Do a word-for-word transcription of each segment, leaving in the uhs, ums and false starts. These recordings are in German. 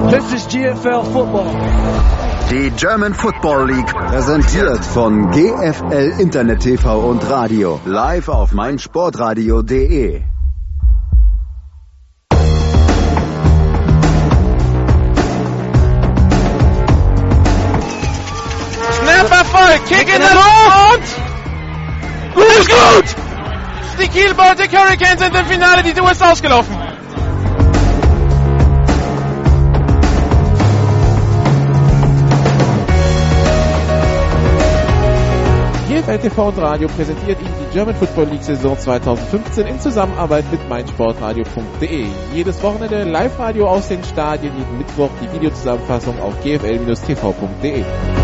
This is G F L Football. Die German Football League, präsentiert von G F L Internet T V und Radio, live auf meinsportradio punkt de. Snap Erfolg, Kick in der Luft! Gut ist gut! Die Kiel Baltic Hurricanes sind im Finale, die Tour ist ausgelaufen. G F L T V und Radio präsentiert Ihnen die German Football League Saison zweitausendfünfzehn in Zusammenarbeit mit meinsportradio punkt de. Jedes Wochenende Live-Radio aus den Stadien, jeden Mittwoch die Videozusammenfassung auf g f l Bindestrich t v punkt de.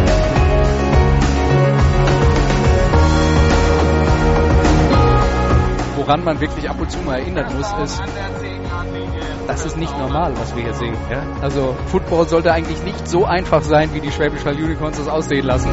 Woran man wirklich ab und zu mal erinnern muss, ist, das ist nicht normal, was wir hier sehen. Ja? Also Football sollte eigentlich nicht so einfach sein, wie die Schwäbisch Hall Unicorns das aussehen lassen.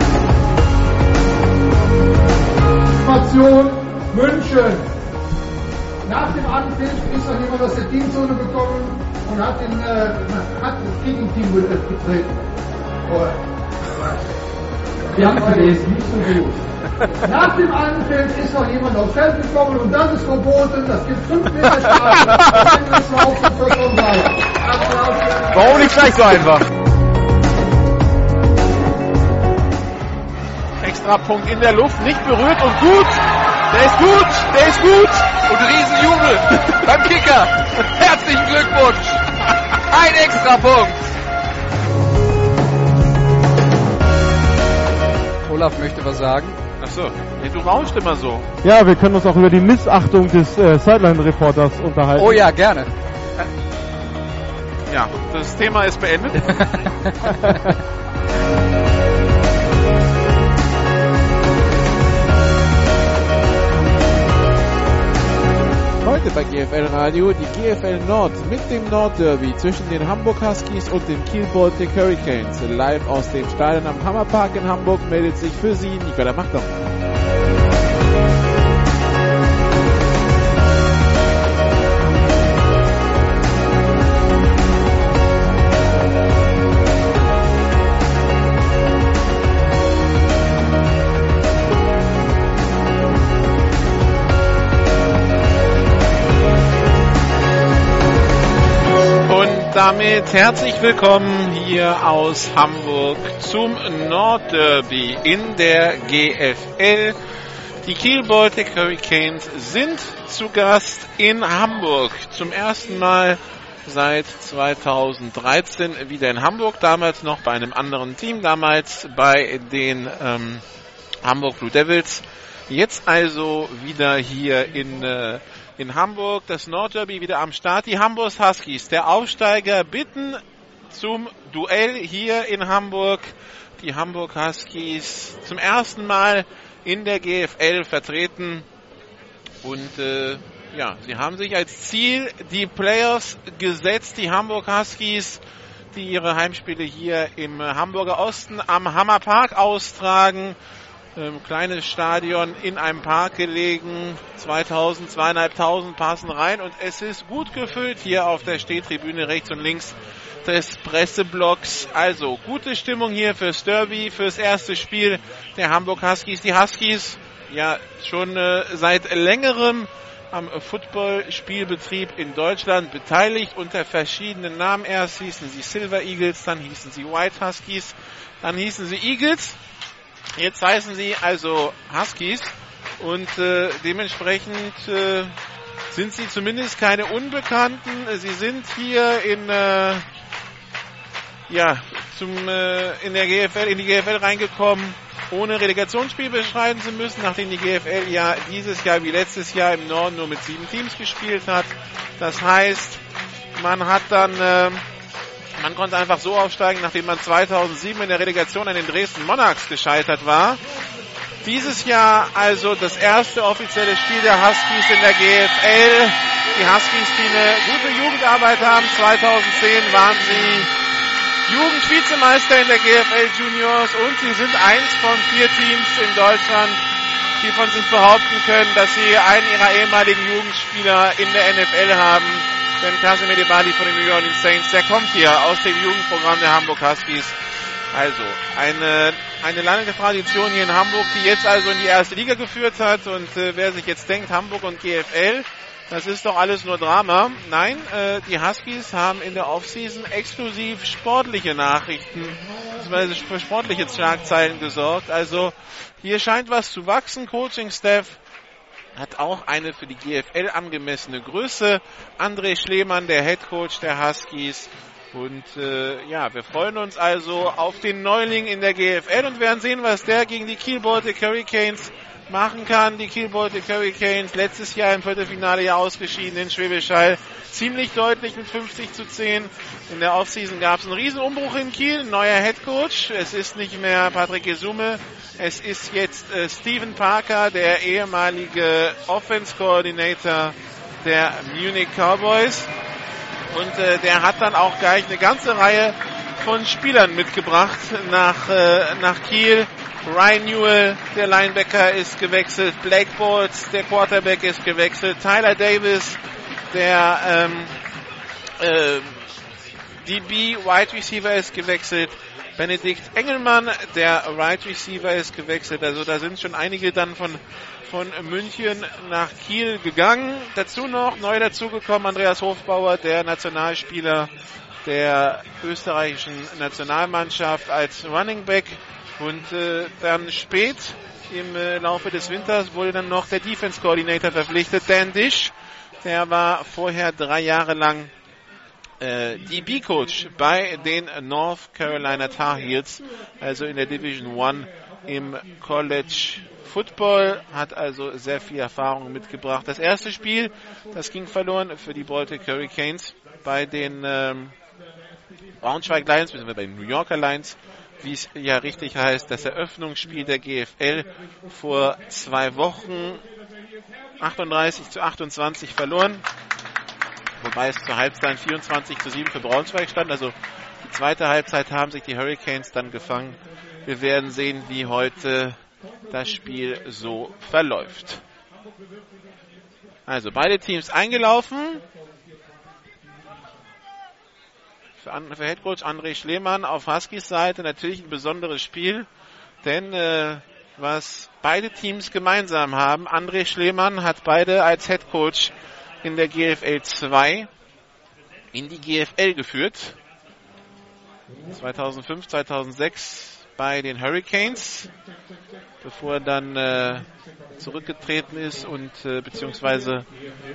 Situation München. Nach dem Anpfiff ist noch jemand aus der Teamzone gekommen und hat, den, äh, hat das Gegenteam betreten. Oh. Wir haben gelesen, nicht so gut. Nach dem Anpfiff ist noch jemand aufs Feld gekommen und das ist verboten. Das gibt fünf Meter Strafe. Warum nicht gleich so einfach? Extrapunkt in der Luft, nicht berührt und gut. Der ist gut, der ist gut. Und Riesenjubel beim Kicker. Herzlichen Glückwunsch. Ein Extrapunkt. Olaf möchte was sagen. Achso, ja, du rauscht immer so. Ja, wir können uns auch über die Missachtung des äh, Sideline-Reporters unterhalten. Oh ja, gerne. Ja, das Thema ist beendet. Heute bei G F L Radio die G F L Nord mit dem Nordderby zwischen den Hamburg Huskies und den Kiel Baltic Hurricanes. Live aus dem Stadion am Hammerpark in Hamburg meldet sich für Sie Nicola Machtong. Damit herzlich willkommen hier aus Hamburg zum Nordderby in der G F L. Die Kiel Baltic Hurricanes sind zu Gast in Hamburg. Zum ersten Mal seit zweitausenddreizehn wieder in Hamburg. Damals noch bei einem anderen Team, damals bei den ähm, Hamburg Blue Devils. Jetzt also wieder hier in äh, In Hamburg, das Nordderby wieder am Start. Die Hamburg Huskies, der Aufsteiger, bitten zum Duell hier in Hamburg. Die Hamburg Huskies zum ersten Mal in der G F L vertreten. Und äh, ja, sie haben sich als Ziel die Playoffs gesetzt. Die Hamburg Huskies, die ihre Heimspiele hier im Hamburger Osten am Hammerpark austragen. Ähm, kleines Stadion in einem Park gelegen, zweitausend, zweieinhalbtausend passen rein und es ist gut gefüllt hier auf der Stehtribüne rechts und links des Presseblocks. Also gute Stimmung hier fürs Derby, fürs erste Spiel der Hamburg Huskies. Die Huskies ja schon äh, seit längerem am Footballspielbetrieb in Deutschland beteiligt unter verschiedenen Namen. Erst hießen sie Silver Eagles, dann hießen sie White Huskies, dann hießen sie Eagles. Jetzt heißen sie also Huskies und äh, dementsprechend äh, sind sie zumindest keine Unbekannten. Sie sind hier in äh, ja zum äh, in der G F L in die G F L reingekommen, ohne Relegationsspiel bestreiten zu müssen, nachdem die G F L ja dieses Jahr wie letztes Jahr im Norden nur mit sieben Teams gespielt hat. Das heißt, man hat dann äh, Man konnte einfach so aufsteigen, nachdem man zweitausendsieben in der Relegation an den Dresden Monarchs gescheitert war. Dieses Jahr also das erste offizielle Spiel der Huskies in der G F L. Die Huskies, die eine gute Jugendarbeit haben. zweitausendzehn waren sie Jugendvizemeister in der G F L Juniors und sie sind eins von vier Teams in Deutschland, die von sich behaupten können, dass sie einen ihrer ehemaligen Jugendspieler in der N F L haben. Denn Casimir Debali von den New Orleans Saints, der kommt hier aus dem Jugendprogramm der Hamburg Huskies. Also, eine, eine lange Tradition hier in Hamburg, die jetzt also in die erste Liga geführt hat. Und äh, wer sich jetzt denkt, Hamburg und G F L, das ist doch alles nur Drama. Nein, äh, die Huskies haben in der Offseason exklusiv sportliche Nachrichten, beziehungsweise für sportliche Schlagzeilen gesorgt. Also, hier scheint was zu wachsen. Coaching-Staff hat auch eine für die G F L angemessene Größe. André Schlemann, der Headcoach der Huskies. Und äh, ja, wir freuen uns also auf den Neuling in der G F L und werden sehen, was der gegen die Kiel Baltic Hurricanes machen kann. Die Kiel Baltic Hurricanes letztes Jahr im Viertelfinale ja ausgeschieden in Schwäbisch Hall. Ziemlich deutlich mit fünfzig zu zehn. In der Offseason gab es einen Riesenumbruch in Kiel. Neuer Headcoach. Es ist nicht mehr Patrick Gesume. Es ist jetzt äh, Stephen Parker, der ehemalige Offense Coordinator der Munich Cowboys. Und äh, der hat dann auch gleich eine ganze Reihe von Spielern mitgebracht nach, äh, nach Kiel. Ryan Newell, der Linebacker, ist gewechselt. Blake Bolts, der Quarterback, ist gewechselt. Tyler Davis, der ähm, äh, D B Wide Receiver, ist gewechselt. Benedikt Engelmann, der Wide Receiver, ist gewechselt. Also da sind schon einige dann von von München nach Kiel gegangen. Dazu noch, neu dazugekommen, Andreas Hofbauer, der Nationalspieler der österreichischen Nationalmannschaft als Running Back. Und äh, dann spät im äh, Laufe des Winters wurde dann noch der Defense Coordinator verpflichtet, Dan Dish. Der war vorher drei Jahre lang äh, D B-Coach bei den North Carolina Tar Heels, also in der Division One im College Football, hat also sehr viel Erfahrung mitgebracht. Das erste Spiel, das ging verloren für die Baltic Hurricanes bei den ähm, Braunschweig Lions, bzw. bei den New Yorker Lions, wie es ja richtig heißt, das Eröffnungsspiel der G F L vor zwei Wochen achtunddreißig zu achtundzwanzig verloren, wobei es zur Halbzeit vierundzwanzig zu sieben für Braunschweig stand. Also die zweite Halbzeit haben sich die Hurricanes dann gefangen. Wir werden sehen, wie heute das Spiel so verläuft. Also beide Teams eingelaufen. Für, für Headcoach André Schlemann auf Huskies Seite natürlich ein besonderes Spiel, denn äh, was beide Teams gemeinsam haben, André Schlemann hat beide als Headcoach in der G F L zwei in die G F L geführt. zweitausendfünf, zweitausendsechs bei den Hurricanes, bevor er dann äh, zurückgetreten ist und äh, beziehungsweise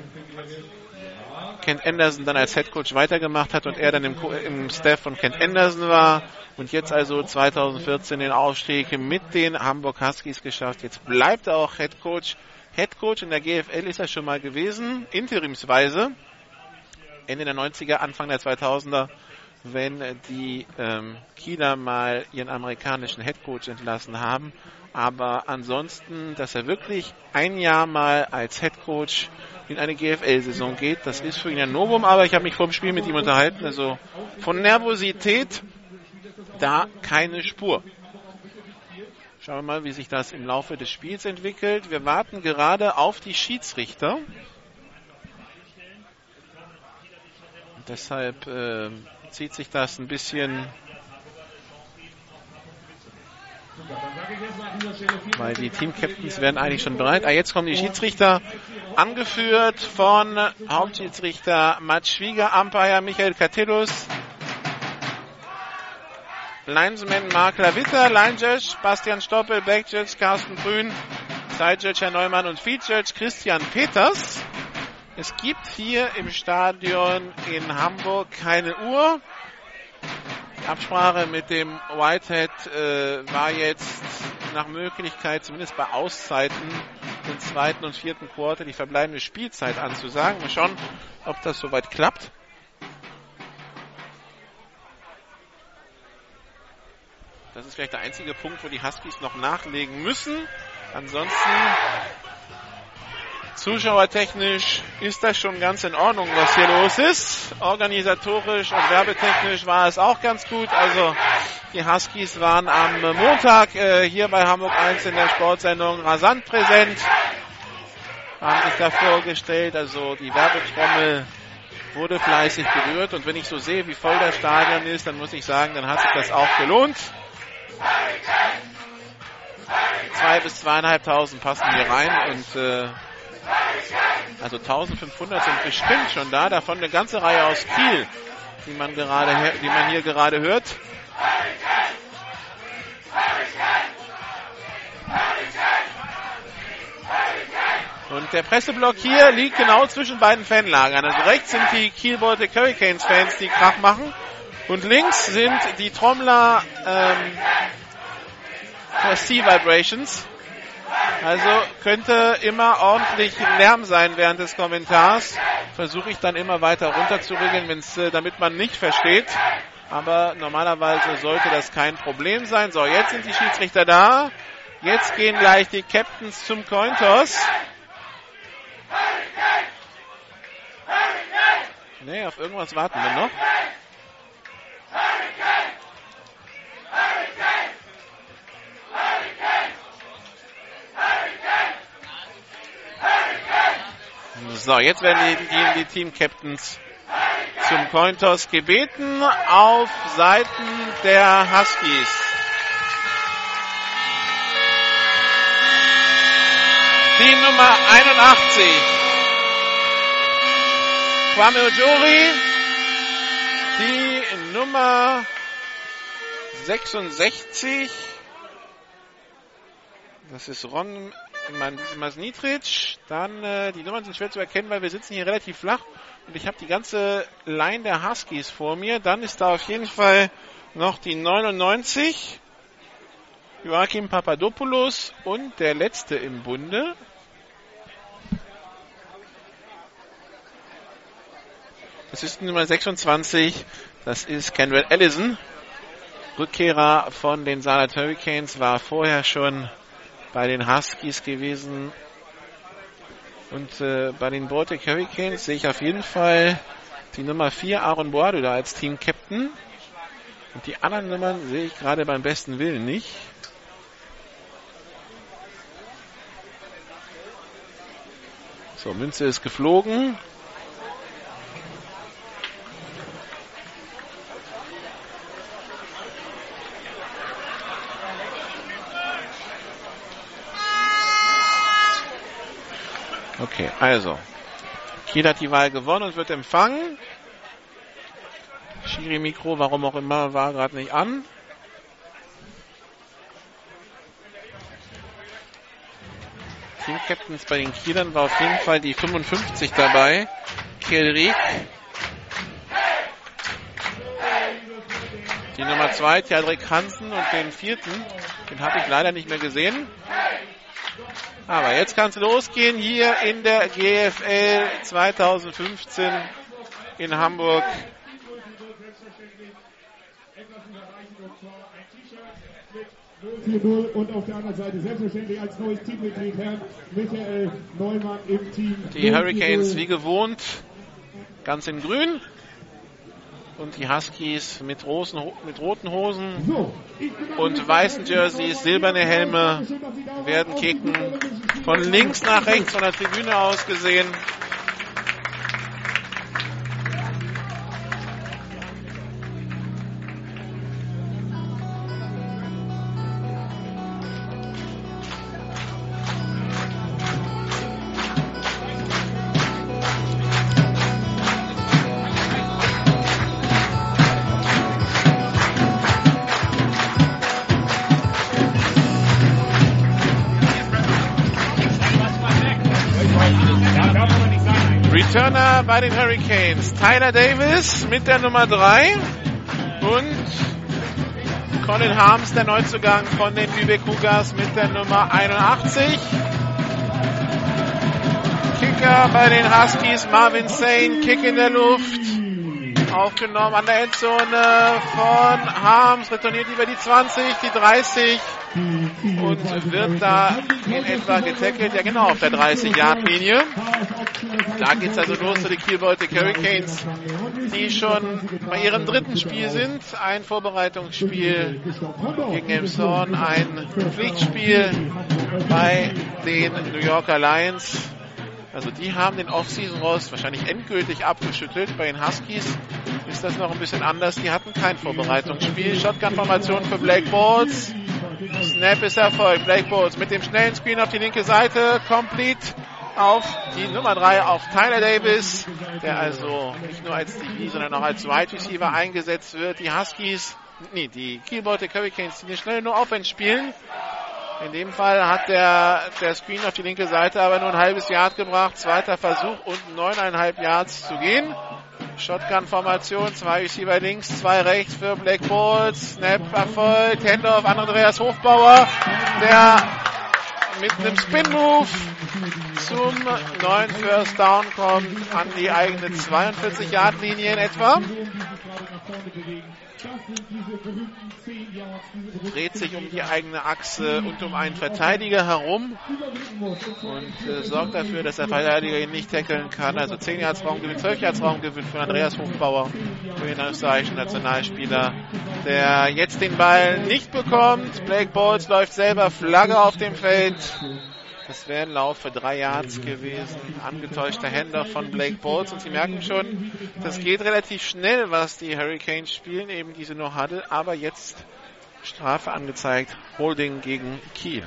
Kent Anderson dann als Headcoach weitergemacht hat und er dann im, im Staff von Kent Anderson war und jetzt also zweitausendvierzehn den Aufstieg mit den Hamburg Huskies geschafft. Jetzt bleibt er auch Headcoach. Headcoach in der G F L ist er schon mal gewesen, interimsweise, Ende der neunziger, Anfang der zweitausender, wenn die ähm, Kieler mal ihren amerikanischen Headcoach entlassen haben. Aber ansonsten, dass er wirklich ein Jahr mal als Headcoach in eine G F L-Saison geht, das ist für ihn ein Novum. Aber ich habe mich vor dem Spiel mit ihm unterhalten. Also von Nervosität da keine Spur. Schauen wir mal, wie sich das im Laufe des Spiels entwickelt. Wir warten gerade auf die Schiedsrichter. Und deshalb äh, zieht sich das ein bisschen, weil die Team-Captains werden eigentlich schon bereit. Ah, jetzt kommen die Schiedsrichter, angeführt von Hauptschiedsrichter Matt Schwieger, Umpire Michael Catillus, Linesman Mark Lavitta, Line Judge Bastian Stoppel, Back Judge Carsten Grün, Side Judge Herr Neumann und Field Judge Christian Peters. Es gibt hier im Stadion in Hamburg keine Uhr. Die Absprache mit dem Whitehead äh, war jetzt nach Möglichkeit, zumindest bei Auszeiten, den zweiten und vierten Quarter die verbleibende Spielzeit anzusagen. Mal schauen, ob das soweit klappt. Das ist vielleicht der einzige Punkt, wo die Huskies noch nachlegen müssen. Ansonsten zuschauertechnisch ist das schon ganz in Ordnung, was hier los ist. Organisatorisch und werbetechnisch war es auch ganz gut. Also die Huskies waren am Montag äh, hier bei Hamburg eins in der Sportsendung rasant präsent. Haben sich da vorgestellt, also die Werbetrommel wurde fleißig berührt. Und wenn ich so sehe, wie voll das Stadion ist, dann muss ich sagen, dann hat sich das auch gelohnt. Zwei bis zweieinhalbtausend passen hier rein und äh, also eintausendfünfhundert sind bestimmt schon da, davon eine ganze Reihe aus Kiel, die man gerade, die man hier gerade hört. Und der Presseblock hier liegt genau zwischen beiden Fanlagern. Also rechts sind die Kiel Baltic Hurricanes Fans, die Krach machen. Und links sind die Trommler ähm, Sea Vibrations. Also könnte immer ordentlich Lärm sein während des Kommentars. Versuche ich dann immer weiter runter zu regeln, wenn's, äh, damit man nicht versteht. Aber normalerweise sollte das kein Problem sein. So, jetzt sind die Schiedsrichter da. Jetzt gehen gleich die Captains zum Cointoss. Nee, auf irgendwas warten wir noch. So, jetzt werden die, die, die Team-Captains zum Cointoss gebeten auf Seiten der Huskies. Die Nummer einundachtzig, Kwame Ojori. Die Nummer sechsundsechzig, das ist Ron Masnitric. Dann, äh, die Nummern sind schwer zu erkennen, weil wir sitzen hier relativ flach und ich habe die ganze Line der Huskies vor mir. Dann ist da auf jeden Fall noch die neunundneunzig, Joachim Papadopoulos, und der letzte im Bunde. Das ist die Nummer sechsundzwanzig, das ist Kendall Allison. Rückkehrer von den Saarland Hurricanes, war vorher schon bei den Huskies gewesen. Und äh, bei den Baltic Hurricanes sehe ich auf jeden Fall die Nummer vier, Aaron Boadu, da als Team-Captain. Und die anderen Nummern sehe ich gerade beim besten Willen nicht. So, Münze ist geflogen. Okay, also Kiel hat die Wahl gewonnen und wird empfangen. Schiri-Mikro, warum auch immer, war gerade nicht an. Team-Captains bei den Kielern war auf jeden Fall die fünfundfünfzig dabei. Kiel Rieck. Die Nummer zwei, Theodrik Hansen, und den vierten, den habe ich leider nicht mehr gesehen. Aber jetzt kann es losgehen hier in der G F L zweitausendfünfzehn in Hamburg. Und auf der anderen Seite selbstverständlich als neues Teammitglied Herrn Michael Neumann im Team. Die Hurricanes wie gewohnt ganz in grün. Und die Huskies mit, Rosen, mit roten Hosen und weißen Jerseys, silberne Helme werden kicken. Von links nach rechts von der Tribüne aus gesehen. Returner bei den Hurricanes, Tyler Davis mit der Nummer drei und Colin Harms, der Neuzugang von den Lübeck Cougars, mit der Nummer einundachtzig. Kicker bei den Huskies, Marvin Sain, Kick in der Luft, aufgenommen an der Endzone von Harms, retourniert über die zwanzig, die dreißig und wird da in etwa getackelt, ja genau, auf der dreißig-Yard-Linie. Da geht's also los für die Kiel Baltic Hurricanes, die schon bei ihrem dritten Spiel sind. Ein Vorbereitungsspiel gegen Elmshorn, ein Pflichtspiel bei den New Yorker Lions. Also die haben den Off-Season-Rost wahrscheinlich endgültig abgeschüttelt. Bei den Huskies ist das noch ein bisschen anders. Die hatten kein Vorbereitungsspiel. Shotgun-Formation für Blake Bortles. Snap ist erfolgt. Blake Bortles mit dem schnellen Screen auf die linke Seite. Complete auf die Nummer drei, auf Tyler Davis, der also nicht nur als D B, sondern auch als Wide Receiver eingesetzt wird. Die Huskies, nee, die Kiel Baltic Hurricanes, die eine schnelle nur Offense spielen. In dem Fall hat der, der Screen auf die linke Seite aber nur ein halbes Yard gebracht. Zweiter Versuch und neuneinhalb Yards zu gehen. Shotgun-Formation, zwei Receiver links, zwei rechts für Blake Bortles. Snap erfolgt, Handoff an Andreas Hofbauer, der mit einem Spin-Move zum neuen First Down kommt, an die eigene zweiundvierzig Yard Linie in etwa. Dreht sich um die eigene Achse und um einen Verteidiger herum und äh, sorgt dafür, dass der Verteidiger ihn nicht tackeln kann. Also zehn Yards Raumgewinn, zwölf Yards Raumgewinn von Andreas Hofbauer, für den österreichischen Nationalspieler, der jetzt den Ball nicht bekommt. Blake Bortles läuft selber, Flagge auf dem Feld. Das wäre ein Lauf für drei Yards gewesen. Angetäuschter Händer von Blake Bortles. Und Sie merken schon, das geht relativ schnell, was die Hurricanes spielen. Eben diese No-Huddle. Aber jetzt Strafe angezeigt. Holding gegen Kiel.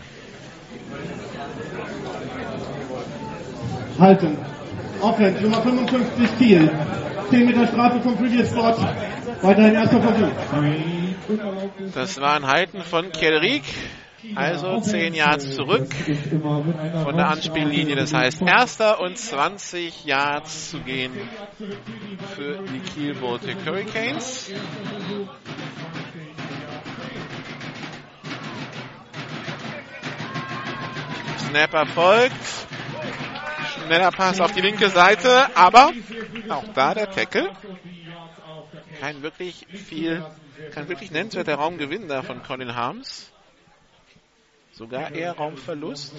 Halten. Offense, Nummer fünfundfünfzig Kiel. zehn Meter Strafe vom Previous Spot. Weiterhin erster Versuch. Das war ein Halten von Kelrick. Also zehn Yards zurück von der Anspiellinie. Das heißt, erster und zwanzig Yards zu gehen für die Kiel Baltic Hurricanes. Snap erfolgt. Schneller Pass auf die linke Seite, aber auch da der Tackle. Kein wirklich viel, kein wirklich nennenswerter Raumgewinn da von Colin Harms. Sogar eher Raumverlust.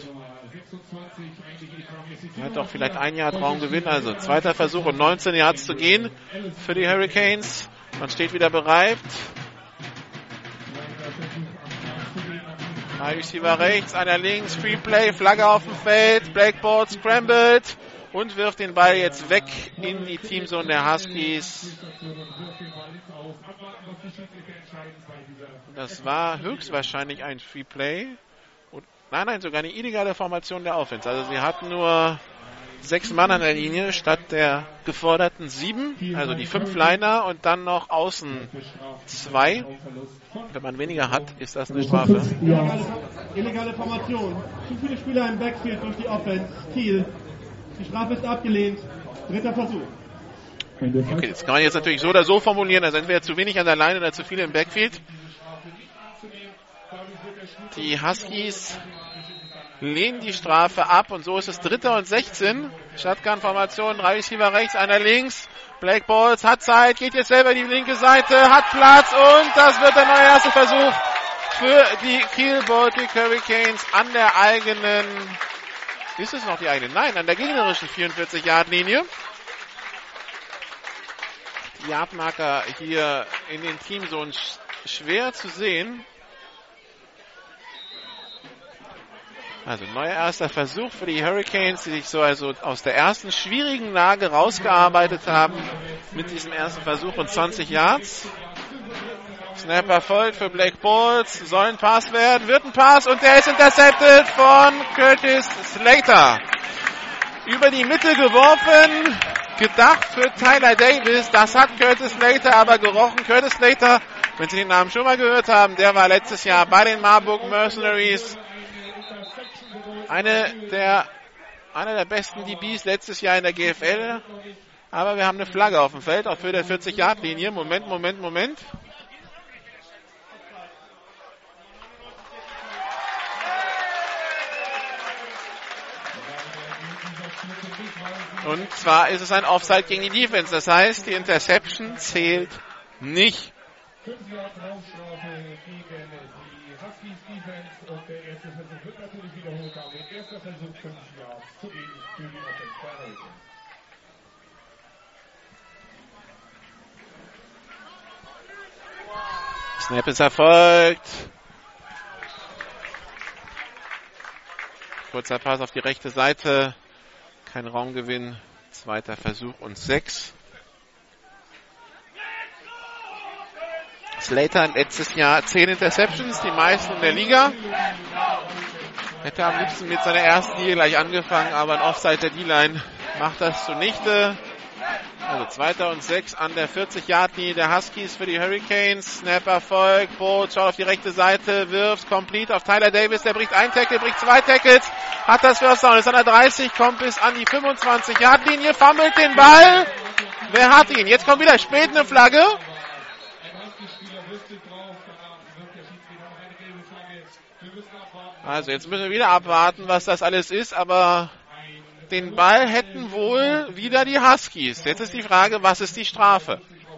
Er hat doch vielleicht ein Yard Raumgewinn. Also zweiter Versuch und neunzehn Yards zu gehen für die Hurricanes. Man steht wieder bereit. Drei Receiver rechts, einer links. Free Play, Flagge auf dem Feld. Blake Bortles scrambled und wirft den Ball jetzt weg in die Teamzone der Huskies. Das war höchstwahrscheinlich ein Free Play. Nein, nein, sogar eine illegale Formation der Offense. Also sie hatten nur sechs Mann an der Linie statt der geforderten sieben. Also die fünf Liner und dann noch außen zwei. Wenn man weniger hat, ist das eine Strafe. Illegale, illegale Formation. Zu viele Spieler im Backfield durch die Offense. Kiel. Die Strafe ist abgelehnt. Dritter Versuch. Okay, das kann man jetzt natürlich so oder so formulieren. Also entweder zu wenig an der Line oder zu viele im Backfield. Die Huskies lehnen die Strafe ab und so ist es dritter und sechzehn. Shotgun-Formation, drei Receiver rechts, einer links. Blake Bortles hat Zeit, geht jetzt selber die linke Seite, hat Platz und das wird der neue erste Versuch für die Kiel Baltic Hurricanes an der eigenen, ist es noch die eigene? Nein, an der gegnerischen vierundvierzig Yard Linie. Die Yardmarker hier in den Teamzonen schwer zu sehen. Also neuer erster Versuch für die Hurricanes, die sich so also aus der ersten schwierigen Lage rausgearbeitet haben mit diesem ersten Versuch und zwanzig Yards. Snap erfolgt für Blake Bortles, soll ein Pass werden, wird ein Pass und der ist intercepted von Curtis Slater. Über die Mitte geworfen, gedacht für Tyler Davis, das hat Curtis Slater aber gerochen. Curtis Slater, wenn Sie den Namen schon mal gehört haben, der war letztes Jahr bei den Marburg Mercenaries Eine der, einer der besten D Bs letztes Jahr in der G F L. Aber wir haben eine Flagge auf dem Feld, auch für der vierzig Yard Linie. Moment, Moment, Moment. Und zwar ist es ein Offside gegen die Defense. Das heißt, die Interception zählt nicht. fünf Yard Raumstrafe gegen die Huskies Defense und der erste Versuch wird natürlich wiederholt. Damit erster Versuch fünf Yards zu gehen für die Offense bei Hurricanes. Snap ist erfolgt. Kurzer Pass auf die rechte Seite. Kein Raumgewinn. Zweiter Versuch und sechs. Slater letztes Jahr zehn Interceptions, die meisten in der Liga. Hätte am liebsten mit seiner ersten Liga gleich angefangen, aber ein Offside der D-Line macht das zunichte. Also zweiter und sechs an der vierzig-Yard-Linie der Huskies für die Hurricanes. Snap Erfolg. Bolt schaut auf die rechte Seite, wirft complete auf Tyler Davis. Der bricht ein Tackle, bricht zwei Tackles. Hat das First Down, ist an der dreißig, kommt bis an die fünfundzwanzig-Yard-Linie, fummelt den Ball. Wer hat ihn? Jetzt kommt wieder spät eine Flagge. Also jetzt müssen wir wieder abwarten, was das alles ist, aber den Ball hätten wohl wieder die Huskies. Jetzt ist die Frage, was ist die Strafe?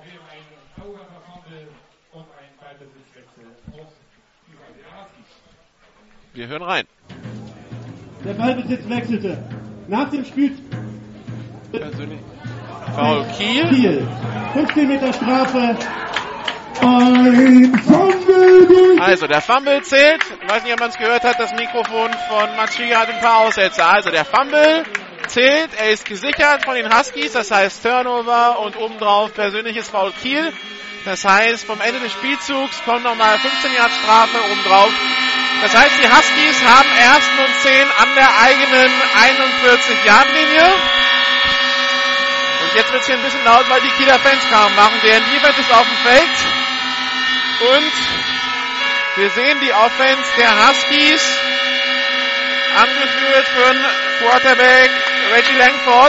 Wir hören rein. Der Ballbesitz wechselte. Nach dem Spiel... Persönlich. Foul Kiel. Kiel. fünfzehn Meter Strafe. Ein Fumble. Also der Fumble zählt. Ich weiß nicht, ob man es gehört hat. Das Mikrofon von Machiga hat ein paar Aussetzer. Also der Fumble zählt. Er ist gesichert von den Huskies. Das heißt Turnover und obendrauf persönliches Foul Kiel. Das heißt, vom Ende des Spielzugs kommt nochmal fünfzehn Yard Strafe obendrauf. Das heißt, die Huskies haben ersten und zehn an der eigenen einundvierzig Yard Linie. Und jetzt wird es hier ein bisschen laut, weil die Kieler Fans kaum machen. Deren Defense ist auf dem Feld. Und wir sehen die Offense der Huskies, angeführt von Quarterback Reggie Langford.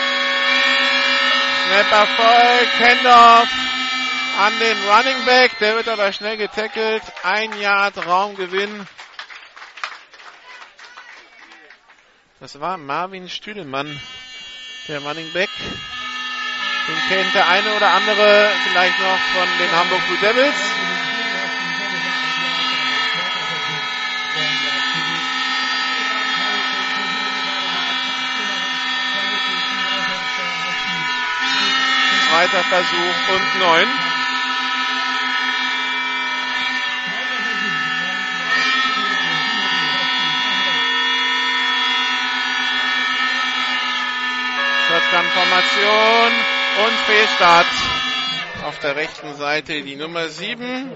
Snap Erfolg, Handoff an den Running Back, der wird aber schnell getackelt. Ein Yard Raumgewinn. Das war Marvin Stüdemann, der Running Back. Den kennt der eine oder andere vielleicht noch von den Hamburg Blue Devils. Zweiter Versuch und neun. Shotgun-Formation und Fehlstart. Auf der rechten Seite die Nummer sieben.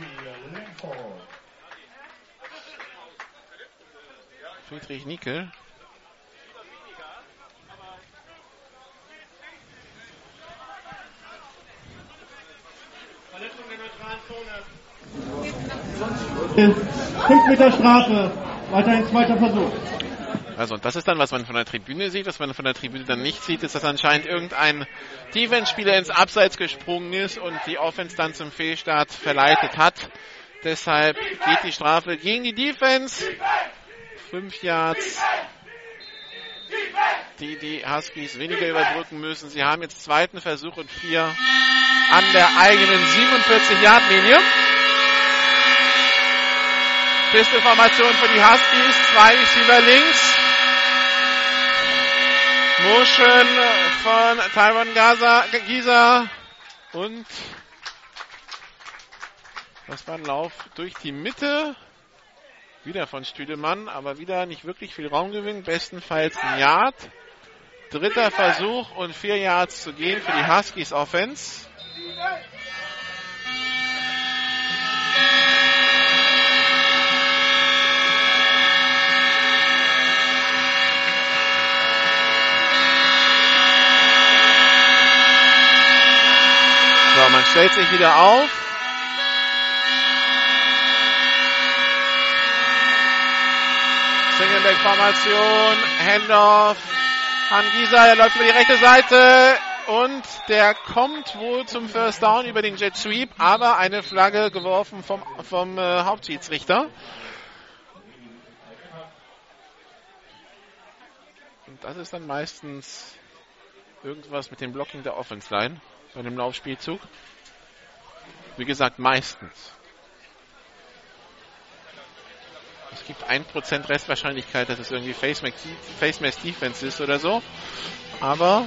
Friedrich Nickel. fünf Meter Strafe. Weiterhin zweiter Versuch. Also, und das ist dann, was man von der Tribüne sieht. Was man von der Tribüne dann nicht sieht, ist, dass anscheinend irgendein Defense-Spieler ins Abseits gesprungen ist und die Offense dann zum Fehlstart verleitet hat. Deshalb geht die Strafe gegen die Defense. Fünf Yards, die die Huskies weniger überbrücken müssen. Sie haben jetzt zweiten Versuch und vier an der eigenen siebenundvierzig Yard Linie. Pistolformation für die Huskies. Zwei Receiver links. Motion von Tyron Gaza, Gieser. Und das war ein Lauf durch die Mitte. Wieder von Stüdemann, aber wieder nicht wirklich viel Raumgewinn. Bestenfalls ein Yard. Dritter Versuch und vier Yards zu gehen für die Huskies Offense. So, man stellt sich wieder auf. Singleback-Formation, Handoff an Gieser, er läuft über die rechte Seite und der kommt wohl zum First Down über den Jet Sweep, aber eine Flagge geworfen vom, vom äh, Hauptschiedsrichter. Und das ist dann meistens irgendwas mit dem Blocking der Offense Line bei dem Laufspielzug. Wie gesagt, meistens. Es gibt ein Prozent Restwahrscheinlichkeit, dass es irgendwie Face Mask Defense ist oder so. Aber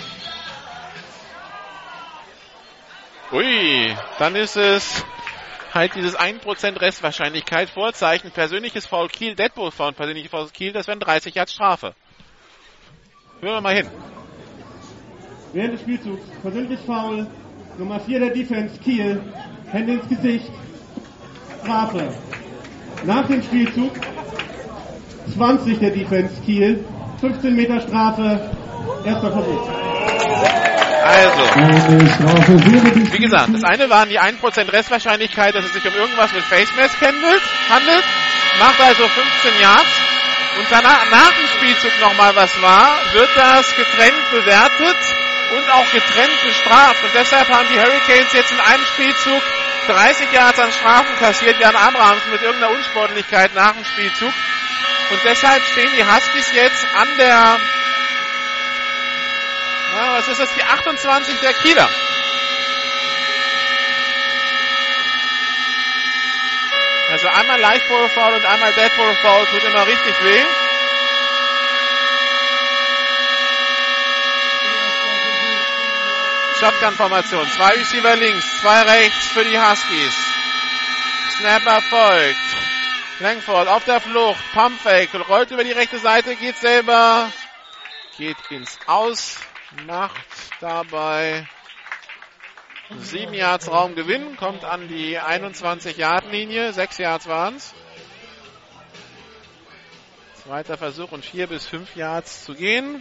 ui, dann ist es halt dieses ein Prozent Restwahrscheinlichkeit, Vorzeichen, persönliches Foul Kiel, Deadball Foul, persönliches Foul Kiel, das wären dreißig Yards Strafe. Hören wir mal hin. Während des Spielzugs, persönliches Foul, Nummer vier der Defense, Kiel, Hände ins Gesicht, Strafe. Nach dem Spielzug, zwanzig der Defense, Kiel, fünfzehn Meter Strafe, erster Versuch. Also, wie gesagt, das eine waren die ein Prozent Restwahrscheinlichkeit, dass es sich um irgendwas mit Face Mask handelt, handelt, macht also fünfzehn Yards. Und danach, nach dem Spielzug nochmal was war, wird das getrennt bewertet und auch getrennt bestraft. Und deshalb haben die Hurricanes jetzt in einem Spielzug dreißig Yards an Strafen kassiert, Jan Abrahams mit irgendeiner Unsportlichkeit nach dem Spielzug. Und deshalb stehen die Huskies jetzt an der, na, was ist das, die achtundzwanzig der Kieler. Also einmal Live-Ball Foul und einmal Dead-Ball Foul tut immer richtig weh. Shotgun-Formation. Zwei Receiver links, zwei rechts für die Huskies. Snap erfolgt. Langford auf der Flucht. Pumpfake. Rollt über die rechte Seite, geht selber. Geht ins Aus. Macht dabei sieben Yards Raumgewinn. Kommt an die einundzwanzig-Yard-Linie. Sechs Yards waren's. Zweiter Versuch und vier bis fünf Yards zu gehen.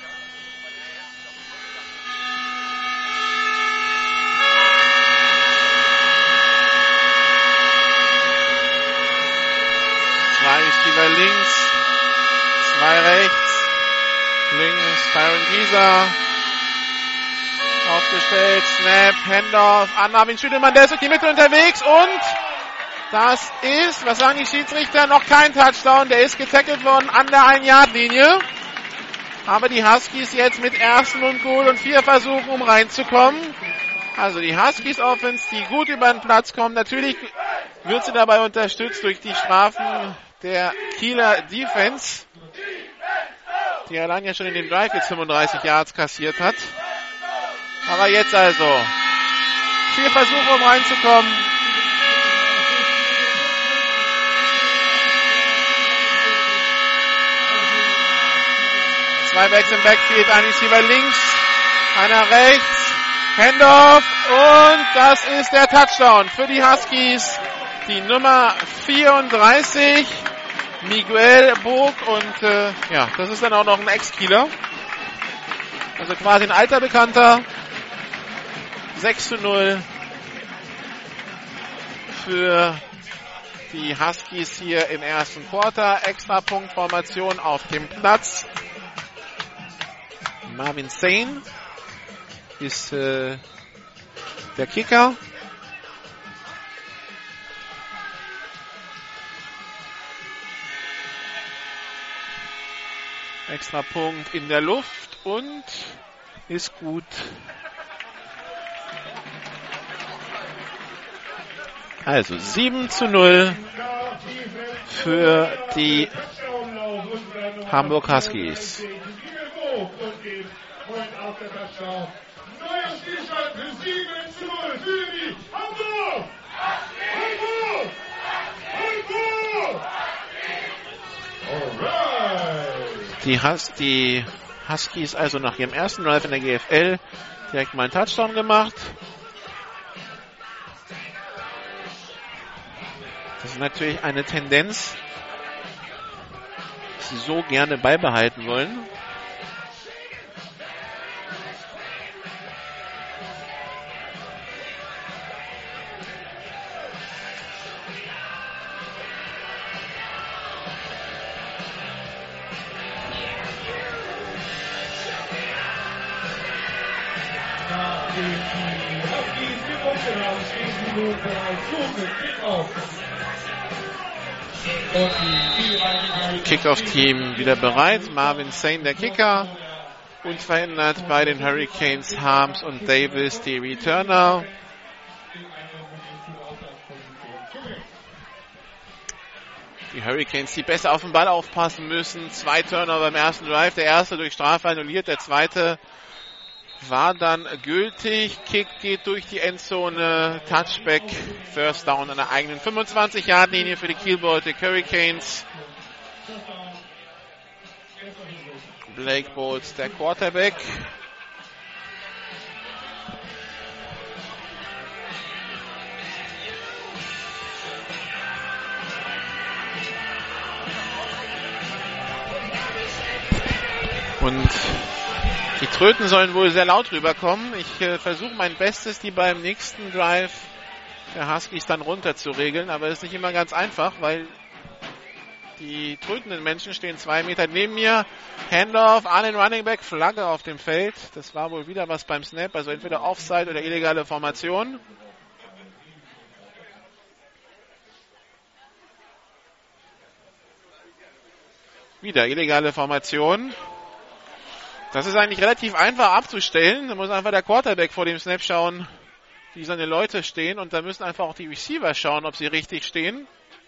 Zwei Receiver links, zwei rechts, links Tyron Gieser, aufgestellt, Snap, Handoff, an Marvin Schüttelmann, der ist durch die Mitte unterwegs und das ist, was sagen die Schiedsrichter, noch kein Touchdown, der ist getackelt worden an der ein-Yard-Linie, aber die Huskies jetzt mit ersten und Goal und vier Versuchen, um reinzukommen. Also die Huskies Offense, die gut über den Platz kommen, natürlich wird sie dabei unterstützt durch die Strafen der Kieler Defense, die allein ja schon in dem Drive jetzt fünfunddreißig Yards kassiert hat. Aber jetzt also vier Versuche, um reinzukommen. Zwei Backs im Backfield, ein Receiver links, einer rechts, Handoff und das ist der Touchdown für die Huskies. Die Nummer vierunddreißig, Miguel Bog und äh, ja, das ist dann auch noch ein Ex-Kieler. Also quasi ein alter Bekannter. sechs zu null für die Huskies hier im ersten Quarter. Extrapunktformation auf dem Platz. Marvin Sane ist äh, der Kicker. Extra Punkt in der Luft und ist gut. Also sieben zu null für die Hamburg Huskies. Neuer Spielstand für sieben zu null für die Hamburg! Hamburg! Hamburg! Alright! Die, Hus- die Huskies also nach ihrem ersten Drive in der G F L direkt mal einen Touchdown gemacht. Das ist natürlich eine Tendenz, die sie so gerne beibehalten wollen. Kickoff-Team wieder bereit. Marvin Sane, der Kicker. Unverändert bei den Hurricanes Harms und Davis, die Returner. Die Hurricanes, die besser auf den Ball aufpassen müssen. Zwei Turnover beim ersten Drive. Der erste durch Strafe annulliert, der zweite war dann gültig. Kick geht durch die Endzone. Touchback. First Down an der eigenen fünfundzwanzig-Yard-Linie für die Kiel Baltic Hurricanes. Blake Bowles, der Quarterback. Und die Tröten sollen wohl sehr laut rüberkommen. Ich äh, versuche mein Bestes, die beim nächsten Drive der Huskies dann runter zu regeln, aber es ist nicht immer ganz einfach, weil die trötenden Menschen stehen zwei Meter neben mir. Handoff an den Running Back, Flagge auf dem Feld. Das war wohl wieder was beim Snap, also entweder Offside oder illegale Formation. Wieder illegale Formation. Das ist eigentlich relativ einfach abzustellen. Da muss einfach der Quarterback vor dem Snap schauen, wie seine Leute stehen. Und da müssen einfach auch die Receiver schauen, ob sie richtig stehen.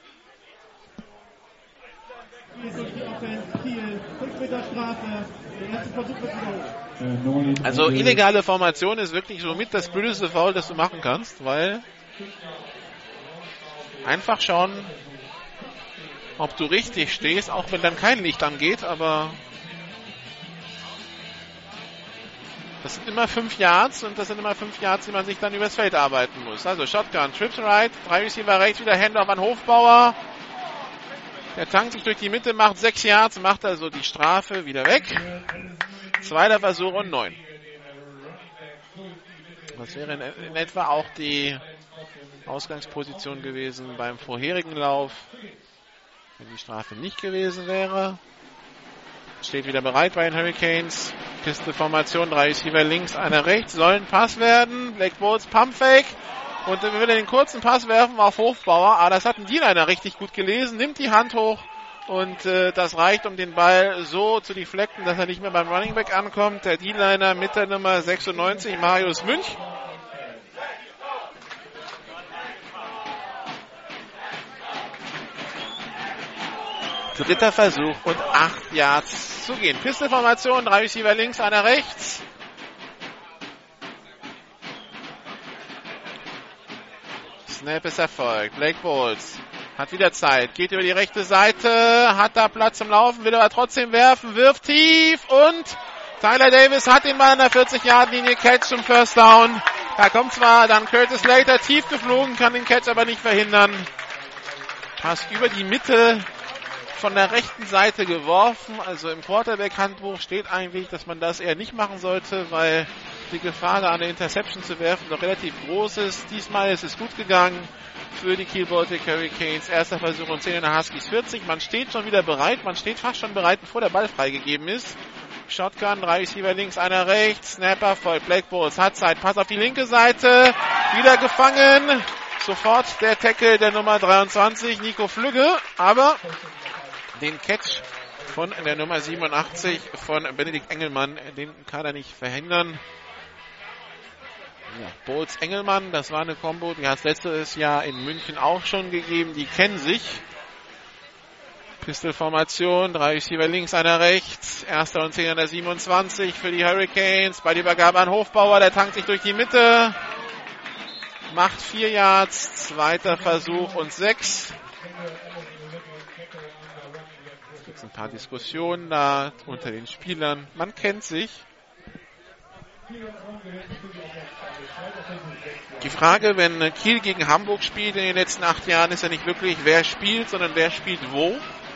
Also illegale Formation ist wirklich so mit das blödeste Foul, das du machen kannst, weil einfach schauen, ob du richtig stehst, auch wenn dann kein Licht angeht, aber das sind immer fünf Yards und das sind immer fünf Yards, die man sich dann übers Feld arbeiten muss. Also Shotgun, Trips right, drei Receiver rechts, wieder Handoff an Hofbauer. Der tankt sich durch die Mitte, macht sechs Yards, macht also die Strafe wieder weg. Zweiter Versuch und neun. Das wäre in, in etwa auch die Ausgangsposition gewesen beim vorherigen Lauf, wenn die Strafe nicht gewesen wäre. Steht wieder bereit bei den Hurricanes. Pistol-Formation, drei Receiver links, einer rechts. Soll ein Pass werden. Blake Bowles, Pumpfake. Und dann will er den kurzen Pass werfen auf Hofbauer. Aber das hat ein D-Liner richtig gut gelesen. Nimmt die Hand hoch. Und äh, das reicht, um den Ball so zu deflecten, dass er nicht mehr beim Running Back ankommt. Der D-Liner mit der Nummer sechsundneunzig, Marius Münch. Dritter Versuch und acht Yards zu gehen. Pistol-Formation, drei Receiver links, einer rechts. Snap ist erfolgt. Blake Bowles hat wieder Zeit, geht über die rechte Seite, hat da Platz zum Laufen, will aber trotzdem werfen, wirft tief und Tyler Davis hat den Ball an der vierzig-Yard-Linie, Catch zum First Down. Da kommt zwar dann Curtis Slater tief geflogen, kann den Catch aber nicht verhindern. Pass über die Mitte von der rechten Seite geworfen, also im Quarterback-Handbuch steht eigentlich, dass man das eher nicht machen sollte, weil die Gefahr, da eine Interception zu werfen, doch relativ groß ist. Diesmal ist es gut gegangen für die Kiel Baltic Hurricanes. Erster Versuch und zehn in der Huskies vierzig. Man steht schon wieder bereit, man steht fast schon bereit, bevor der Ball freigegeben ist. Shotgun, drei Receiver links, einer rechts, Snapper voll, Blake Bowles hat Zeit, Pass auf die linke Seite, wieder gefangen. Sofort der Tackle der Nummer dreiundzwanzig, Nico Flügge, aber den Catch von der Nummer siebenundachtzig von Benedikt Engelmann, den kann er nicht verhindern. Ja, Bowles Engelmann, das war eine Kombo, die hat es letztes Jahr in München auch schon gegeben, die kennen sich. Pistol-Formation, drei Receiver links, einer rechts, erster und zehn an der siebenundzwanzig für die Hurricanes, bei die Übergabe an Hofbauer, der tankt sich durch die Mitte, macht vier Yards, zweiter Versuch und sechs. Es gibt ein paar Diskussionen da unter den Spielern, man kennt sich. Die Frage, wenn Kiel gegen Hamburg spielt in den letzten acht Jahren, ist ja nicht wirklich, wer spielt, sondern wer spielt wo.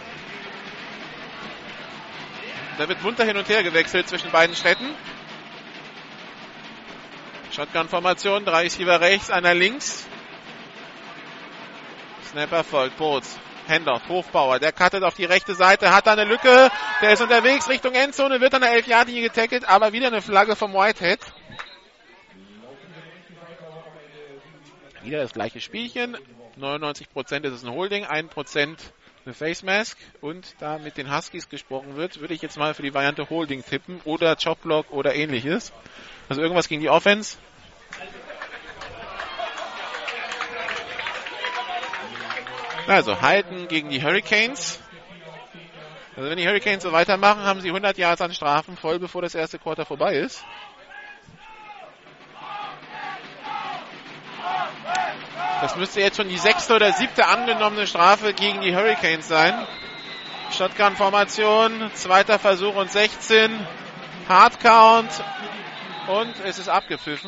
Da wird munter hin und her gewechselt zwischen beiden Städten. Shotgun-Formation, drei Receiver rechts, einer links. Snapper folgt, Boots. Handoff, Hofbauer, der cuttet auf die rechte Seite, hat da eine Lücke, der ist unterwegs Richtung Endzone, wird an der elf-Yard-Linie getackelt, aber wieder eine Flagge vom Whitehead. Wieder das gleiche Spielchen, neunundneunzig Prozent ist es ein Holding, ein Prozent eine Face Mask und da mit den Huskies gesprochen wird, würde ich jetzt mal für die Variante Holding tippen oder Chopblock oder ähnliches. Also irgendwas gegen die Offense. Also halten gegen die Hurricanes. Also wenn die Hurricanes so weitermachen, haben sie hundert Yards an Strafen voll, bevor das erste Quarter vorbei ist. Das müsste jetzt schon die sechste oder siebte angenommene Strafe gegen die Hurricanes sein. Shotgun-Formation, zweiter Versuch und sechzehn. Hardcount und es ist abgepfiffen.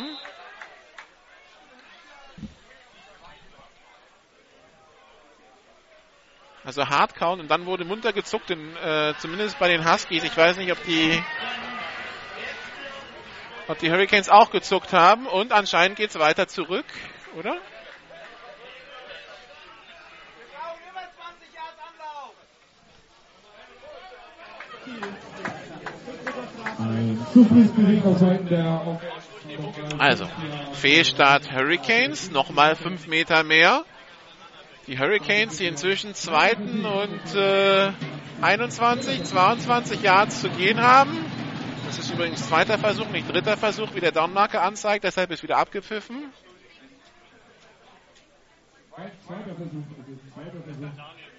Also Hardcount und dann wurde munter gezuckt, in, äh, zumindest bei den Huskies. Ich weiß nicht, ob die, ob die Hurricanes auch gezuckt haben und anscheinend geht es weiter zurück, oder? Also, Fehlstart Hurricanes, nochmal fünf Meter mehr. Die Hurricanes, die inzwischen zweiten und äh, einundzwanzig, zweiundzwanzig Yards zu gehen haben. Das ist übrigens zweiter Versuch, nicht dritter Versuch, wie der Downmarker anzeigt, deshalb ist wieder abgepfiffen. Zweiter Versuch, zweiter Versuch.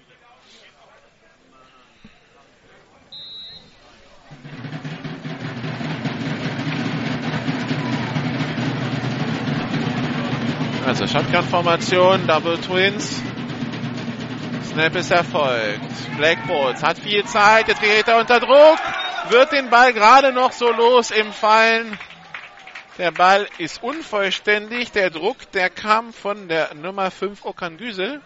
Also Shotgun-Formation, Double Twins. Snap ist erfolgt. Blackbolts hat viel Zeit, jetzt gerät er unter Druck, wird den Ball gerade noch so los im Fallen. Der Ball ist unvollständig, der Druck, der kam von der Nummer fünf Okangüsel.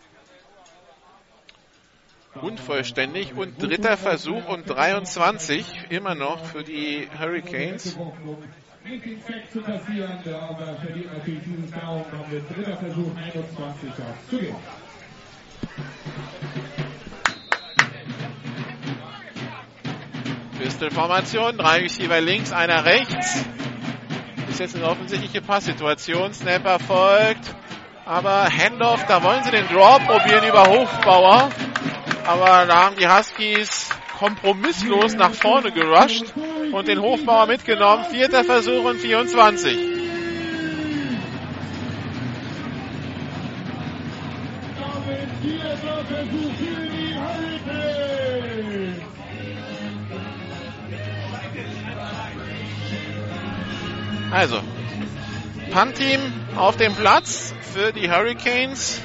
Unvollständig und dritter Versuch und dreiundzwanzig, immer noch für die Hurricanes. Nicht den zu kassieren, aber verdient natürlich dieses Down, damit dritter Versuch, einundzwanzig Yards zu gehen. Pistol-Formation, drei Receiver links, einer rechts. Ist jetzt eine offensichtliche Passsituation, Snap erfolgt, aber Handoff, da wollen sie den Draw probieren über Hofbauer, aber da haben die Huskies kompromisslos nach vorne gerusht und den Hofbauer mitgenommen. Vierter Versuch und vierundzwanzig. Also, Punt-Team auf dem Platz für die Hurricanes.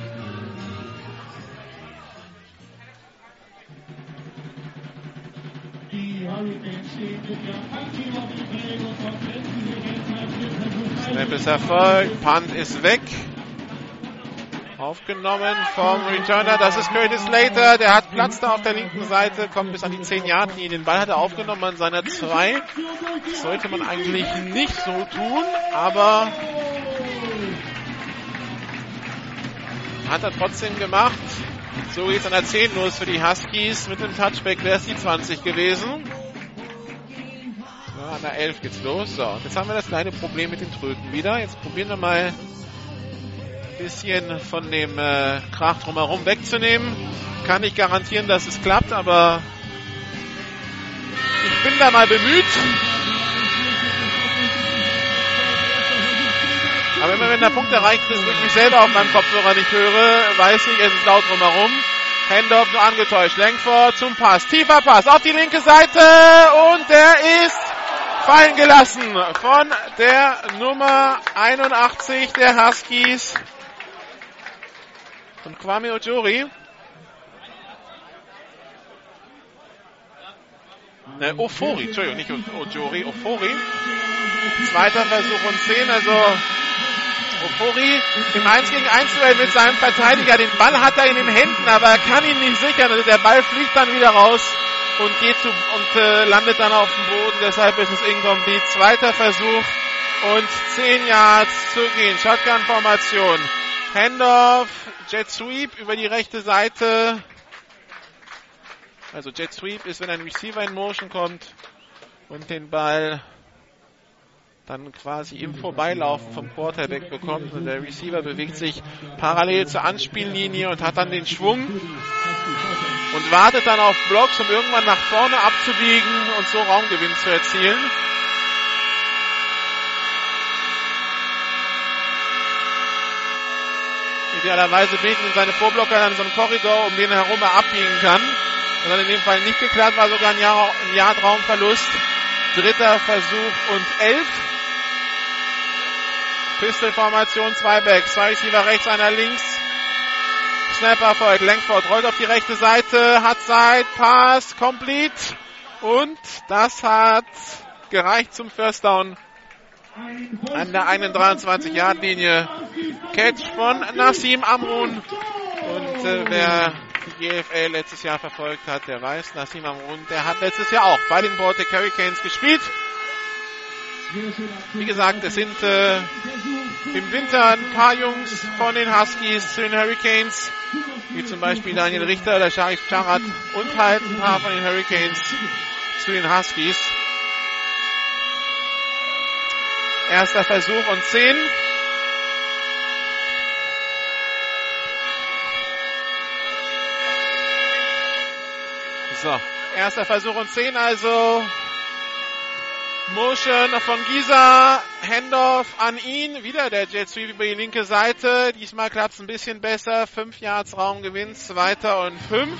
Snap ist erfolgt, Punt ist weg. Aufgenommen vom Returner, das ist Curtis Slater, der hat Platz da auf der linken Seite, kommt bis an die zehn Yard Linie. Den Ball hat er aufgenommen an seiner zwei. Das sollte man eigentlich nicht so tun, aber hat er trotzdem gemacht. So geht's an der zehn los für die Huskies. Mit dem Touchback wäre es die zwanzig gewesen. Ja, an der elf geht's los. So, und jetzt haben wir das kleine Problem mit den Tröten wieder. Jetzt probieren wir mal ein bisschen von dem äh, Krach drumherum wegzunehmen. Kann nicht garantieren, dass es klappt, aber ich bin da mal bemüht. Aber immer wenn der Punkt erreicht ist, wo ich mich selber auf meinem Kopfhörer nicht höre, weiß ich, es ist laut drumherum. Handoff nur angetäuscht. Langford zum Pass. Tiefer Pass auf die linke Seite und der ist fallen gelassen von der Nummer einundachtzig der Huskies. Von Kwame Ojori. Ne, Ofori, Entschuldigung, nicht Ojori, Ofori. Zweiter Versuch und zehn, also Ofori im eins gegen eins Duell mit seinem Verteidiger. Den Ball hat er in den Händen, aber er kann ihn nicht sichern. Also der Ball fliegt dann wieder raus und geht zu, und äh, landet dann auf dem Boden. Deshalb ist es incomplete. Zweiter Versuch und zehn Yards zu gehen. Shotgun-Formation. Handoff, Jet Sweep über die rechte Seite. Also Jet Sweep ist, wenn ein Receiver in Motion kommt und den Ball dann quasi im Vorbeilaufen vom Quarterback bekommt. Und der Receiver bewegt sich parallel zur Anspiellinie und hat dann den Schwung und wartet dann auf Blocks, um irgendwann nach vorne abzubiegen und so Raumgewinn zu erzielen. Idealerweise beten ihn seine Vorblocker dann in so einem Korridor, um den herum er abbiegen kann. Das hat in dem Fall nicht geklappt, war sogar ein Jahr, ein Yard-Raumverlust. Dritter Versuch und elf. Pistol-Formation, zwei Backs, zwei Receiver rechts, einer links. Snapper folgt, Langford rollt auf die rechte Seite, hat Zeit, Pass, complete. Und das hat gereicht zum First Down an der einunddreiundzwanzig-Yard-Linie. Catch von Nassim Amrun. Und äh, wer die G F L letztes Jahr verfolgt hat, der weiß, Nassim Amrun, der hat letztes Jahr auch bei den Baltic Hurricanes gespielt. Wie gesagt, es sind äh, im Winter ein paar Jungs von den Huskies zu den Hurricanes, wie zum Beispiel Daniel Richter oder Sharif Charat, und halt ein paar von den Hurricanes zu den Huskies. Erster Versuch und zehn. So, erster Versuch und zehn, also Motion von Giza, Handoff an ihn, wieder der Jet Sweep über die linke Seite, diesmal klappt es ein bisschen besser, fünf Yards Raumgewinn, zweiter und fünf.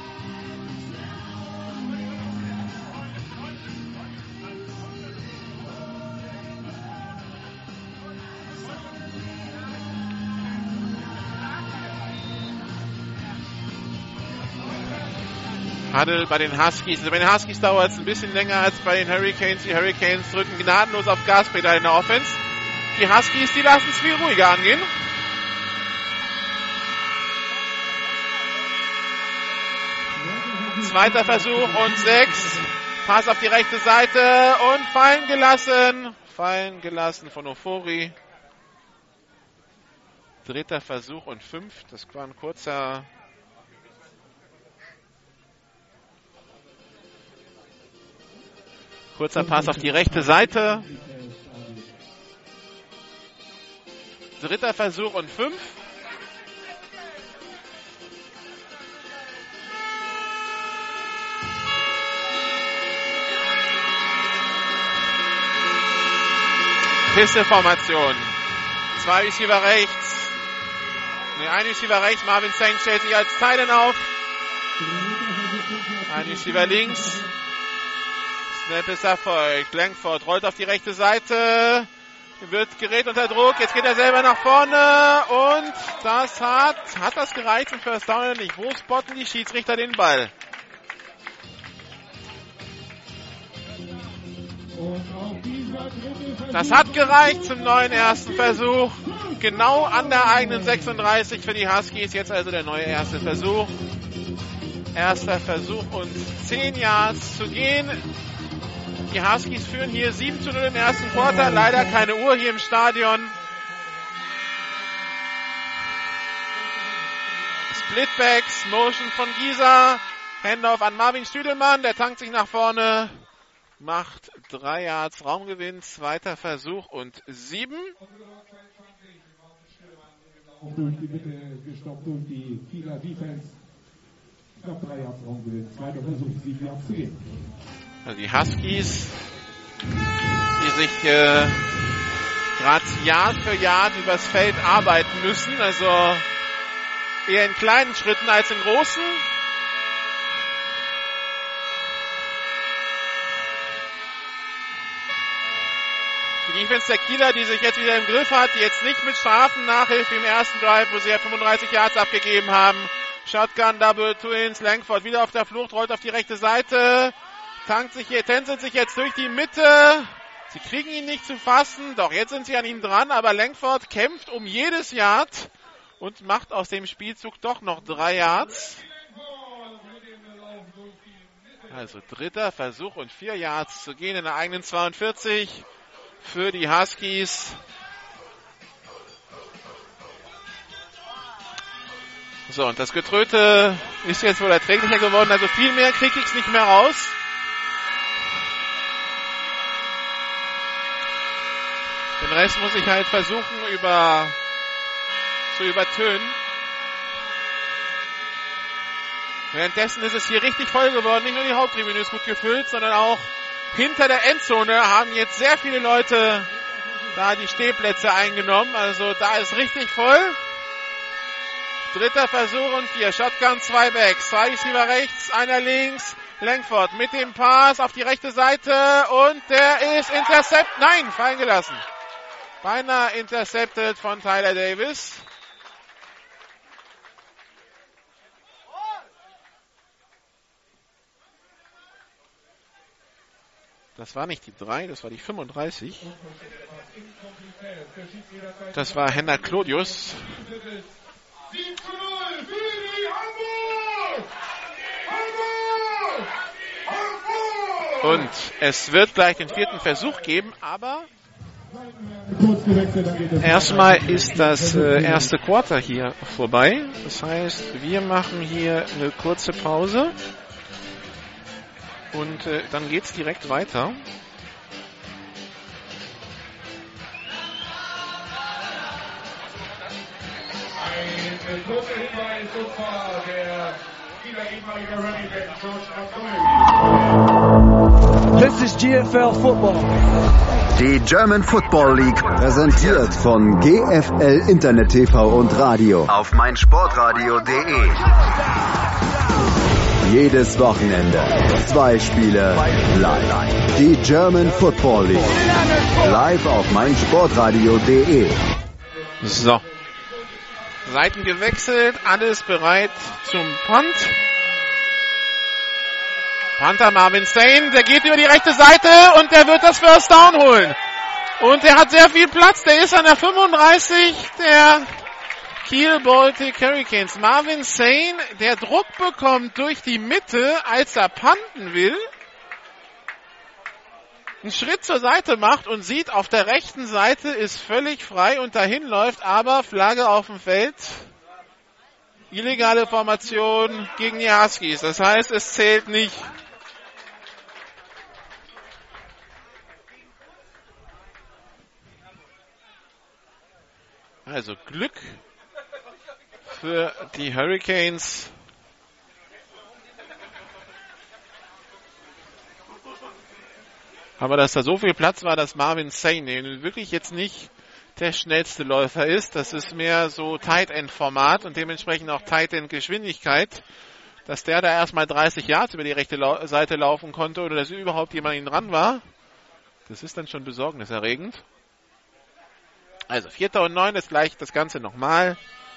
Huddle bei den Huskies. Also bei den Huskies dauert es ein bisschen länger als bei den Hurricanes. Die Hurricanes drücken gnadenlos auf Gaspedal in der Offense. Die Huskies, die lassen es viel ruhiger angehen. Zweiter Versuch und sechs. Pass auf die rechte Seite und fallen gelassen. Fallen gelassen von Ofori. Dritter Versuch und fünf. Das war ein kurzer... Kurzer Pass auf die rechte Seite. Dritter Versuch und fünf. Pistol-Formation. Zwei Receiver rechts. Ne, ein Receiver rechts. Marvin Saint stellt sich als Tight-End auf. Ein Receiver links. Snap ist erfolgt. Langford rollt auf die rechte Seite. Wird gerät unter Druck. Jetzt geht er selber nach vorne. Und das hat, hat das gereicht zum First Down oder nicht? Wo spotten die Schiedsrichter den Ball? Das hat gereicht zum neuen ersten Versuch. Genau an der eigenen sechsunddreißig für die Huskies. Jetzt also der neue erste Versuch. Erster Versuch und zehn Yards zu gehen. Die Huskies führen hier sieben zu null im ersten Quarter. Leider keine Uhr hier im Stadion. Splitbacks, Motion von Giza. Handoff an Marvin Stüdelmann. Der tankt sich nach vorne. Macht drei Yards Raumgewinn. Zweiter Versuch und sieben. Durch die Mitte gestoppt durch die Kieler Defense. Knapp drei Yards Raumgewinn. Zweiter Versuch, sieben Yards zu gehen. Also die Huskies, die sich äh, gerade Jahr für Jahr übers Feld arbeiten müssen, also eher in kleinen Schritten als in großen. Die Defense der Kieler, die sich jetzt wieder im Griff hat, die jetzt nicht mit Strafen nachhilft wie im ersten Drive, wo sie ja fünfunddreißig Yards abgegeben haben. Shotgun, Double Twins, Langford wieder auf der Flucht, rollt auf die rechte Seite. Tankt sich hier, tänzelt sich jetzt durch die Mitte. Sie kriegen ihn nicht zu fassen. Doch, jetzt sind sie an ihm dran. Aber Langford kämpft um jedes Yard und macht aus dem Spielzug doch noch drei Yards. Also dritter Versuch und vier Yards zu gehen in der eigenen zweiundvierzig für die Huskies. So, und das Getröte ist jetzt wohl erträglicher geworden. Also viel mehr kriege ich es nicht mehr raus. Den Rest muss ich halt versuchen über zu übertönen. Währenddessen ist es hier richtig voll geworden. Nicht nur die Haupttribüne ist gut gefüllt, sondern auch hinter der Endzone haben jetzt sehr viele Leute da die Stehplätze eingenommen. Also da ist richtig voll. Dritter Versuch und vier. Shotgun, zwei Backs. Zwei Receiver rechts, einer links. Langford mit dem Pass auf die rechte Seite und der ist intercept. Nein, fallen gelassen. Beinahe intercepted von Tyler Davis. Das war nicht die drei, das war die fünfunddreißig. Das war Henna Clodius. sieben zu null für die Hamburg! Hamburg! Hamburg! Und es wird gleich den vierten Versuch geben, aber erstmal ist das äh, erste Quarter hier vorbei. Das heißt, wir machen hier eine kurze Pause. Und äh, dann geht's direkt weiter. Ein kurzer Hinweis, und zwar der wieder ehemalige Running Back George Akonomi. This is G F L Football. Die German Football League, präsentiert von G F L Internet T V und Radio auf meinsportradio punkt de. Jedes Wochenende zwei Spiele live. Die German Football League live auf meinsportradio punkt de. So. Seiten gewechselt, alles bereit zum Punt. Panther Marvin Stain, der geht über die rechte Seite und der wird das First Down holen. Und der hat sehr viel Platz, der ist an der fünfunddreißig der Kiel Baltic Hurricanes. Marvin Stain, der Druck bekommt durch die Mitte, als er punten will, einen Schritt zur Seite macht und sieht, auf der rechten Seite ist völlig frei und dahin läuft, aber Flagge auf dem Feld. Illegale Formation gegen die Huskies. Das heißt, es zählt nicht. Also Glück für die Hurricanes. Aber dass da so viel Platz war, dass Marvin Stain, der wirklich jetzt nicht der schnellste Läufer ist, das ist mehr so Tight End Format und dementsprechend auch Tight End Geschwindigkeit, dass der da erstmal dreißig Yards über die rechte Lau- Seite laufen konnte oder dass überhaupt jemand ihn dran war. Das ist dann schon besorgniserregend. Also vierter und neun ist gleich das Ganze nochmal.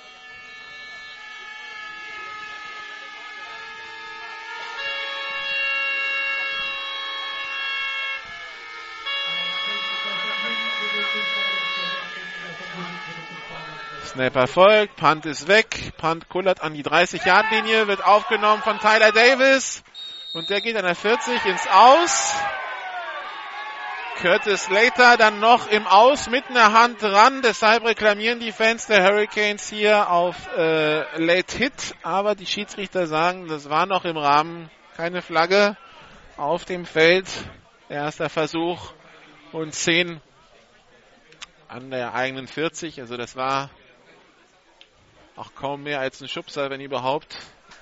Snap erfolgt, Punt ist weg, Punt kullert an die dreißig-Yard-Linie, wird aufgenommen von Tyler Davis und der geht an der vierzig ins Aus. Curtis Slater dann noch im Aus mit einer Hand dran, deshalb reklamieren die Fans der Hurricanes hier auf äh, Late Hit, aber die Schiedsrichter sagen, das war noch im Rahmen, keine Flagge auf dem Feld. Erster Versuch und zehn an der eigenen vierzig, also das war auch kaum mehr als ein Schubser, wenn überhaupt.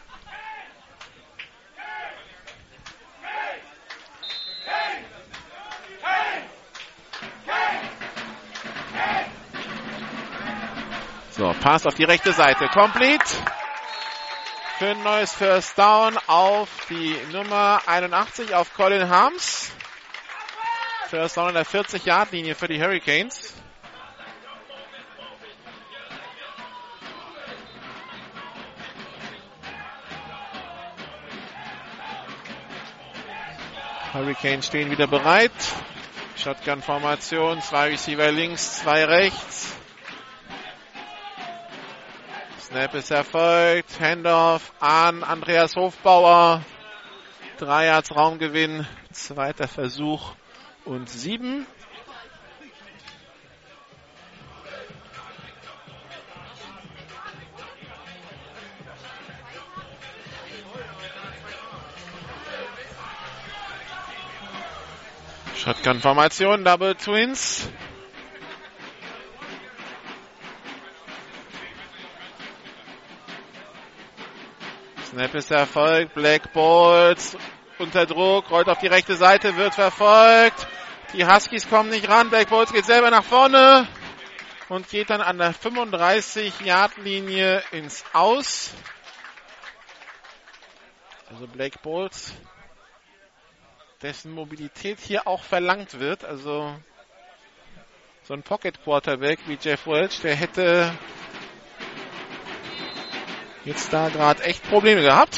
So, Pass auf die rechte Seite. Complete. Für ein neues First Down auf die Nummer einundachtzig, auf Colin Harms. First Down an der vierzig-Yard-Linie für die Hurricanes. Hurricanes stehen wieder bereit. Shotgun-Formation, zwei Receiver links, zwei rechts. Snap ist erfolgt. Handoff an Andreas Hofbauer. Drei Yards Raumgewinn. Zweiter Versuch und sieben. Shotgun-Formation, Double Twins. Snap ist erfolgt. Black Bolts unter Druck, rollt auf die rechte Seite, wird verfolgt. Die Huskies kommen nicht ran. Black Bolts geht selber nach vorne und geht dann an der fünfunddreißig-Yard-Linie ins Aus. Also Black Bolts, dessen Mobilität hier auch verlangt wird. Also so ein Pocket Quarterback wie Jeff Welch, der hätte jetzt da gerade echt Probleme gehabt.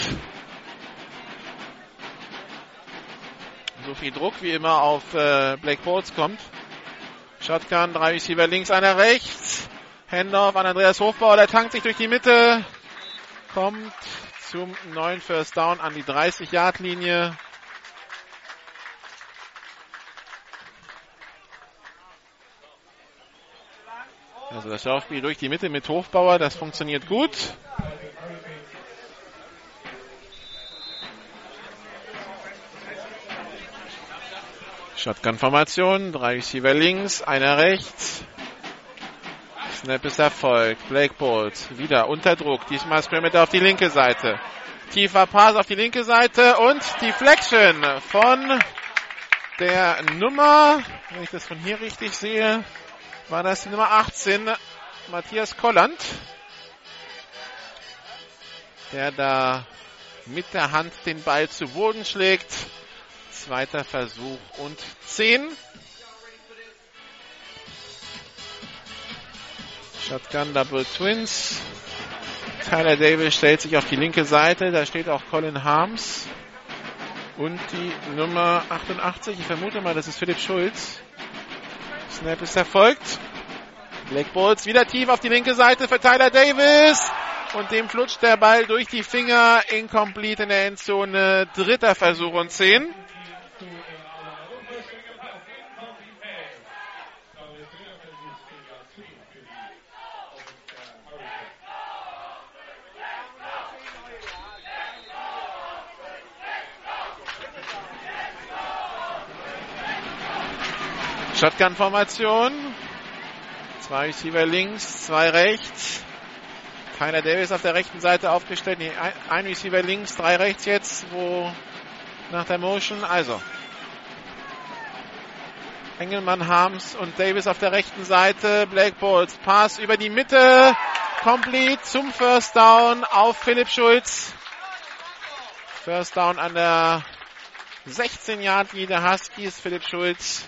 So viel Druck wie immer auf äh, Blake Bortles kommt. Shotgun, drei Receiver links, einer rechts. Handoff an Andreas Hofbauer, der tankt sich durch die Mitte. Kommt zum neuen First Down an die dreißig-Yard-Linie. Also das Laufspiel durch die Mitte mit Hofbauer, das funktioniert gut. Shotgun-Formation, drei Receiver links, einer rechts. Snap ist erfolgt. Blake Bortles wieder unter Druck. Diesmal Scrimmage auf die linke Seite. Tiefer Pass auf die linke Seite und die Flexion von der Nummer, wenn ich das von hier richtig sehe, war das die Nummer achtzehn, Matthias Kolland, der da mit der Hand den Ball zu Boden schlägt. Zweiter Versuch und zehn. Shotgun Double Twins. Tyler Davis stellt sich auf die linke Seite. Da steht auch Colin Harms. Und die Nummer achtundachtzig. Ich vermute mal, das ist Philipp Schulz. Snap ist erfolgt. Blake Bortles wieder tief auf die linke Seite für Tyler Davis. Und dem flutscht der Ball durch die Finger. Incomplete in der Endzone. Dritter Versuch und zehn. Shotgun-Formation. Zwei Receiver links, zwei rechts. Tyler Davis auf der rechten Seite aufgestellt. Nee, ein, ein Receiver links, drei rechts jetzt, wo nach der Motion. Also Engelmann, Harms und Davis auf der rechten Seite. Blake Bortles, Pass über die Mitte. Complete zum First Down auf Philipp Schulz. First Down an der sechzehn-Yard-Linie der Huskies. Philipp Schulz.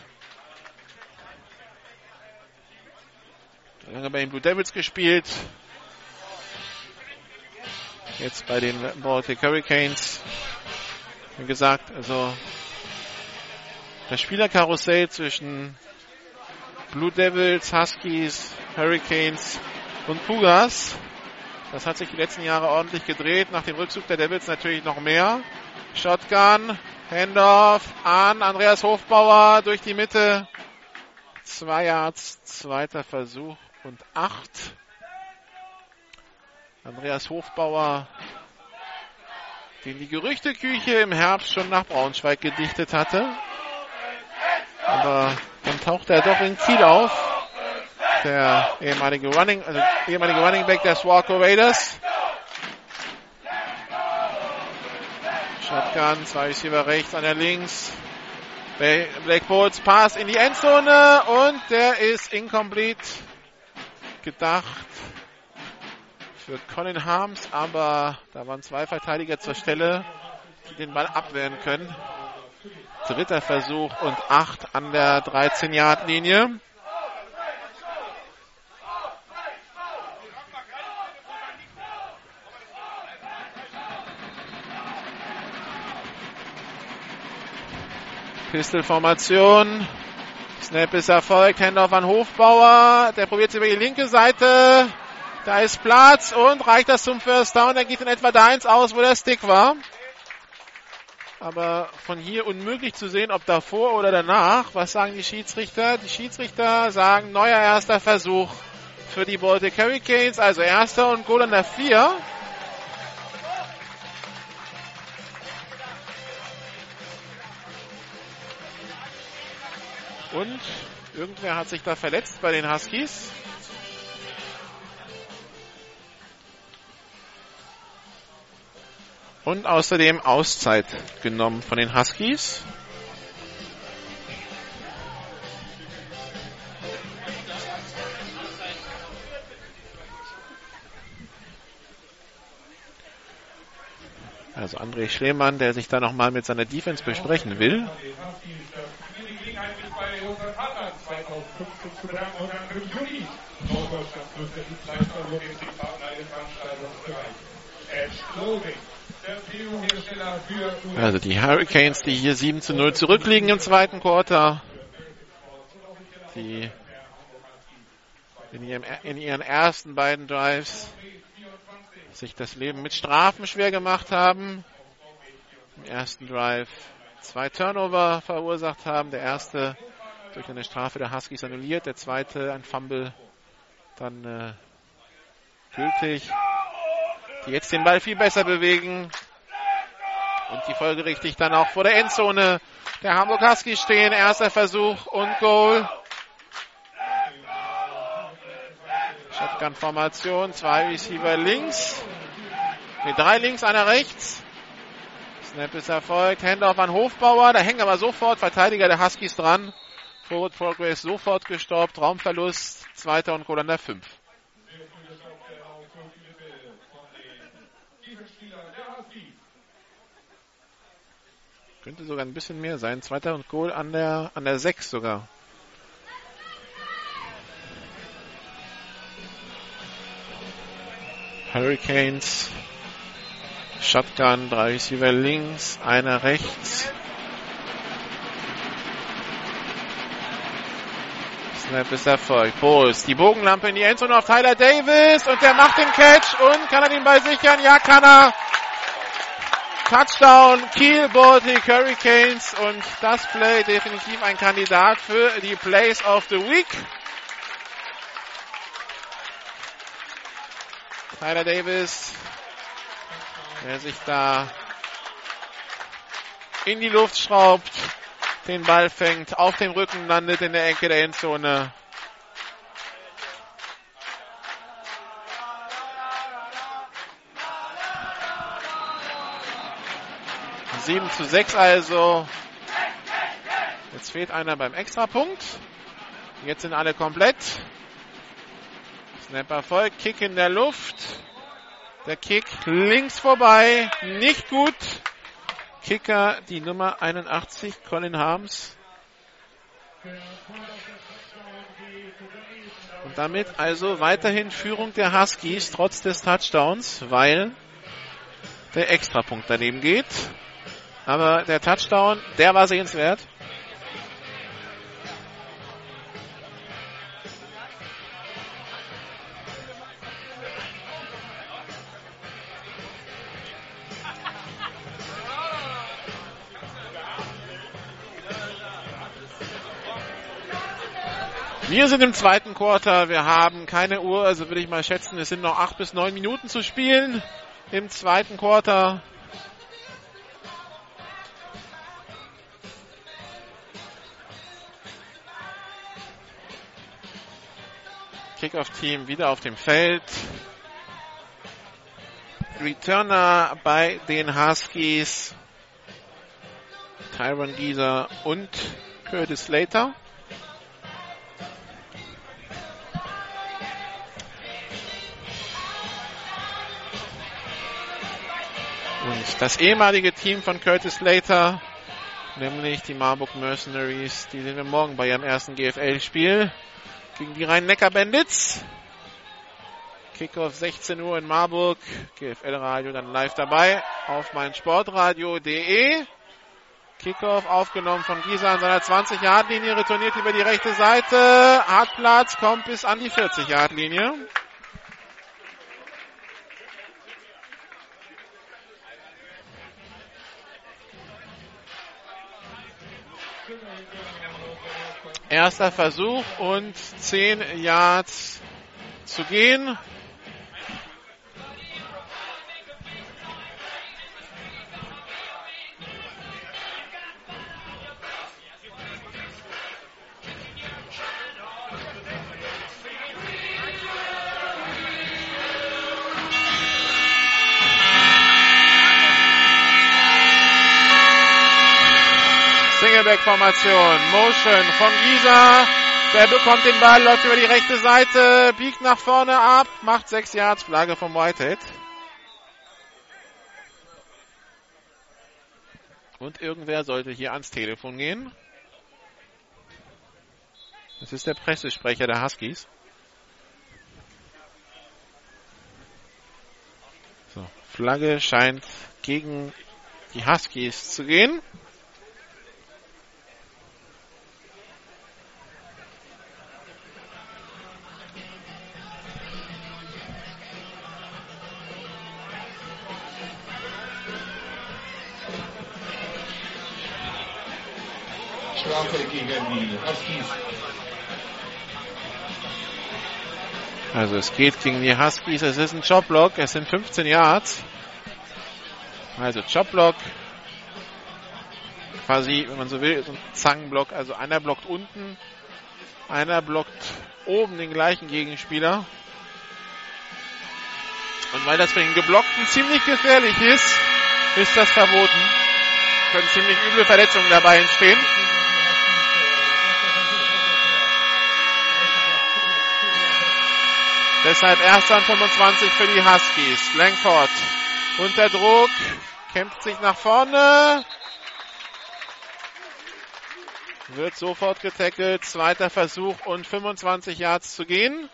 Lange bei den Blue Devils gespielt. Jetzt bei den Baltic Hurricanes. Wie gesagt, also das Spielerkarussell zwischen Blue Devils, Huskies, Hurricanes und Cougars, das hat sich die letzten Jahre ordentlich gedreht. Nach dem Rückzug der Devils natürlich noch mehr. Shotgun, Handoff an Andreas Hofbauer durch die Mitte. Zwei Yards, zweiter Versuch und acht. Andreas Hofbauer, den die Gerüchteküche im Herbst schon nach Braunschweig gedichtet hatte. Aber dann taucht er doch in Kiel auf. Der ehemalige Running, also ehemalige Running Back der Swarco Raiders. Shotgun, zwei Receiver rechts, einer links. Blake Bortles Pass in die Endzone und der ist incomplete. Gedacht für Colin Harms, aber da waren zwei Verteidiger zur Stelle, die den Ball abwehren können. Dritter Versuch und acht an der dreizehn-Yard-Linie. Pistol-Formation. Snap ist erfolgt. Handoff an Hofbauer. Der probiert es über die linke Seite. Da ist Platz und reicht das zum First Down. Er geht in etwa da eins aus, wo der Stick war. Aber von hier unmöglich zu sehen, ob davor oder danach. Was sagen die Schiedsrichter? Die Schiedsrichter sagen neuer erster Versuch für die Baltic Hurricanes. Also erster und Goal an der vier. Und irgendwer hat sich da verletzt bei den Huskies. Und außerdem Auszeit genommen von den Huskies. Also André Schlemann, der sich da nochmal mit seiner Defense besprechen will. Die Gelegenheit, sich bei bei unseren Partnern zweitausendfünfzehn zu bedanken und dann im Juni Norddeutschlands größter Dienstleister Logistikpartner im Veranstaltungsbereich. Edge Clothing. Also die Hurricanes, die hier sieben zu null zurückliegen im zweiten Quarter. Die in ihrem, in ihren ersten beiden Drives sich das Leben mit Strafen schwer gemacht haben. Im ersten Drive zwei Turnover verursacht haben. Der erste durch eine Strafe der Huskies annulliert. Der zweite ein Fumble dann äh, gültig. Die jetzt den Ball viel besser bewegen. Und die folgerichtig dann auch vor der Endzone der Hamburg Huskies stehen. Erster Versuch und Goal. Shotgun-Formation. Zwei Receiver links. Ne, drei links, einer rechts. Snap ist erfolgt. Handoff an Hofbauer. Da hängen aber sofort Verteidiger der Huskies dran. Forward Progress sofort gestoppt. Raumverlust. Zweiter und Goal an der fünf. Könnte sogar ein bisschen mehr sein. Zweiter und Goal an der, an der sechs sogar. Hurricanes. Shotgun, drei Receiver links, einer rechts. Snap ist erfolgt. Bowles, die Bogenlampe in die Endzone auf Tyler Davis und der macht den Catch und kann er den Ball sichern? Ja, kann er. Touchdown, Kiel Baltic Hurricanes und das Play definitiv ein Kandidat für die Plays of the Week. Tyler Davis, der sich da in die Luft schraubt, den Ball fängt, auf dem Rücken landet in der Ecke der Endzone. sieben zu sechs also. Jetzt fehlt einer beim Extrapunkt. Jetzt sind alle komplett. Snap erfolgt, Kick in der Luft. Der Kick links vorbei, nicht gut. Kicker die Nummer einundachtzig, Colin Harms. Und damit also weiterhin Führung der Huskies trotz des Touchdowns, weil der Extrapunkt daneben geht. Aber der Touchdown, der war sehenswert. Wir sind im zweiten Quarter. Wir haben keine Uhr, also würde ich mal schätzen, es sind noch acht bis neun Minuten zu spielen im zweiten Quarter. Kickoff-Team wieder auf dem Feld. Returner bei den Huskies. Tyron Gieser und Curtis Slater. Und das ehemalige Team von Curtis Slater, nämlich die Marburg Mercenaries, die sehen wir morgen bei ihrem ersten G F L-Spiel gegen die Rhein-Neckar-Bandits. Kickoff sechzehn Uhr in Marburg. G F L-Radio dann live dabei auf meinsportradio punkt de. Kickoff aufgenommen von Gieser an seiner zwanzig-Yard-Linie, retourniert über die rechte Seite, hat Platz, kommt bis an die vierzig-Yard-Linie. Erster Versuch und zehn Yards zu gehen. Singleback-Formation, Motion von Gieser, der bekommt den Ball, läuft über die rechte Seite, biegt nach vorne ab, macht sechs Yards, Flagge vom Whitehead. Und irgendwer sollte hier ans Telefon gehen. Das ist der Pressesprecher der Huskies. So, Flagge scheint gegen die Huskies zu gehen. Strafe gegen die Huskies. Also es geht gegen die Huskies. Es ist ein Jobblock. Es sind fünfzehn Yards. Also Jobblock. Quasi, wenn man so will, so ein Zangenblock. Also einer blockt unten. Einer blockt oben den gleichen Gegenspieler. Und weil das für den Geblockten ziemlich gefährlich ist, ist das verboten. Können ziemlich üble Verletzungen dabei entstehen. Deshalb erster und fünfundzwanzig für die Huskies. Langford unter Druck, kämpft sich nach vorne. Wird sofort getackelt. Zweiter Versuch und fünfundzwanzig Yards zu gehen.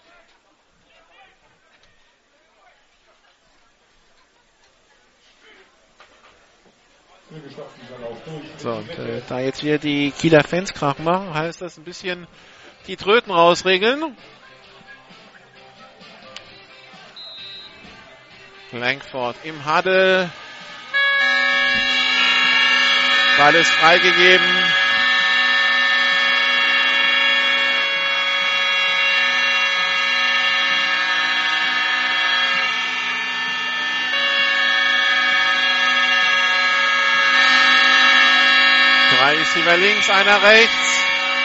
So, und äh, da jetzt wieder die Kieler Fans Krach machen, heißt das ein bisschen die Tröten rausregeln. Langford im Huddle. Ball ist freigegeben. Drei Receiver links, einer rechts.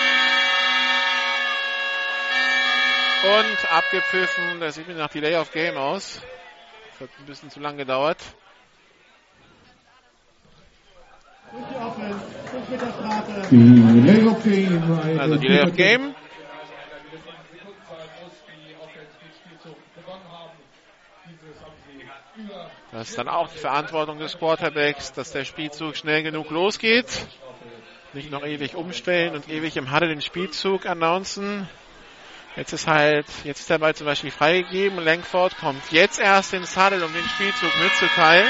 Und abgepfiffen. Das sieht mir nach Delay of Game aus. Das hat ein bisschen zu lang gedauert. Also Delay of Game. Das ist dann auch die Verantwortung des Quarterbacks, dass der Spielzug schnell genug losgeht. Nicht noch ewig umstellen und ewig im Huddle den Spielzug announcen. Jetzt ist halt, jetzt ist der Ball zum Beispiel freigegeben. Langford kommt jetzt erst ins Huddle, um den Spielzug mitzuteilen.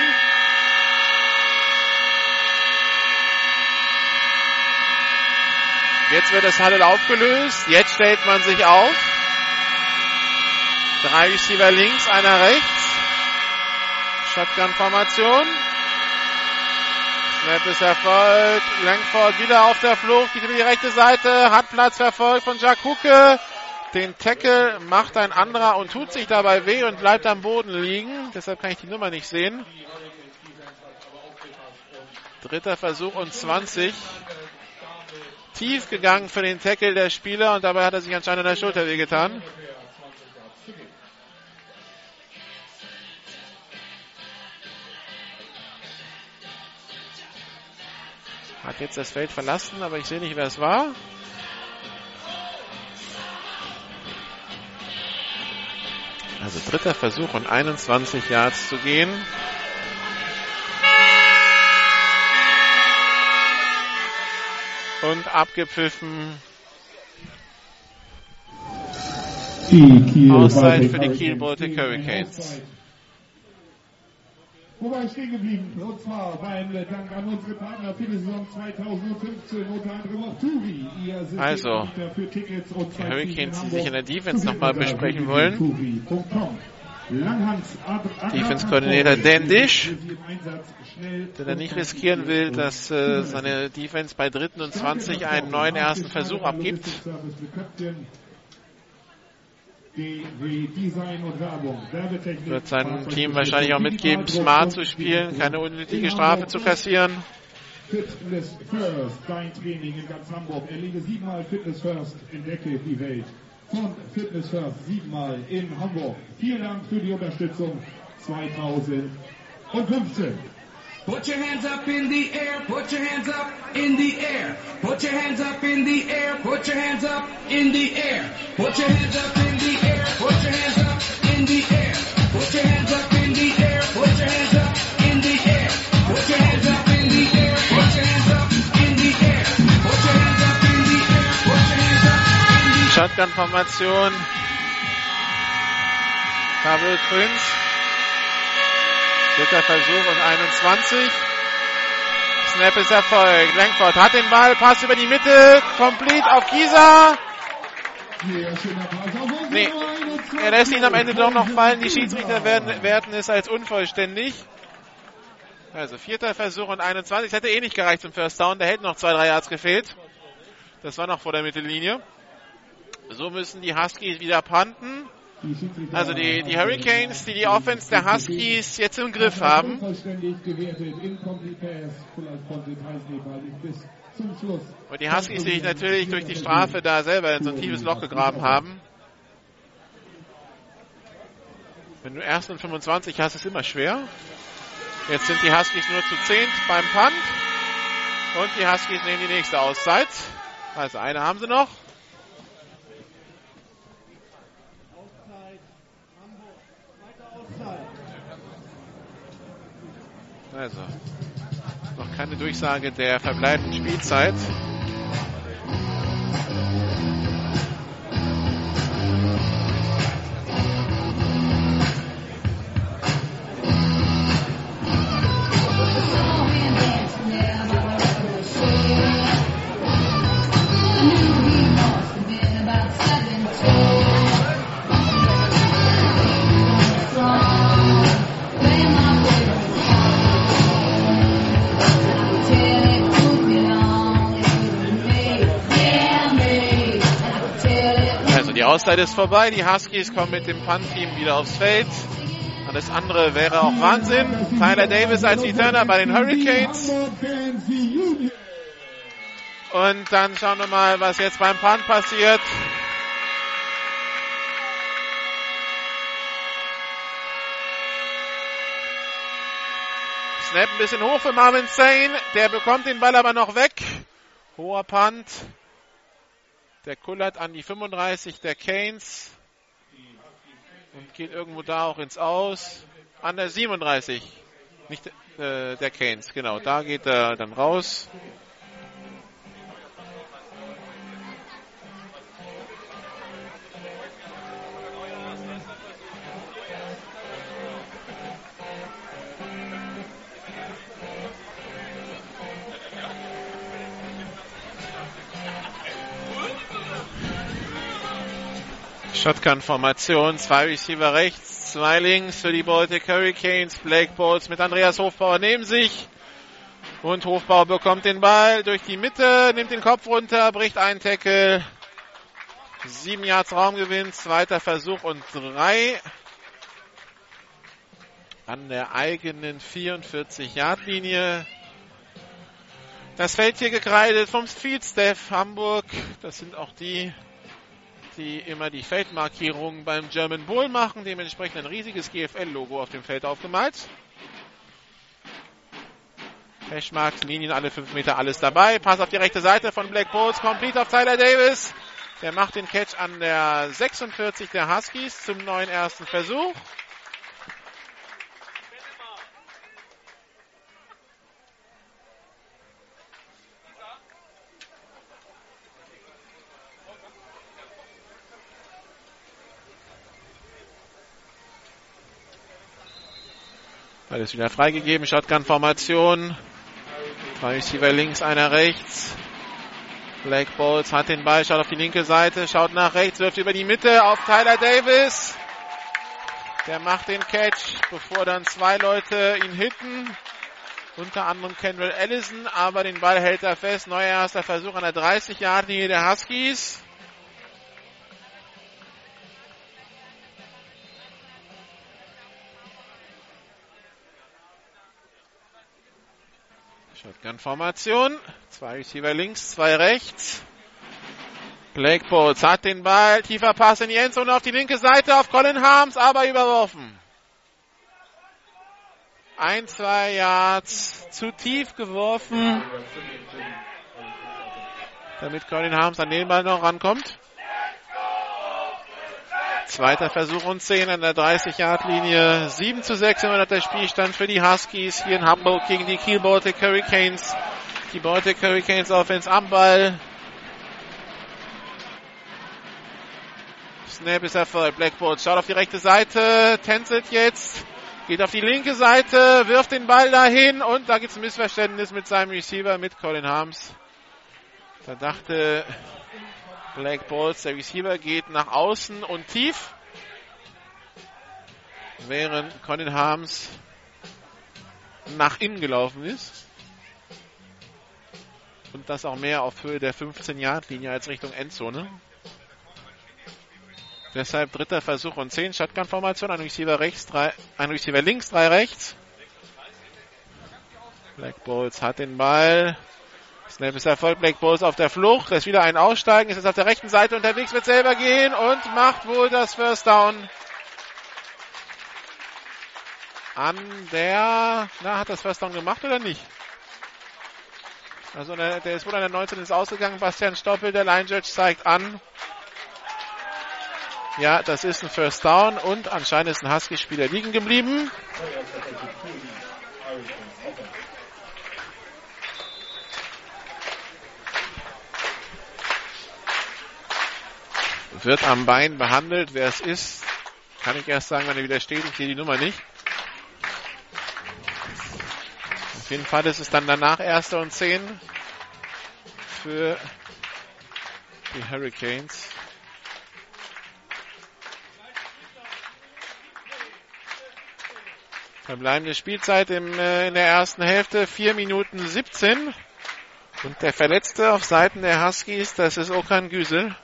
Jetzt wird das Huddle aufgelöst. Jetzt stellt man sich auf. Drei Receiver links, einer rechts. Shotgun-Formation. Snap ist erfolgt. Langford wieder auf der Flucht. Geht über die rechte Seite. Hat Platz verfolgt von Jack Hucke. Den Tackle macht ein anderer und tut sich dabei weh und bleibt am Boden liegen. Deshalb kann ich die Nummer nicht sehen. Dritter Versuch und zwanzig. Tief gegangen für den Tackle der Spieler und dabei hat er sich anscheinend an der Schulter wehgetan. Hat jetzt das Feld verlassen, aber ich sehe nicht, wer es war. Also dritter Versuch und einundzwanzig Yards zu gehen. Und abgepfiffen. Auszeit für die Kiel Baltic Hurricanes. Wo war ich stehen geblieben? Und zwar beim Dank an unsere Partner für die Saison zweitausendfünfzehn, unter anderem auch Turi. Also, die Hurricanes, die sich in der Defense nochmal besprechen wollen. Defense-Koordinator Dan Dish, der da nicht riskieren will, dass äh, seine Defense bei dritten und zwanzig einen neuen ersten Versuch abgibt. Wird seinem Team wahrscheinlich auch mitgeben, smart zu spielen, keine unnötige Strafe zu kassieren. Fitness First, dein Training in ganz Hamburg. Erlebe siebenmal Fitness First, entdecke die Welt. Von Fitness First, siebenmal in Hamburg. Vielen Dank für die Unterstützung zweitausendfünfzehn. Put your hands up in the air, put your hands up in the air. Put your hands up in the air, put your hands up in the air. Put your hands up in the air, put your hands up in the air. Put your hands up in the air, put your hands up in the air. Put your hands up in the air, put your hands up in the air. Put your hands up in the air, put your hands up in the air. Shotgun-Formation. Pavel Prinz. Dritter Versuch und einundzwanzig. Snap ist Erfolg. Langford hat den Ball, Pass über die Mitte, complete auf Gieser. Nee, er lässt ihn am Ende doch noch fallen. Die Schiedsrichter werden, werten es als unvollständig. Also vierter Versuch und einundzwanzig. Das hätte eh nicht gereicht zum First Down. Da hätten noch zwei, drei Yards gefehlt. Das war noch vor der Mittellinie. So müssen die Huskies wieder punten. Also die, die Hurricanes, die die Offense der Huskies jetzt im Griff haben. Und die Huskies sich natürlich durch die Strafe da selber in so ein tiefes Loch gegraben haben. Wenn du erst und fünfundzwanzig hast, ist es immer schwer. Jetzt sind die Huskies nur zu zehn beim Punt. Und die Huskies nehmen die nächste Auszeit. Also eine haben sie noch. Also, noch keine Durchsage der verbleibenden Spielzeit. Die Auszeit ist vorbei, die Huskies kommen mit dem Punt-Team wieder aufs Feld. Alles andere wäre auch Wahnsinn. Tyler Davis als Returner bei den Hurricanes. Und dann schauen wir mal, was jetzt beim Punt passiert. Snap ein bisschen hoch für Marvin Sane. Der bekommt den Ball aber noch weg. Hoher Punt. Der kullert an die fünfunddreißig der Canes und geht irgendwo da auch ins Aus. An der siebenunddreißig, nicht äh, der Canes, genau, da geht er dann raus. Shotgun-Formation, zwei Receiver rechts, zwei links für die Baltic Hurricanes. Blake Bowles mit Andreas Hofbauer neben sich. Und Hofbauer bekommt den Ball durch die Mitte, nimmt den Kopf runter, bricht einen Tackle. Sieben Yards Raumgewinn, zweiter Versuch und drei. An der eigenen vierundvierzig-Yard-Linie. Das Feld hier gekreidet vom Field Staff Hamburg. Das sind auch die, die immer die Feldmarkierungen beim German Bowl machen. Dementsprechend ein riesiges G F L-Logo auf dem Feld aufgemalt. Hashmarks, Linien, alle fünf Meter, alles dabei. Pass auf die rechte Seite von Black Bowles, complete auf Tyler Davis. Der macht den Catch an der sechsundvierzig der Huskies zum neuen ersten Versuch. Alles wieder freigegeben, Shotgun-Formation. Zwei Receiver links, einer rechts. Blake Bowles hat den Ball, schaut auf die linke Seite, schaut nach rechts, wirft über die Mitte auf Tyler Davis. Der macht den Catch, bevor dann zwei Leute ihn hitten. Unter anderem Kendall Allison, aber den Ball hält er fest. Neuer erster Versuch an der dreißig-Yard-Linie der Huskies. Shotgun-Formation. Zwei Receiver links, zwei rechts. Blake Bowles hat den Ball. Tiefer Pass in die Endzone auf die linke Seite auf Colin Harms, aber überworfen. Ein, zwei Yards zu tief geworfen, damit Colin Harms an den Ball noch rankommt. Zweiter Versuch und zehn an der dreißig-Yard-Linie. sieben zu sechs immer noch der Spielstand für die Huskies hier in Hamburg gegen die Kiel Baltic Hurricanes. Die Baltic Hurricanes Offense am Ball. Snap ist erfolgt. Black Bulls schaut auf die rechte Seite, tänzelt jetzt, geht auf die linke Seite, wirft den Ball dahin und da gibt es ein Missverständnis mit seinem Receiver, mit Colin Harms. Da dachte Black Bulls, der Receiver geht nach außen und tief, während Colin Harms nach innen gelaufen ist. Und das auch mehr auf Höhe der fünfzehn-Yard-Linie als Richtung Endzone. Deshalb dritter Versuch und zehn. Shotgun-Formation. Ein Receiver rechts, drei, ein Receiver links, drei rechts. Black Bulls hat den Ball. Snap ist Erfolg. Black Bulls auf der Flucht. Da ist wieder ein Aussteigen. Ist jetzt auf der rechten Seite unterwegs, wird selber gehen und macht wohl das First Down. An der, na, hat das First Down gemacht oder nicht? Also der, der ist wohl an der neunzehn ist ausgegangen. Bastian Stoppel, der Line Judge, zeigt an. Ja, das ist ein First Down und anscheinend ist ein Husky-Spieler liegen geblieben. Wird am Bein behandelt. Wer es ist, kann ich erst sagen, wenn er wieder steht. Ich sehe die Nummer nicht. Auf jeden Fall ist es dann danach erster und zehn für die Hurricanes. Verbleibende Spielzeit im, äh, in der ersten Hälfte vier Minuten siebzehn. Und der Verletzte auf Seiten der Huskies, das ist Okan Güsel.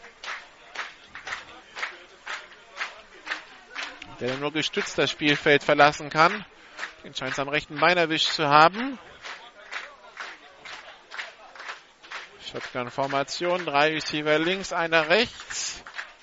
Der nur gestützt das Spielfeld verlassen kann. Den scheint es am rechten Bein erwischt zu haben. Shotgun-Formation, drei Receiver links, einer rechts.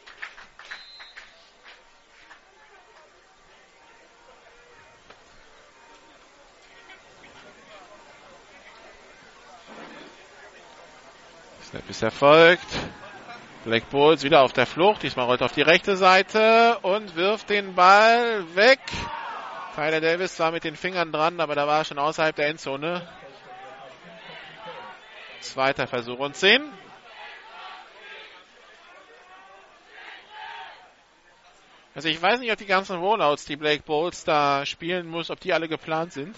Snap ist erfolgt. Black Bulls wieder auf der Flucht. Diesmal rollt auf die rechte Seite und wirft den Ball weg. Tyler Davis war mit den Fingern dran, aber da war er schon außerhalb der Endzone. Zweiter Versuch und zehn. Also ich weiß nicht, ob die ganzen Rollouts, die Black Bulls da spielen muss, ob die alle geplant sind.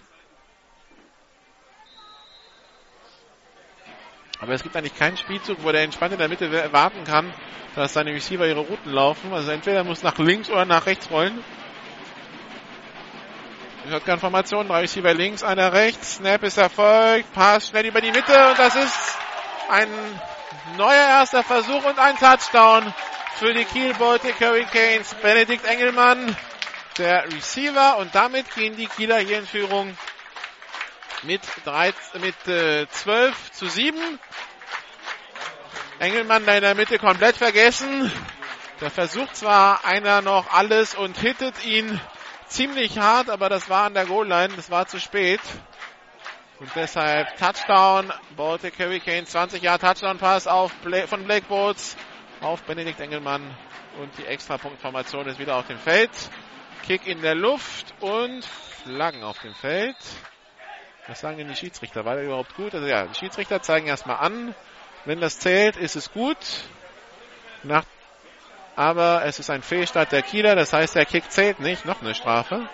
Aber es gibt eigentlich keinen Spielzug, wo der entspannt in der Mitte warten kann, dass seine Receiver ihre Routen laufen. Also entweder muss nach links oder nach rechts rollen. Shotgun-Formation, drei Receiver links, einer rechts. Snap ist erfolgt, Pass schnell über die Mitte und das ist ein neuer erster Versuch und ein Touchdown für die Kiel Baltic Hurricanes. Benedikt Engelmann, der Receiver, und damit gehen die Kieler hier in Führung mit, drei, mit äh, zwölf zu sieben. Engelmann da in der Mitte komplett vergessen. Der versucht zwar einer noch alles und hittet ihn ziemlich hart, aber das war an der Goal-Line, das war zu spät. Und deshalb Touchdown, Baltic Hurricanes, zwanzig Jahre Touchdown-Pass auf Bla- von Black Bulls auf Benedikt Engelmann. Und die Extrapunktformation ist wieder auf dem Feld. Kick in der Luft und Flaggen auf dem Feld. Was sagen denn die Schiedsrichter? War der überhaupt gut? Also ja, die Schiedsrichter zeigen erstmal an. Wenn das zählt, ist es gut. Nach Aber es ist ein Fehlstart der Kieler, das heißt, der Kick zählt nicht. Noch eine Strafe.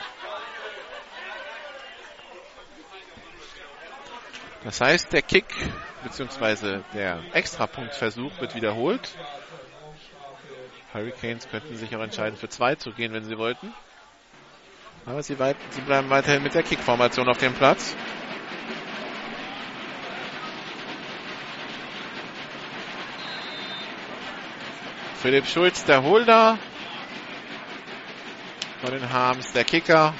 Das heißt, der Kick bzw. der Extrapunktversuch wird wiederholt. Hurricanes könnten sich auch entscheiden, für zwei zu gehen, wenn sie wollten. Aber sie, weit, sie bleiben weiterhin mit der Kick-Formation auf dem Platz. Philipp Schulz, der Holder. Colin Harms, der Kicker.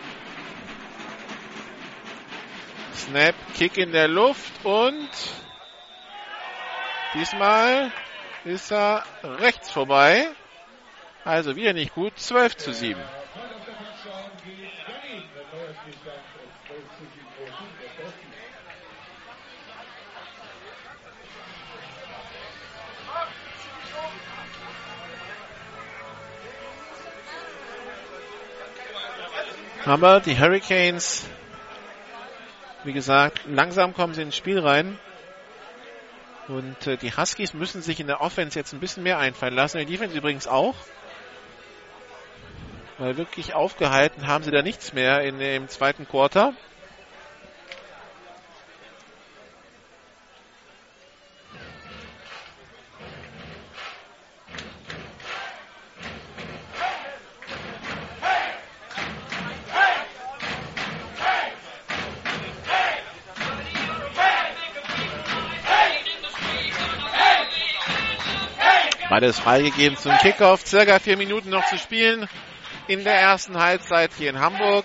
Snap, Kick in der Luft und diesmal ist er rechts vorbei. Also wieder nicht gut, zwölf zu sieben. Aber die Hurricanes, wie gesagt, langsam kommen sie ins Spiel rein. Und äh, die Huskies müssen sich in der Offense jetzt ein bisschen mehr einfallen lassen. In der Defense übrigens auch. Weil wirklich aufgehalten haben sie da nichts mehr in, im zweiten Quarter. Beides freigegeben zum Kickoff. Circa vier Minuten noch zu spielen in der ersten Halbzeit hier in Hamburg.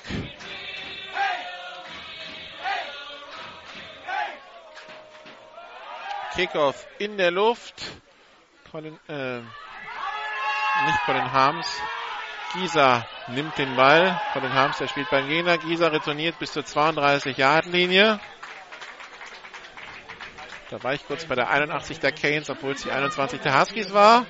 Kickoff in der Luft. Colin, äh, nicht Colin Harms. Gieser nimmt den Ball. Colin Harms, der spielt beim Gegner. Gieser retourniert bis zur zweiunddreißig-Yard-Linie. Da war ich kurz bei der einundachtzig der Canes, obwohl es die einundzwanzig der Huskies war.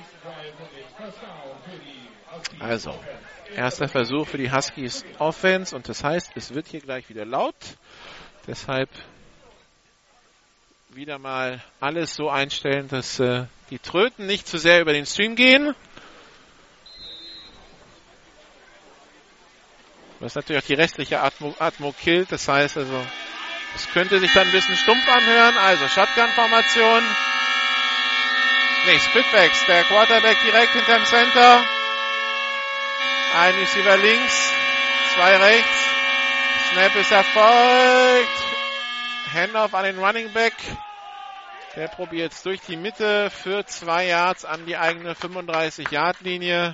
Also, erster Versuch für die Huskies Offense und das heißt, es wird hier gleich wieder laut. Deshalb wieder mal alles so einstellen, dass äh, die Tröten nicht zu sehr über den Stream gehen. Was natürlich auch die restliche Atmo, Atmo killt. Das heißt also, es könnte sich dann ein bisschen stumpf anhören. Also Shotgun-Formation. Nee, Splitbacks. Der Quarterback direkt hinterm Center. Ein Receiver links. Zwei rechts. Snap ist erfolgt. Handoff an den Running Back. Der probiert es durch die Mitte für zwei Yards an die eigene fünfunddreißig-Yard-Linie.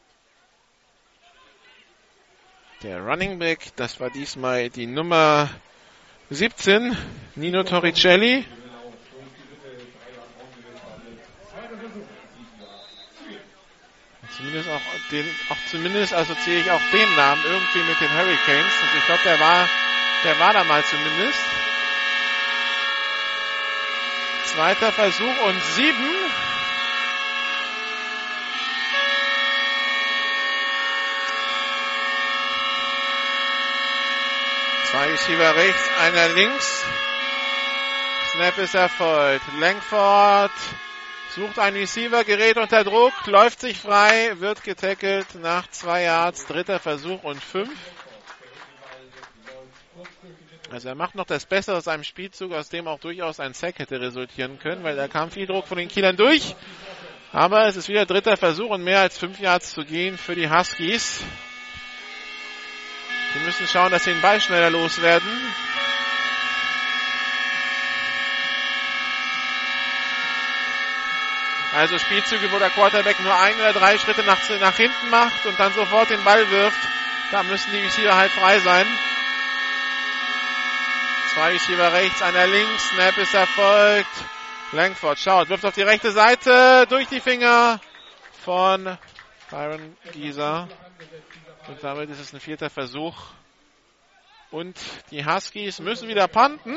Der Running Back, das war diesmal die Nummer siebzehn, Nino Torricelli. Zumindest auch den, auch zumindest assoziiere ich auch den Namen irgendwie mit den Hurricanes. Also ich glaube, der war, der war da mal zumindest. Zweiter Versuch und sieben. Zwei Receiver rechts, einer links. Snap ist erfolgt. Langford sucht einen Receiver, gerät unter Druck, läuft sich frei, wird getackelt nach zwei Yards. Dritter Versuch und fünf. Also er macht noch das Beste aus einem Spielzug, aus dem auch durchaus ein Sack hätte resultieren können, weil da kam viel Druck von den Kielern durch. Aber es ist wieder dritter Versuch und mehr als fünf Yards zu gehen für die Huskies. Die müssen schauen, dass sie den Ball schneller loswerden. Also Spielzüge, wo der Quarterback nur ein oder drei Schritte nach, nach hinten macht und dann sofort den Ball wirft. Da müssen die Receiver halt frei sein. Zwei Receiver rechts, einer links. Snap ist erfolgt. Langford schaut, wirft auf die rechte Seite. Durch die Finger von Byron Gieser. Und damit ist es ein vierter Versuch. Und die Huskies müssen wieder punten.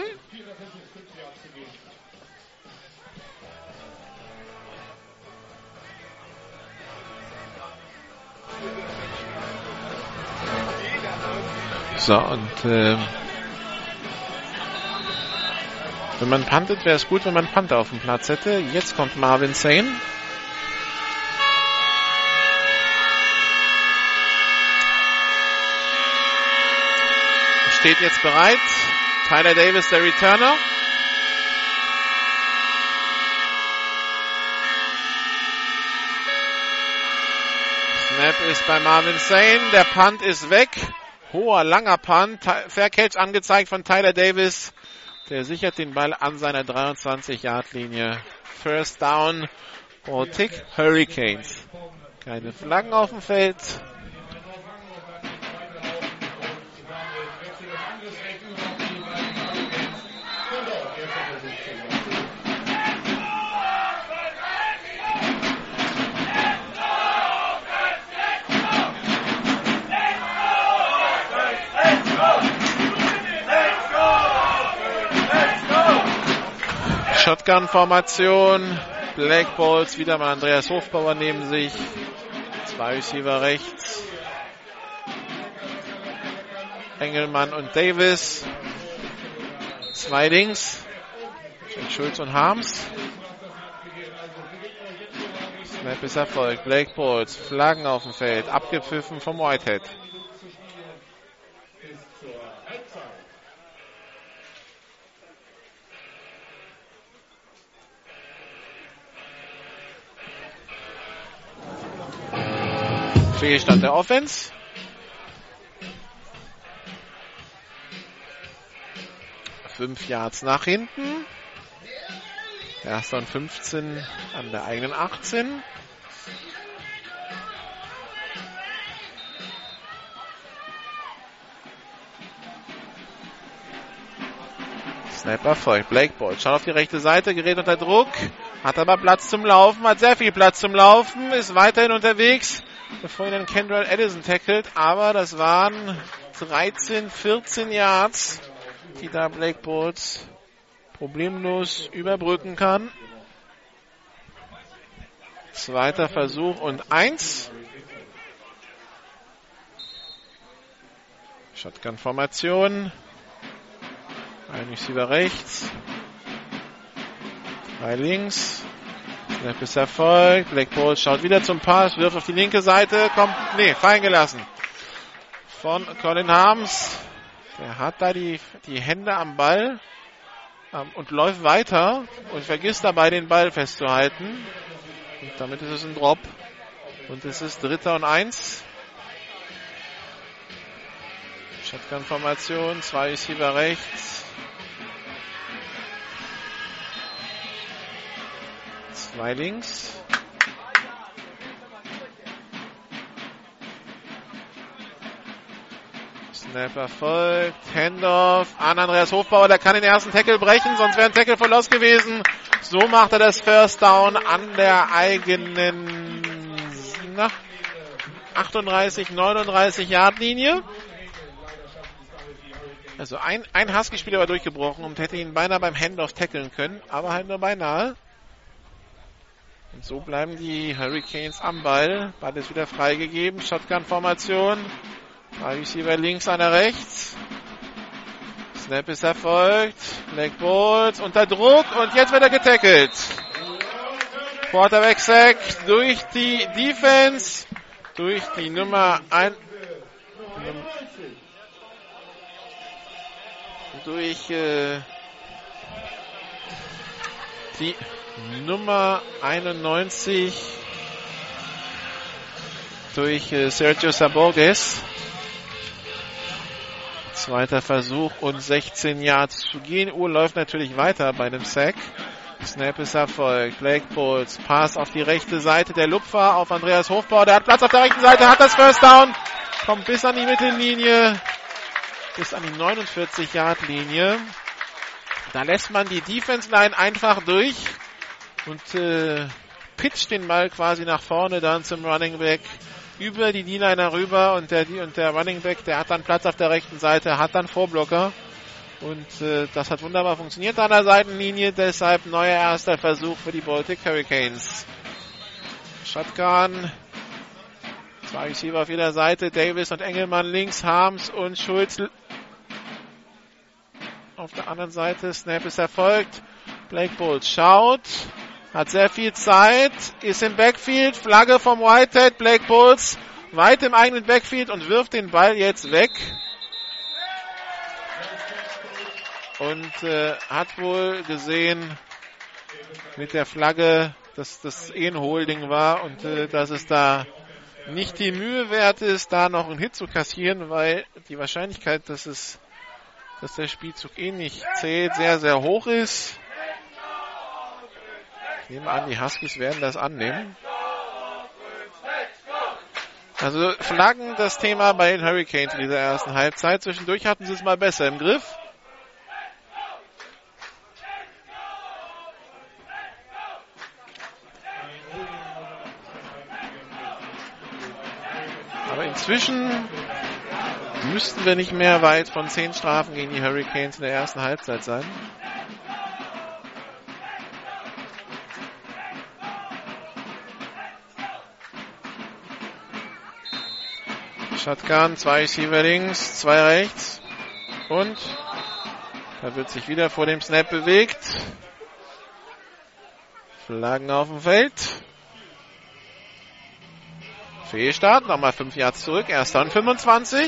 So, und äh, wenn man puntet, wäre es gut, wenn man einen Panther auf dem Platz hätte. Jetzt kommt Marvin Sane. Steht jetzt bereit. Tyler Davis, der Returner. Snap ist bei Marvin Sane. Der Punt ist weg. Hoher, langer Punt. Fair Catch angezeigt von Tyler Davis. Der sichert den Ball an seiner dreiundzwanzig-Yard-Linie. First down. Baltic Hurricanes. Keine Flaggen auf dem Feld. Shotgun-Formation. Black Balls, wieder mal Andreas Hofbauer neben sich. Zwei Receiver rechts. Engelmann und Davis. Zwei links. Schulz und Harms. Snap ist Erfolg. Blake Bolts, Flaggen auf dem Feld, abgepfiffen vom Whitehead. Fehlstand der Offense. Fünf Yards nach hinten. Erster und fünfzehn an der eigenen achtzehn. Snap erfolgt. Blake Bolt schaut auf die rechte Seite, gerät unter Druck, hat aber Platz zum Laufen, hat sehr viel Platz zum Laufen, ist weiterhin unterwegs, bevor ihn dann Kendall Addison tackelt, aber das waren dreizehn, vierzehn Yards, die da Blake Bolt problemlos überbrücken kann. Zweiter Versuch und eins. Shotgun-Formation. Ein Receiver rechts. Drei links. Snap ist erfolgt. Blake Bolt schaut wieder zum Pass, wirft auf die linke Seite, kommt, nee, fallen gelassen. Von Colin Harms. Der hat da die, die Hände am Ball ähm, und läuft weiter und vergisst dabei den Ball festzuhalten. Und damit ist es ein Drop. Und es ist Dritter und Eins. Shotgun-Formation, zwei Receiver rechts. Zwei links. Snap erfolgt. Handoff an Andreas Hofbauer. Der kann den ersten Tackle brechen, sonst wäre ein Tackle for Loss gewesen. So macht er das First Down an der eigenen na, achtunddreißig, neununddreißig Yard Linie. Also ein, ein Husky-Spieler war durchgebrochen und hätte ihn beinahe beim Handoff tackeln können, aber halt nur beinahe. Und so bleiben die Hurricanes am Ball. Ball ist wieder freigegeben. Shotgun-Formation. Drei Receiver links, einer rechts. Snap ist erfolgt. Blake Bolt unter Druck und jetzt wird er getackelt. Quarterback Sack durch die Defense, durch die Nummer ein, durch äh, die Nummer einundneunzig, durch äh, Sergio Saborges. Zweiter Versuch und sechzehn Yards zu gehen. Uhr läuft natürlich weiter bei dem Sack. Snap ist erfolgt. Blake Bolt, Pass auf die rechte Seite. Der Lupfer auf Andreas Hofbauer. Der hat Platz auf der rechten Seite, hat das First Down. Kommt bis an die Mittellinie. Bis an die neunundvierzig Yard Linie. Da lässt man die Defense Line einfach durch. Und äh, pitcht den Ball quasi nach vorne dann zum Running Back. Über die D-Liner rüber und der, und der Running Back, der hat dann Platz auf der rechten Seite, hat dann Vorblocker und äh, das hat wunderbar funktioniert an der Seitenlinie, deshalb neuer erster Versuch für die Baltic Hurricanes. Shotgun, zwei Receiver auf jeder Seite, Davis und Engelmann links, Harms und Schulz auf der anderen Seite. Snap ist erfolgt, Blake Bolt schaut, hat sehr viel Zeit, ist im Backfield, Flagge vom Whitehead, Blake Bolt weit im eigenen Backfield und wirft den Ball jetzt weg. Und äh, hat wohl gesehen mit der Flagge, dass das eh ein Holding war und äh, dass es da nicht die Mühe wert ist, da noch einen Hit zu kassieren, weil die Wahrscheinlichkeit, dass es, dass der Spielzug eh nicht zählt, sehr, sehr hoch ist. Ich nehme an, die Huskies werden das annehmen. Also Flaggen das Thema bei den Hurricanes in dieser ersten Halbzeit. Zwischendurch hatten sie es mal besser im Griff. Aber inzwischen müssten wir nicht mehr weit von zehn Strafen gegen die Hurricanes in der ersten Halbzeit sein. Shotgun, zwei Receiver links, zwei rechts. Und da wird sich wieder vor dem Snap bewegt. Flaggen auf dem Feld. Fehlstart, nochmal fünf Yards zurück, erster und fünfundzwanzig.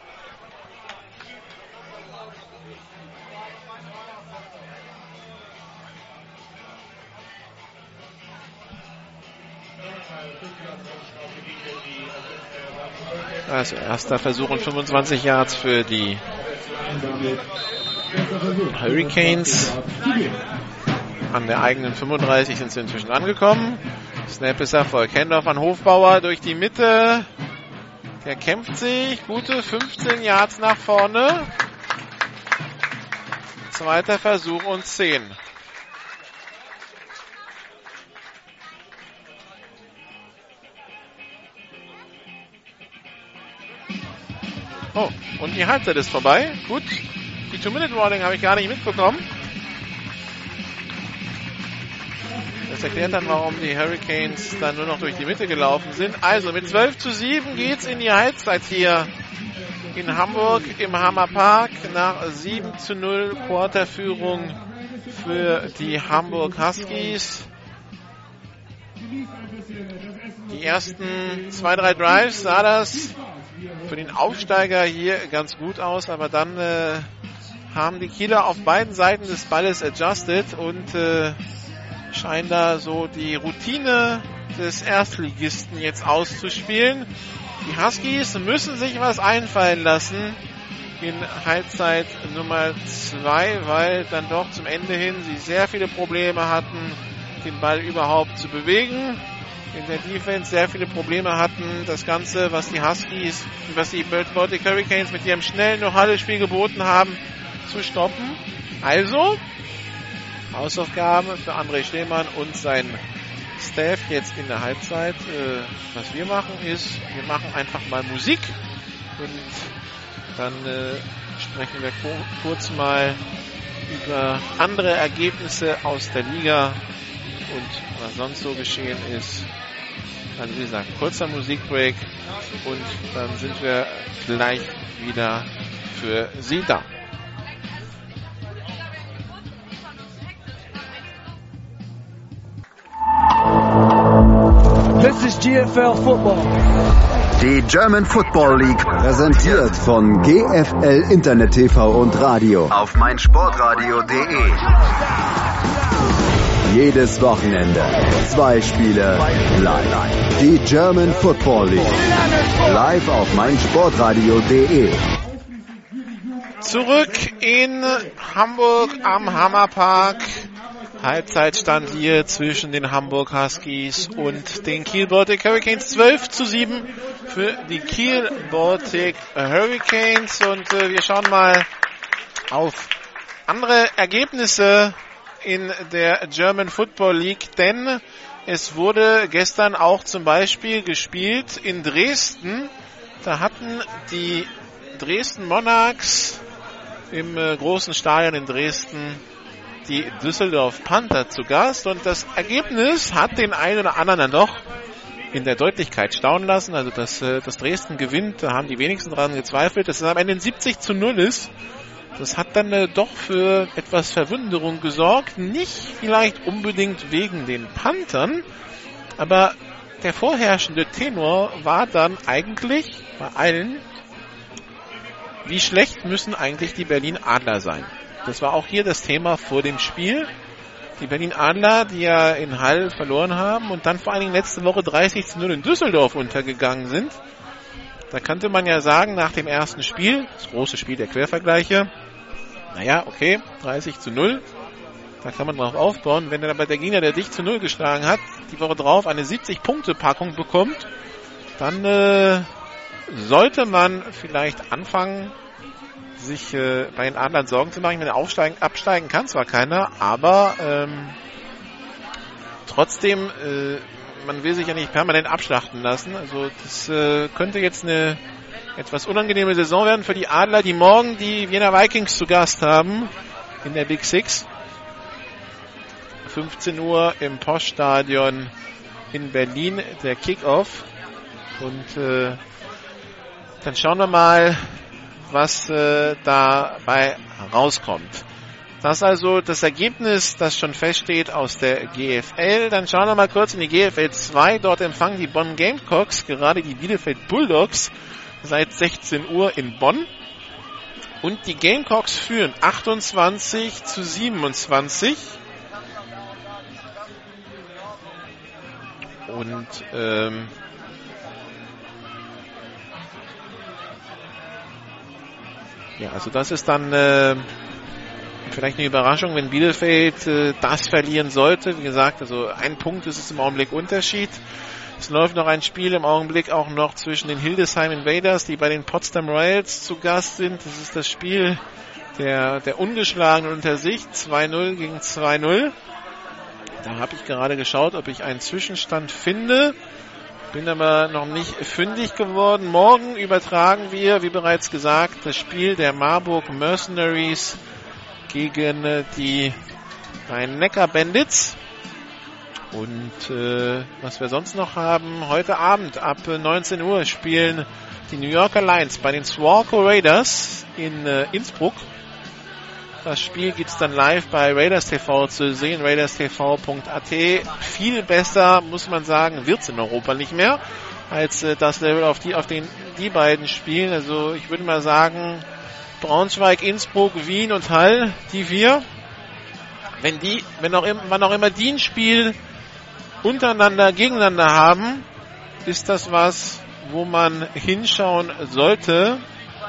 Also erster Versuch und fünfundzwanzig Yards für die Hurricanes. An der eigenen fünfunddreißig sind sie inzwischen angekommen. Snap ist Erfolg. Handoff an Hofbauer durch die Mitte. Der kämpft sich. Gute fünfzehn Yards nach vorne. Zweiter Versuch und zehn. Oh, und die Halbzeit ist vorbei. Gut. Die Two-Minute-Warning habe ich gar nicht mitbekommen. Das erklärt dann, warum die Hurricanes dann nur noch durch die Mitte gelaufen sind. Also mit zwölf zu sieben geht's in die Halbzeit hier in Hamburg im Hammer Park. Nach sieben zu null Quarterführung für die Hamburg Huskies. Die ersten zwei, drei Drives sah das für den Aufsteiger hier ganz gut aus, aber dann äh, haben die Kieler auf beiden Seiten des Balles adjusted und äh, scheinen da so die Routine des Erstligisten jetzt auszuspielen. Die Huskies müssen sich was einfallen lassen in Halbzeit Nummer zwei, weil dann doch zum Ende hin sie sehr viele Probleme hatten, den Ball überhaupt zu bewegen. In der Defense sehr viele Probleme hatten, das Ganze, was die Huskies, was die Baltic Hurricanes mit ihrem schnellen No-Huddle-Spiel geboten haben, zu stoppen. Also, Hausaufgaben für André Schlemann und sein Staff jetzt in der Halbzeit. Äh, was wir machen ist, wir machen einfach mal Musik und dann äh, sprechen wir kur- kurz mal über andere Ergebnisse aus der Liga und was sonst so geschehen ist. Also wie gesagt, kurzer Musikbreak und dann sind wir gleich wieder für Sie da. This is G F L Football. Die German Football League, präsentiert von G F L Internet T V und Radio auf meinsportradio punkt de. Jedes Wochenende zwei Spiele live. Die German Football League live auf meinsportradio punkt de. Zurück in Hamburg am Hammerpark. Halbzeitstand hier zwischen den Hamburg Huskies und den Kiel Baltic Hurricanes. zwölf zu sieben für die Kiel Baltic Hurricanes. Und äh, wir schauen mal auf andere Ergebnisse in der German Football League, denn es wurde gestern auch zum Beispiel gespielt in Dresden. Da hatten die Dresden Monarchs im äh, großen Stadion in Dresden die Düsseldorf Panther zu Gast und das Ergebnis hat den einen oder anderen dann doch in der Deutlichkeit staunen lassen. Also dass, äh, dass Dresden gewinnt, da haben die wenigsten dran gezweifelt, dass es am Ende siebzig zu null ist. Das hat dann äh, doch für etwas Verwunderung gesorgt. Nicht vielleicht unbedingt wegen den Panthern, aber der vorherrschende Tenor war dann eigentlich bei allen, wie schlecht müssen eigentlich die Berlin Adler sein. Das war auch hier das Thema vor dem Spiel. Die Berlin Adler, die ja in Hall verloren haben und dann vor allen Dingen letzte Woche dreißig zu null in Düsseldorf untergegangen sind. Da könnte man ja sagen, nach dem ersten Spiel, das große Spiel der Quervergleiche, naja, okay, dreißig zu null, da kann man drauf aufbauen. Wenn dann aber der Gegner, der dich zu null geschlagen hat, die Woche drauf eine siebzig-Punkte-Packung bekommt, dann äh, sollte man vielleicht anfangen, sich äh, bei den Adlern Sorgen zu machen. Wenn er aufsteigen, absteigen kann, zwar keiner, aber ähm, trotzdem, äh, man will sich ja nicht permanent abschlachten lassen. Also das äh, könnte jetzt eine etwas unangenehme Saison werden für die Adler, die morgen die Vienna Vikings zu Gast haben in der Big Six. fünfzehn Uhr im Poststadion in Berlin, der Kickoff. Und äh, dann schauen wir mal, was äh, dabei rauskommt. Das ist also das Ergebnis, das schon feststeht aus der G F L. Dann schauen wir mal kurz in die G F L zwei. Dort empfangen die Bonn Gamecocks gerade die Bielefeld Bulldogs seit sechzehn Uhr in Bonn. Und die Gamecocks führen achtundzwanzig zu siebenundzwanzig. Und ähm, ja, also das ist dann äh, vielleicht eine Überraschung, wenn Bielefeld äh, das verlieren sollte. Wie gesagt, also ein Punkt ist es im Augenblick Unterschied. Es läuft noch ein Spiel im Augenblick auch noch zwischen den Hildesheim Invaders, die bei den Potsdam Royals zu Gast sind. Das ist das Spiel der, der Ungeschlagenen unter sich. zwei null gegen zwei null. Da habe ich gerade geschaut, ob ich einen Zwischenstand finde. Bin aber noch nicht fündig geworden. Morgen übertragen wir, wie bereits gesagt, das Spiel der Marburg Mercenaries gegen die Rhein-Neckar Bandits. Und äh, was wir sonst noch haben, heute Abend ab neunzehn Uhr spielen die New Yorker Lions bei den Swarco Raiders in äh, Innsbruck. Das Spiel gibt's dann live bei Raiders T V zu sehen, raiders t v punkt a t. Viel besser, muss man sagen, wird's in Europa nicht mehr, als äh, das Level, auf die auf den die beiden spielen. Also ich würde mal sagen, Braunschweig, Innsbruck, Wien und Hall, die vier. Wenn die, wenn auch immer, wann auch immer die ein Spiel untereinander, gegeneinander haben, ist das was, wo man hinschauen sollte.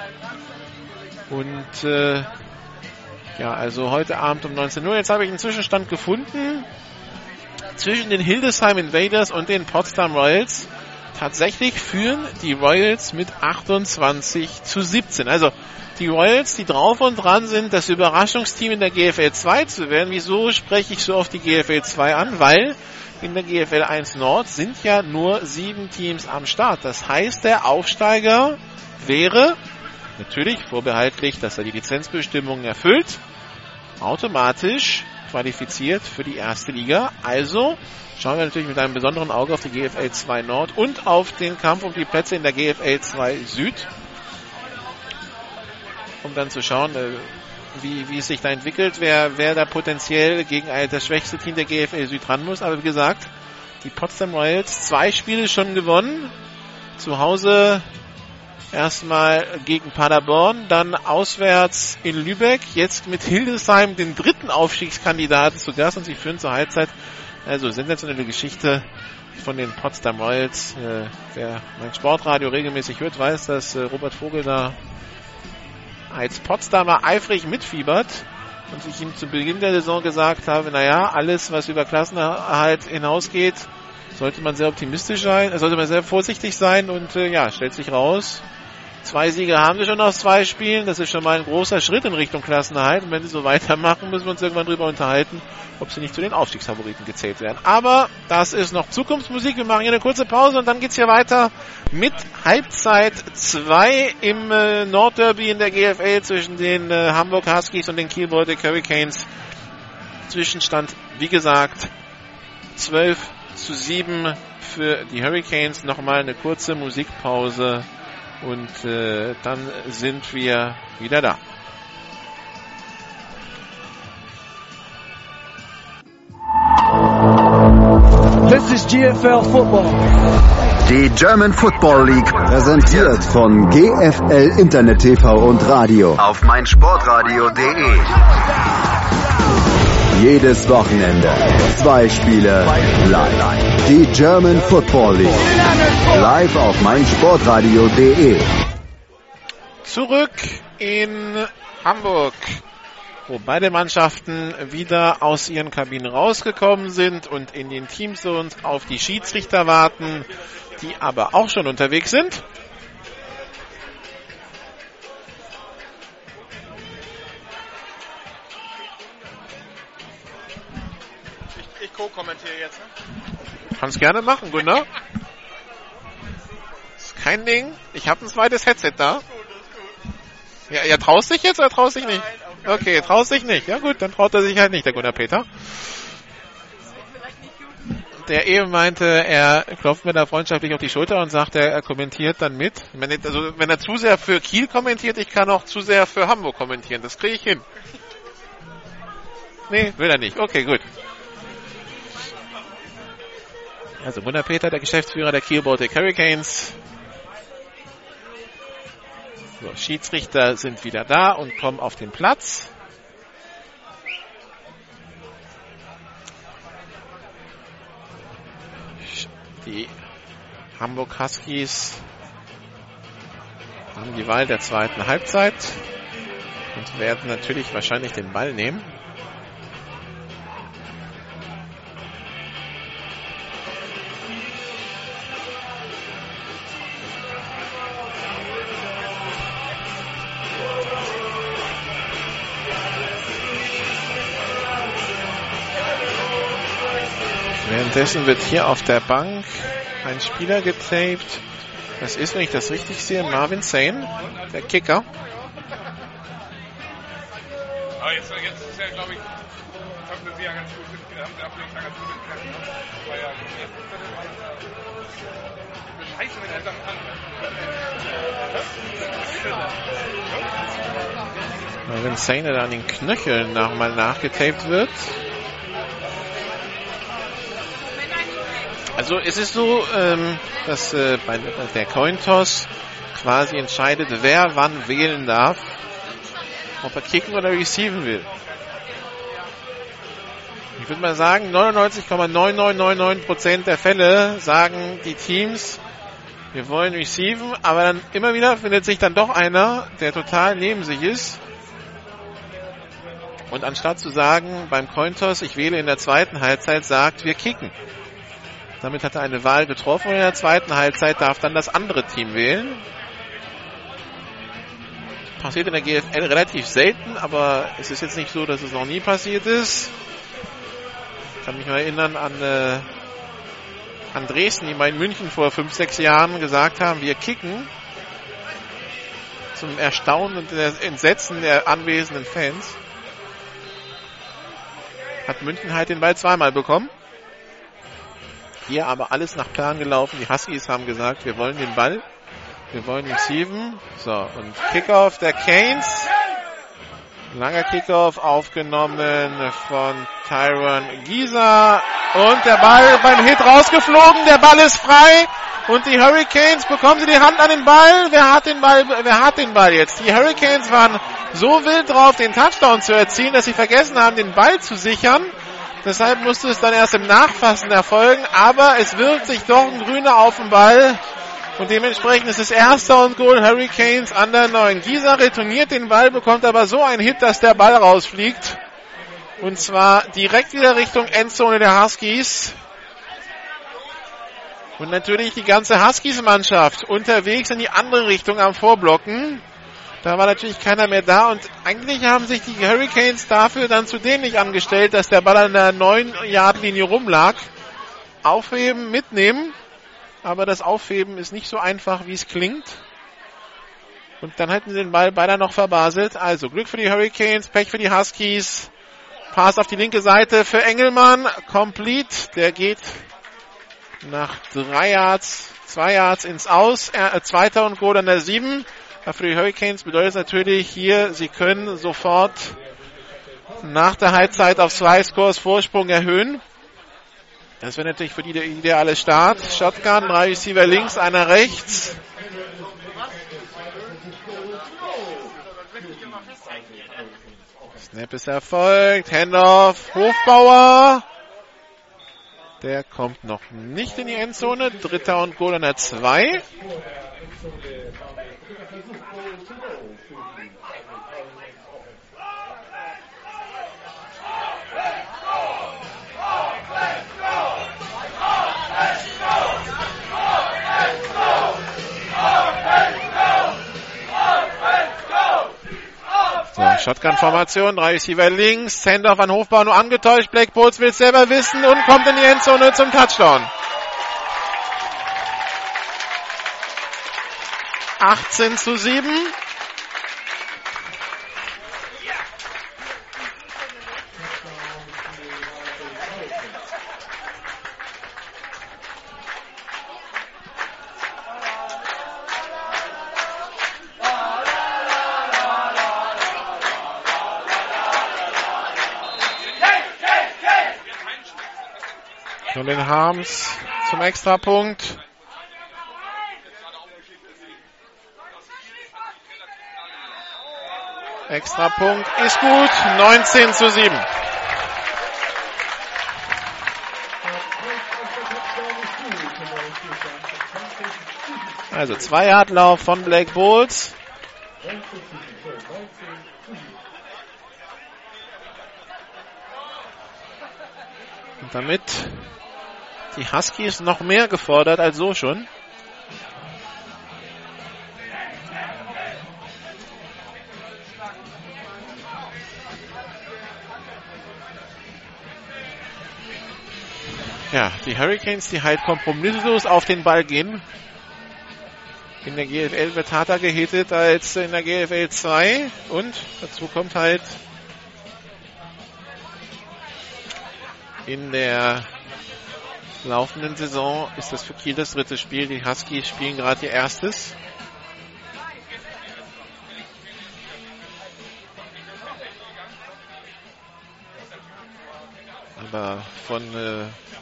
Und äh, ja, also heute Abend um neunzehn Uhr. Jetzt habe ich einen Zwischenstand gefunden zwischen den Hildesheim Invaders und den Potsdam Royals. Tatsächlich führen die Royals mit achtundzwanzig zu siebzehn. Also die Royals, die drauf und dran sind, das Überraschungsteam in der G F L zwei zu werden. Wieso spreche ich so oft die G F L zwei an? Weil in der G F L eins Nord sind ja nur sieben Teams am Start. Das heißt, der Aufsteiger wäre, natürlich vorbehaltlich, dass er die Lizenzbestimmungen erfüllt, automatisch qualifiziert für die erste Liga. Also schauen wir natürlich mit einem besonderen Auge auf die G F L zwei Nord und auf den Kampf um die Plätze in der G F L zwei Süd, um dann zu schauen, wie, wie es sich da entwickelt, wer, wer da potenziell gegen das schwächste Team der G F L Süd ran muss. Aber wie gesagt, die Potsdam Royals, zwei Spiele schon gewonnen. Zu Hause erstmal gegen Paderborn, dann auswärts in Lübeck, jetzt mit Hildesheim den dritten Aufstiegskandidaten zu Gast und sie führen zur Halbzeit. Also sensationelle Geschichte von den Potsdam Royals. Äh, wer mein Sportradio regelmäßig hört, weiß, dass äh, Robert Vogel da als Potsdamer eifrig mitfiebert und ich ihm zu Beginn der Saison gesagt habe, naja, alles, was über Klassenerhalt hinausgeht, sollte man sehr optimistisch sein, sollte man sehr vorsichtig sein und äh, ja, stellt sich raus, zwei Siege haben sie schon aus zwei Spielen, das ist schon mal ein großer Schritt in Richtung Klassenerhalt und wenn sie so weitermachen, müssen wir uns irgendwann drüber unterhalten, ob sie nicht zu den Aufstiegsfavoriten gezählt werden. Aber das ist noch Zukunftsmusik, wir machen hier eine kurze Pause und dann geht's hier weiter mit Halbzeit zwei im äh, Nordderby in der G F L zwischen den äh, Hamburg Huskies und den Kiel Baltic Hurricanes. Zwischenstand, wie gesagt, zwölf zu sieben für die Hurricanes. Nochmal eine kurze Musikpause und äh, dann sind wir wieder da. This is G F L Football. Die German Football League, präsentiert von G F L Internet T V und Radio auf meinsportradio punkt de. Jedes Wochenende zwei Spiele live. Die German Football League live auf meinsportradio punkt de. Zurück in Hamburg, wo beide Mannschaften wieder aus ihren Kabinen rausgekommen sind und in den Teamzones auf die Schiedsrichter warten, die aber auch schon unterwegs sind. Ich, ich co-kommentiere jetzt, ne? Kannst gerne machen, Gunnar. Ist kein Ding. Ich habe ein zweites Headset da. Ja, ja, traust dich jetzt oder traust dich nicht? Okay, traust dich nicht. Ja gut, dann traut er sich halt nicht, der Gunnar Peter. Der eben meinte, er klopft mir da freundschaftlich auf die Schulter und sagt, er, er kommentiert dann mit. Wenn er, also, wenn er zu sehr für Kiel kommentiert, ich kann auch zu sehr für Hamburg kommentieren. Das kriege ich hin. Nee, will er nicht. Okay, gut. Also Gunnar-Peter, der Geschäftsführer der Kiel Baltic Hurricanes. So, Schiedsrichter sind wieder da und kommen auf den Platz. Die Hamburg Huskies haben die Wahl der zweiten Halbzeit und werden natürlich wahrscheinlich den Ball nehmen. Währenddessen wird hier auf der Bank ein Spieler getaped. Das ist, wenn ich das richtig sehe, Marvin Sane, der Kicker. Aber jetzt, jetzt ist ja, glaube ich, haben sie ja ganz gut mitgenommen, haben sie Ablenkung ganz gut mitgenommen. Das war ja Scheiße, wenn er dann an. Marvin Sane, der an den Knöcheln nochmal nachgetaped wird. Also es ist so, ähm, dass äh, bei der Cointoss quasi entscheidet, wer wann wählen darf, ob er kicken oder receiven will. Ich würde mal sagen, neunundneunzig Komma neun neun neun neun Prozent der Fälle sagen die Teams, wir wollen receiven, aber dann immer wieder findet sich dann doch einer, der total neben sich ist. Und anstatt zu sagen, beim Cointoss, ich wähle in der zweiten Halbzeit, sagt, wir kicken. Damit hat er eine Wahl getroffen und in der zweiten Halbzeit darf dann das andere Team wählen. Passiert in der G F L relativ selten, aber es ist jetzt nicht so, dass es noch nie passiert ist. Ich kann mich mal erinnern an, äh, an Dresden, die mal in München vor fünf, sechs Jahren gesagt haben, wir kicken. Zum Erstaunen und Entsetzen der anwesenden Fans. Hat München halt den Ball zweimal bekommen. Hier aber alles nach Plan gelaufen. Die Huskies haben gesagt, wir wollen den Ball. Wir wollen receiven. So, und Kickoff der Canes. Langer Kickoff aufgenommen von Tyron Gieser. Und der Ball beim Hit rausgeflogen. Der Ball ist frei. Und die Hurricanes, bekommen sie die Hand an den Ball. Wer hat den Ball, wer hat den Ball jetzt? Die Hurricanes waren so wild drauf, den Touchdown zu erzielen, dass sie vergessen haben, den Ball zu sichern. Deshalb musste es dann erst im Nachfassen erfolgen, aber es wirft sich doch ein Grüner auf den Ball und dementsprechend ist es erster und Goal Hurricanes an der neun. Gieser retourniert den Ball, bekommt aber so einen Hit, dass der Ball rausfliegt und zwar direkt wieder Richtung Endzone der Huskies. Und natürlich die ganze Huskies-Mannschaft unterwegs in die andere Richtung am Vorblocken. Da war natürlich keiner mehr da und eigentlich haben sich die Hurricanes dafür dann zu dämlich angestellt, dass der Ball an der neun Yard Linie rumlag. Aufheben, mitnehmen, aber das Aufheben ist nicht so einfach, wie es klingt. Und dann hätten sie den Ball beinahe noch verbaselt. Also Glück für die Hurricanes, Pech für die Huskies. Pass auf die linke Seite für Engelmann, complete, der geht nach drei Yards, zwei Yards ins Aus, äh, zweiter und Goal an der sieben. Für die Hurricanes bedeutet es natürlich hier, sie können sofort nach der Halbzeit auf zwei Scores Vorsprung erhöhen. Das wäre natürlich für die der ideale Start. Shotgun, drei Receiver links, einer rechts. Snap ist erfolgt. Handoff, Hofbauer. Der kommt noch nicht in die Endzone. Dritter und Goal an der zwei. So, Shotgun-Formation, drei Receiver links, Handoff an Hofbauer nur angetäuscht, Blake Bowles will es selber wissen und kommt in die Endzone zum Touchdown. achtzehn zu sieben. Colin Harms zum Extrapunkt. Extrapunkt ist gut. neunzehn zu sieben. Also Zwei-Yard-Lauf von Blake Bowles. Und damit die Huskies noch mehr gefordert als so schon. Ja, die Hurricanes, die halt kompromisslos auf den Ball gehen. In der G F L wird harter gehittet als in der G F L zwei. Und dazu kommt halt in der laufenden Saison ist das für Kiel das dritte Spiel. Die Huskies spielen gerade ihr erstes. Aber von äh,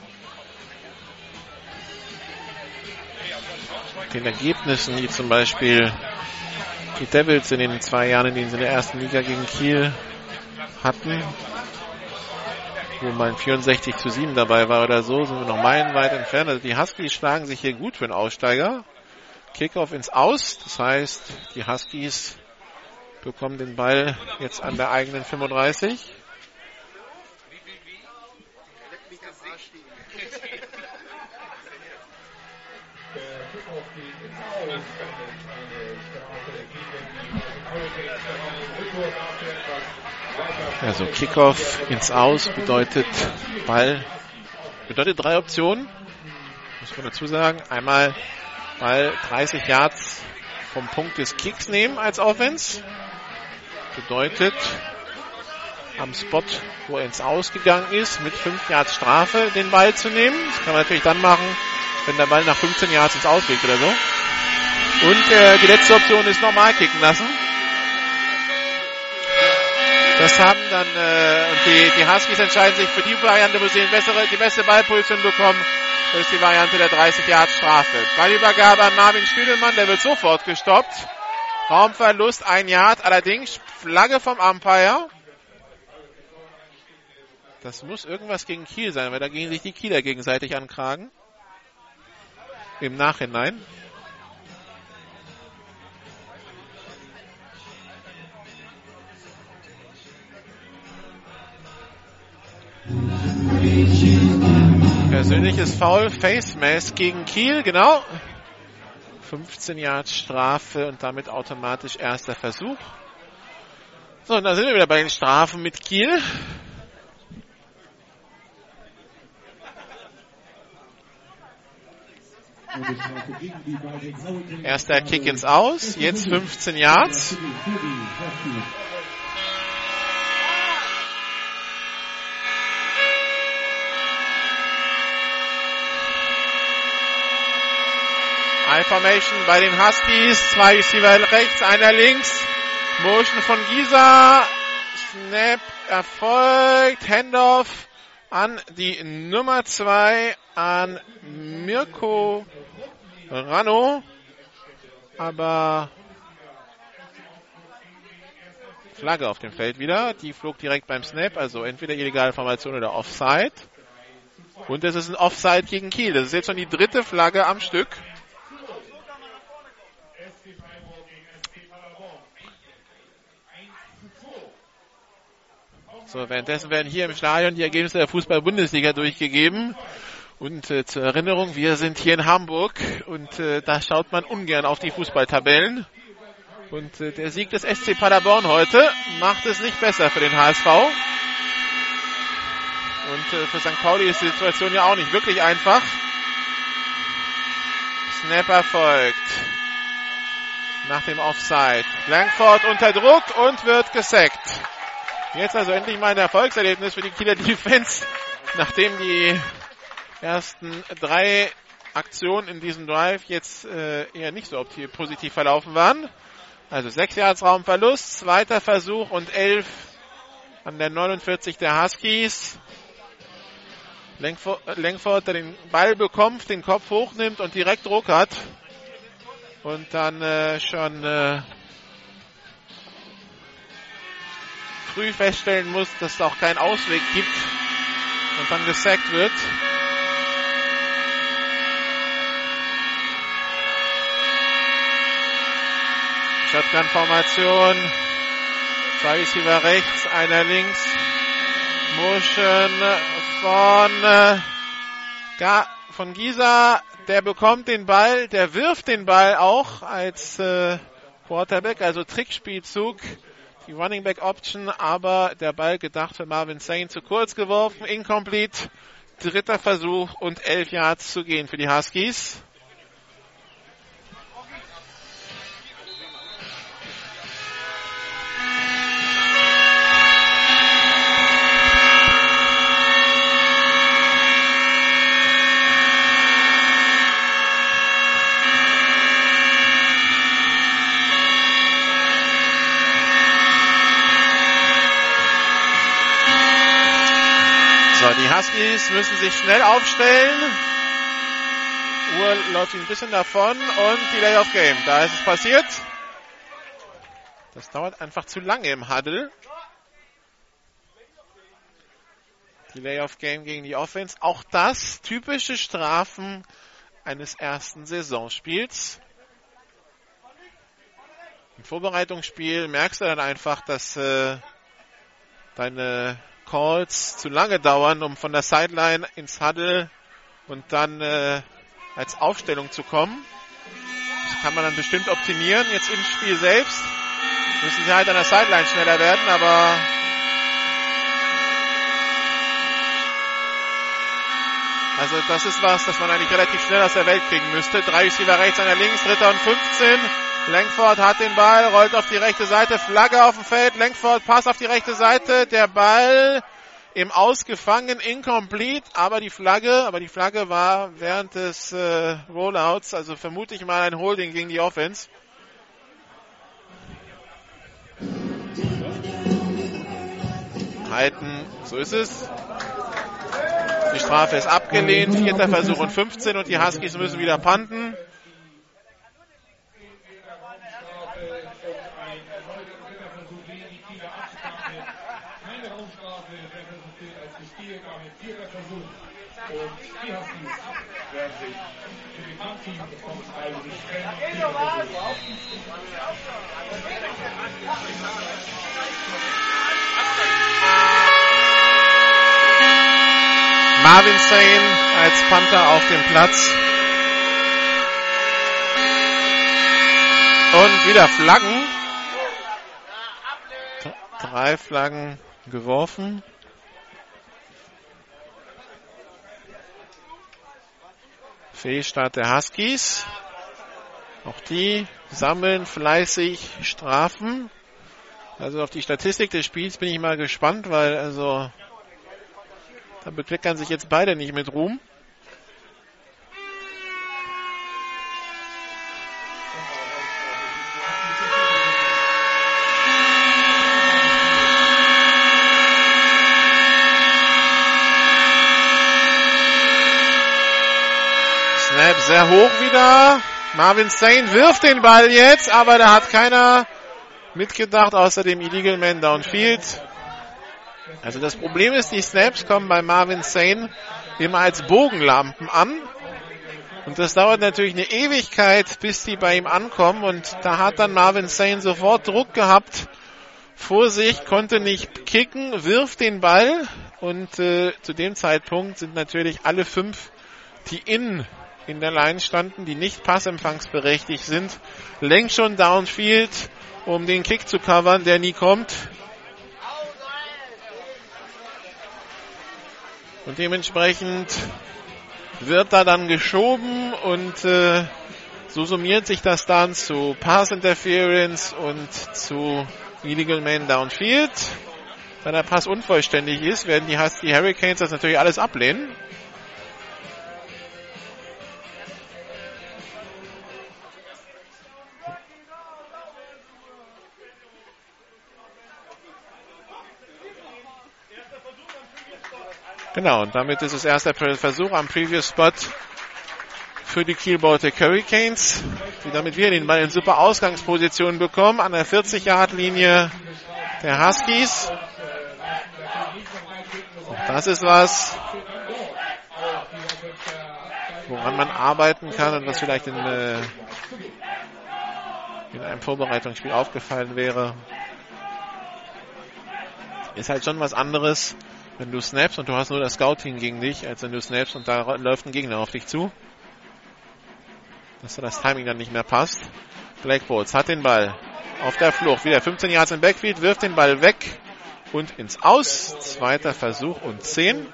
den Ergebnissen, wie zum Beispiel die Devils in den zwei Jahren, in denen sie in der ersten Liga gegen Kiel hatten, wo man vierundsechzig zu sieben dabei war oder so, sind wir noch meilenweit entfernt. Also die Huskies schlagen sich hier gut für einen Aussteiger. Kickoff ins Aus, das heißt, die Huskies bekommen den Ball jetzt an der eigenen fünfunddreißig. Also Kickoff ins Aus bedeutet Ball, bedeutet drei Optionen, muss man dazu sagen. Einmal Ball dreißig Yards vom Punkt des Kicks nehmen als Offense. Bedeutet am Spot, wo er ins Aus gegangen ist, mit fünf Yards Strafe den Ball zu nehmen. Das kann man natürlich dann machen, wenn der Ball nach fünfzehn Yards ins Aus geht oder so. Und äh, die letzte Option ist normal kicken lassen. Das haben dann, äh, und die, die Huskies entscheiden sich für die Variante, wo sie die bessere, die beste Ballposition bekommen. Das ist die Variante der dreißig Yards Strafe. Ballübergabe an Marvin Stüdelmann, der wird sofort gestoppt. Raumverlust, ein Yard, allerdings Flagge vom Umpire. Das muss irgendwas gegen Kiel sein, weil da gehen sich die Kieler gegenseitig ankragen. Im Nachhinein. Persönliches Foul, Face Mask gegen Kiel, genau. fünfzehn Yards Strafe und damit automatisch erster Versuch. So, und dann sind wir wieder bei den Strafen mit Kiel. Erster Kick ins Aus, jetzt fünfzehn Yards. I-Formation bei den Huskies, zwei Receiver rechts, einer links. Motion von Gisa, Snap erfolgt, Handoff an die Nummer zwei, an Mirko Rano, aber Flagge auf dem Feld wieder, die flog direkt beim Snap, also entweder illegale Formation oder Offside. Und es ist ein Offside gegen Kiel, das ist jetzt schon die dritte Flagge am Stück. So, währenddessen werden hier im Stadion die Ergebnisse der Fußball-Bundesliga durchgegeben. Und äh, zur Erinnerung, wir sind hier in Hamburg und äh, da schaut man ungern auf die Fußballtabellen. Und äh, der Sieg des S C Paderborn heute macht es nicht besser für den H S V. Und äh, für Sankt Pauli ist die Situation ja auch nicht wirklich einfach. Snap erfolgt. Nach dem Offside. Langford unter Druck und wird gesackt. Jetzt also endlich mal ein Erfolgserlebnis für die Kieler Defense, nachdem die ersten drei Aktionen in diesem Drive jetzt äh, eher nicht so positiv verlaufen waren. Also sechs Yards Raumverlust, zweiter Versuch und elf an der neunundvierzig der Huskies. Langford, Langford, der den Ball bekommt, den Kopf hochnimmt und direkt Druck hat. Und dann äh, schon äh, früh feststellen muss, dass es auch keinen Ausweg gibt und dann gesackt wird. Shotgun-Formation. Zwei Receiver rechts, einer links. Motion von, äh, Ga- von Gisa. Der bekommt den Ball, der wirft den Ball auch als äh, Quarterback, also Trickspielzug. Die Running Back Option, aber der Ball gedacht für Marvin Sain zu kurz geworfen. Incomplete. Dritter Versuch und elf Yards zu gehen für die Huskies. Die Huskies müssen sich schnell aufstellen. Uhr läuft ein bisschen davon und Delay of Game. Da ist es passiert. Das dauert einfach zu lange im Huddle. Delay of Game gegen die Offense. Auch das typische Strafen eines ersten Saisonspiels. Im Vorbereitungsspiel merkst du dann einfach, dass äh, deine Calls zu lange dauern, um von der Sideline ins Huddle und dann äh, als Aufstellung zu kommen. Das kann man dann bestimmt optimieren. Jetzt im Spiel selbst müssen sie halt an der Sideline schneller werden, aber also das ist was, das man eigentlich relativ schnell aus der Welt kriegen müsste. Drei Receiver rechts, einer links, dritter und fünfzehn. Langford hat den Ball, rollt auf die rechte Seite, Flagge auf dem Feld, Langford, Pass auf die rechte Seite, der Ball im Ausgefangen, incomplete, aber die Flagge, aber die Flagge war während des äh, Rollouts, also vermute ich mal ein Holding gegen die Offense. Halten, so ist es. Die Strafe ist abgelehnt, vierter Versuch und fünfzehn und die Huskies müssen wieder punten. Marvin Sain als Panther auf dem Platz. Und wieder Flaggen. Drei Flaggen geworfen. Fehlstart der Huskies. Auch die sammeln fleißig Strafen. Also auf die Statistik des Spiels bin ich mal gespannt, weil also da bekleckern sich jetzt beide nicht mit Ruhm. Snap sehr hoch wieder. Marvin Sain wirft den Ball jetzt, aber da hat keiner mitgedacht, außer dem Illegal Man Downfield. Also das Problem ist, die Snaps kommen bei Marvin Sain immer als Bogenlampen an. Und das dauert natürlich eine Ewigkeit, bis die bei ihm ankommen. Und da hat dann Marvin Sain sofort Druck gehabt. Vorsicht, konnte nicht kicken, wirft den Ball. Und äh, zu dem Zeitpunkt sind natürlich alle fünf, die in, in der Line standen, die nicht passempfangsberechtigt sind, längst schon downfield, um den Kick zu covern, der nie kommt. Und dementsprechend wird da dann geschoben und äh, so summiert sich das dann zu Pass Interference und zu Illegal Man Downfield. Wenn der Pass unvollständig ist, werden die, die Hurricanes das natürlich alles ablehnen. Genau, und damit ist es erster Versuch am Previous Spot für die Kiel Baltic Hurricanes, die damit wir den Ball in super Ausgangsposition bekommen, an der vierzig-Yard-Linie der Huskies. Auch das ist was, woran man arbeiten kann und was vielleicht in, äh, in einem Vorbereitungsspiel aufgefallen wäre. Ist halt schon was anderes, wenn du snaps und du hast nur das Scouting gegen dich, als wenn du snaps und da läuft ein Gegner auf dich zu. Dass da das Timing dann nicht mehr passt. Black Bolts hat den Ball auf der Flucht. Wieder fünfzehn Yards im Backfield, wirft den Ball weg und ins Aus. Zweiter Versuch und zehn.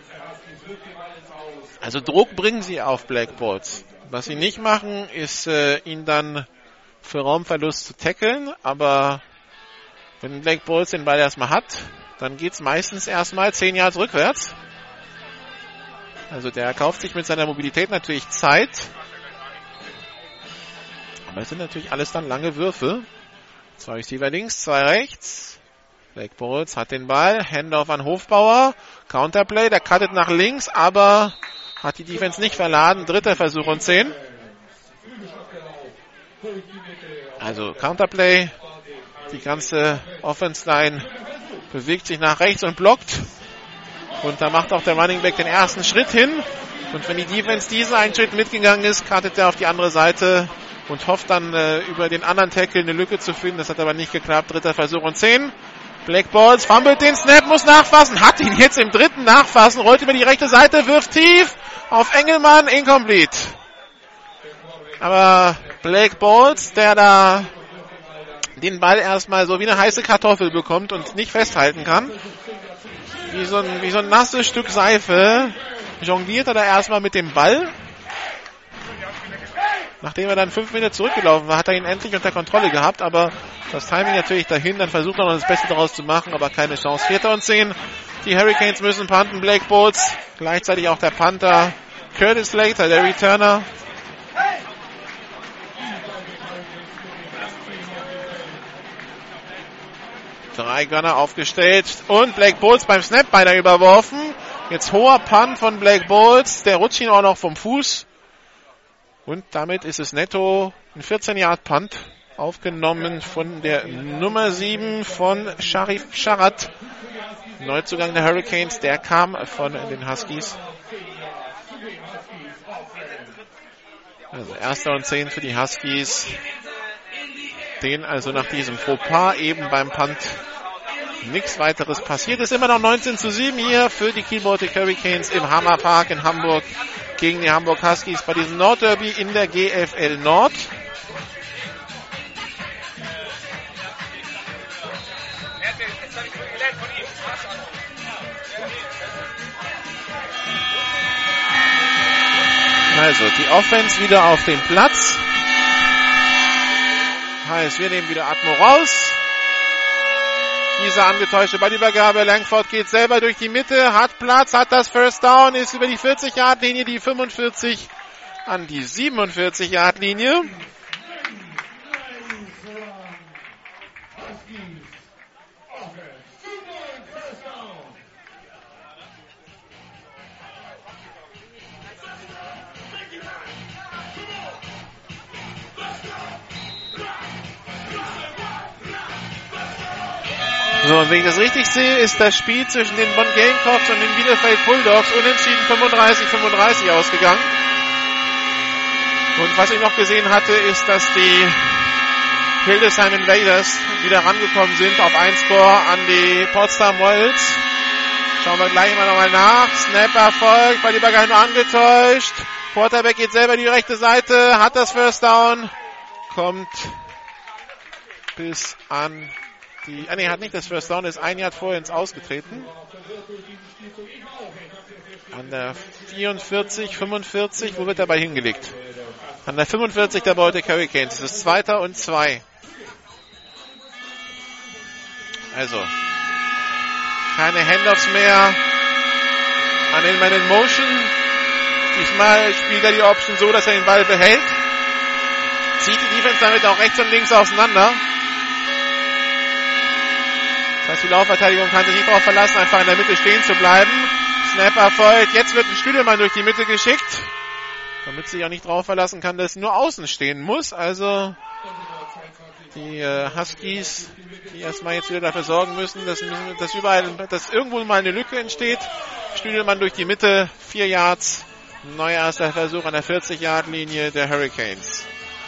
Also Druck bringen sie auf Black Bolts. Was sie nicht machen, ist äh, ihn dann für Raumverlust zu tackeln. Aber wenn Black Bolts den Ball erstmal hat, dann geht's meistens erstmal zehn Yards rückwärts. Also der kauft sich mit seiner Mobilität natürlich Zeit. Aber es sind natürlich alles dann lange Würfe. Zwei Receiver links, zwei rechts. Black Bolts hat den Ball. Handoff an Hofbauer. Counterplay, der cuttet nach links, aber hat die Defense nicht verladen. Dritter Versuch und zehn. Also Counterplay. Die ganze Offense-Line bewegt sich nach rechts und blockt. Und da macht auch der Running Back den ersten Schritt hin. Und wenn die Defense diesen einen Schritt mitgegangen ist, cuttet er auf die andere Seite und hofft dann äh, über den anderen Tackle eine Lücke zu finden. Das hat aber nicht geklappt. Dritter Versuch und zehn. Black Balls fummelt den Snap, muss nachfassen. Hat ihn jetzt im dritten nachfassen. Rollt über die rechte Seite, wirft tief auf Engelmann. Incomplete. Aber Black Balls, der da den Ball erstmal so wie eine heiße Kartoffel bekommt und nicht festhalten kann. Wie so ein, wie so ein nasses Stück Seife jongliert er da erstmal mit dem Ball. Nachdem er dann fünf Meter zurückgelaufen war, hat er ihn endlich unter Kontrolle gehabt, aber das Timing natürlich dahin, dann versucht er noch das Beste daraus zu machen, aber keine Chance. Vierter und zehn. Die Hurricanes müssen punten, Black Bolts, gleichzeitig auch der Panther Curtis Slater, der Returner. Drei Gunner aufgestellt und Black Bolts beim Snap beinahe überworfen. Jetzt hoher Punt von Black Bolts, der rutscht ihn auch noch vom Fuß. Und damit ist es netto ein vierzehn Yard Punt, aufgenommen von der Nummer sieben von Sharif Sharat. Neuzugang der Hurricanes, der kam von den Huskies. Also erster und zehn für die Huskies. Den also nach diesem Fauxpas eben beim Punt nichts weiteres passiert. Ist immer noch neunzehn zu sieben hier für die Kiel Baltic Hurricanes im Hammer Park in Hamburg gegen die Hamburg Huskies bei diesem Nordderby in der G F L Nord. Also die Offense wieder auf dem Platz. Heißt, wir nehmen wieder Atmo raus. Diese angetäuschte Ballübergabe. Langford geht selber durch die Mitte, hat Platz, hat das First Down, ist über die vierzig Yard Linie, die fünfundvierzig an die siebenundvierzig Yard Linie. So, und wenn ich das richtig sehe, ist das Spiel zwischen den Bonn Gamecocks und den Bielefeld Bulldogs unentschieden fünfunddreißig fünfunddreißig ausgegangen. Und was ich noch gesehen hatte, ist, dass die Hildesheim Invaders wieder rangekommen sind auf ein Score an die Potsdam Royals. Schauen wir gleich mal nochmal nach. Snap erfolgt, bei Liebergeil nur angetäuscht. Quarterback geht selber in die rechte Seite, hat das First Down, kommt bis an die, ah nee, hat nicht das First Down, ist ein Yard vorher ins Ausgetreten. An der vierundvierzig, fünfundvierzig, wo wird der Ball hingelegt? An der fünfundvierzig der Baltic Hurricanes. Das ist Zweiter und zwei. Also, keine Handoffs mehr an den Man in Motion. Diesmal spielt er die Option so, dass er den Ball behält. Zieht die Defense damit auch rechts und links auseinander. Das heißt, die Laufverteidigung kann sich nicht darauf verlassen, einfach in der Mitte stehen zu bleiben. Snap erfolgt. Jetzt wird ein Stühlemann durch die Mitte geschickt, damit sich auch nicht drauf verlassen kann, dass nur außen stehen muss. Also die äh, Huskies, die erstmal jetzt wieder dafür sorgen müssen, dass, dass überall, dass irgendwo mal eine Lücke entsteht. Stühlemann durch die Mitte, vier Yards. Neuer erster Versuch an der vierzig-Yard-Linie der Hurricanes.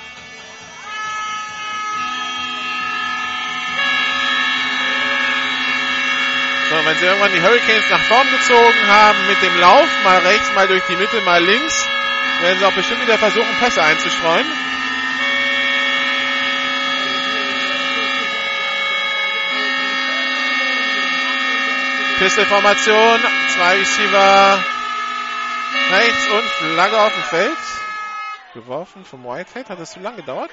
So, wenn sie irgendwann die Hurricanes nach vorn gezogen haben mit dem Lauf, mal rechts, mal durch die Mitte, mal links, werden sie auch bestimmt wieder versuchen, Pässe einzustreuen. Pistol-Formation, zwei Receiver rechts und Flagge auf dem Feld. Geworfen vom Whitehead. Hat das zu lang gedauert?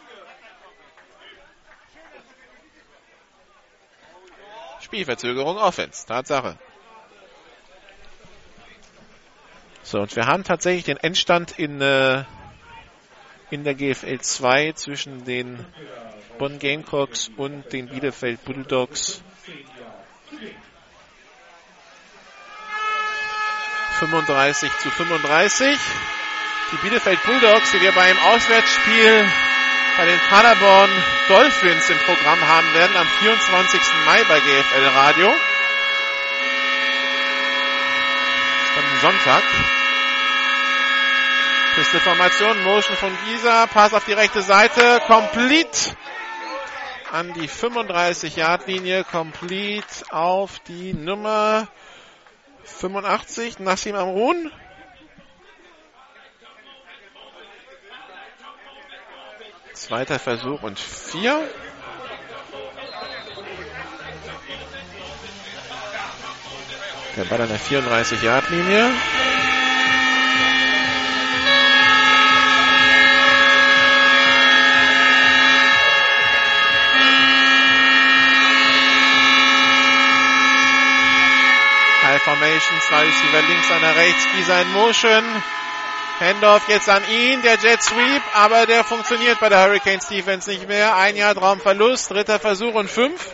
Spielverzögerung, Offense. Tatsache. So, und wir haben tatsächlich den Endstand in, äh, in der G F L zwei zwischen den Bonn Gamecocks und den Bielefeld Bulldogs. fünfunddreißig zu fünfunddreißig. Die Bielefeld Bulldogs, die wir beim Auswärtsspiel bei den Paderborn Dolphins im Programm haben werden, am vierundzwanzigsten Mai bei G F L Radio. Das ist dann ein Sonntag. Pistol-Formation, Motion von Gieser, Pass auf die rechte Seite, complete an die fünfunddreißig-Yard-Linie, complete auf die Nummer fünfundachtzig, Nassim Amrun. Zweiter Versuch und vier. Der Ball an der vierunddreißig-Yard-Linie. High Formation, zwei Receiver links, einer rechts, Gieser in Motion. Handoff jetzt an ihn, der Jet Sweep, aber der funktioniert bei der Hurricanes Defense nicht mehr. Ein Yard Raumverlust, dritter Versuch und fünf.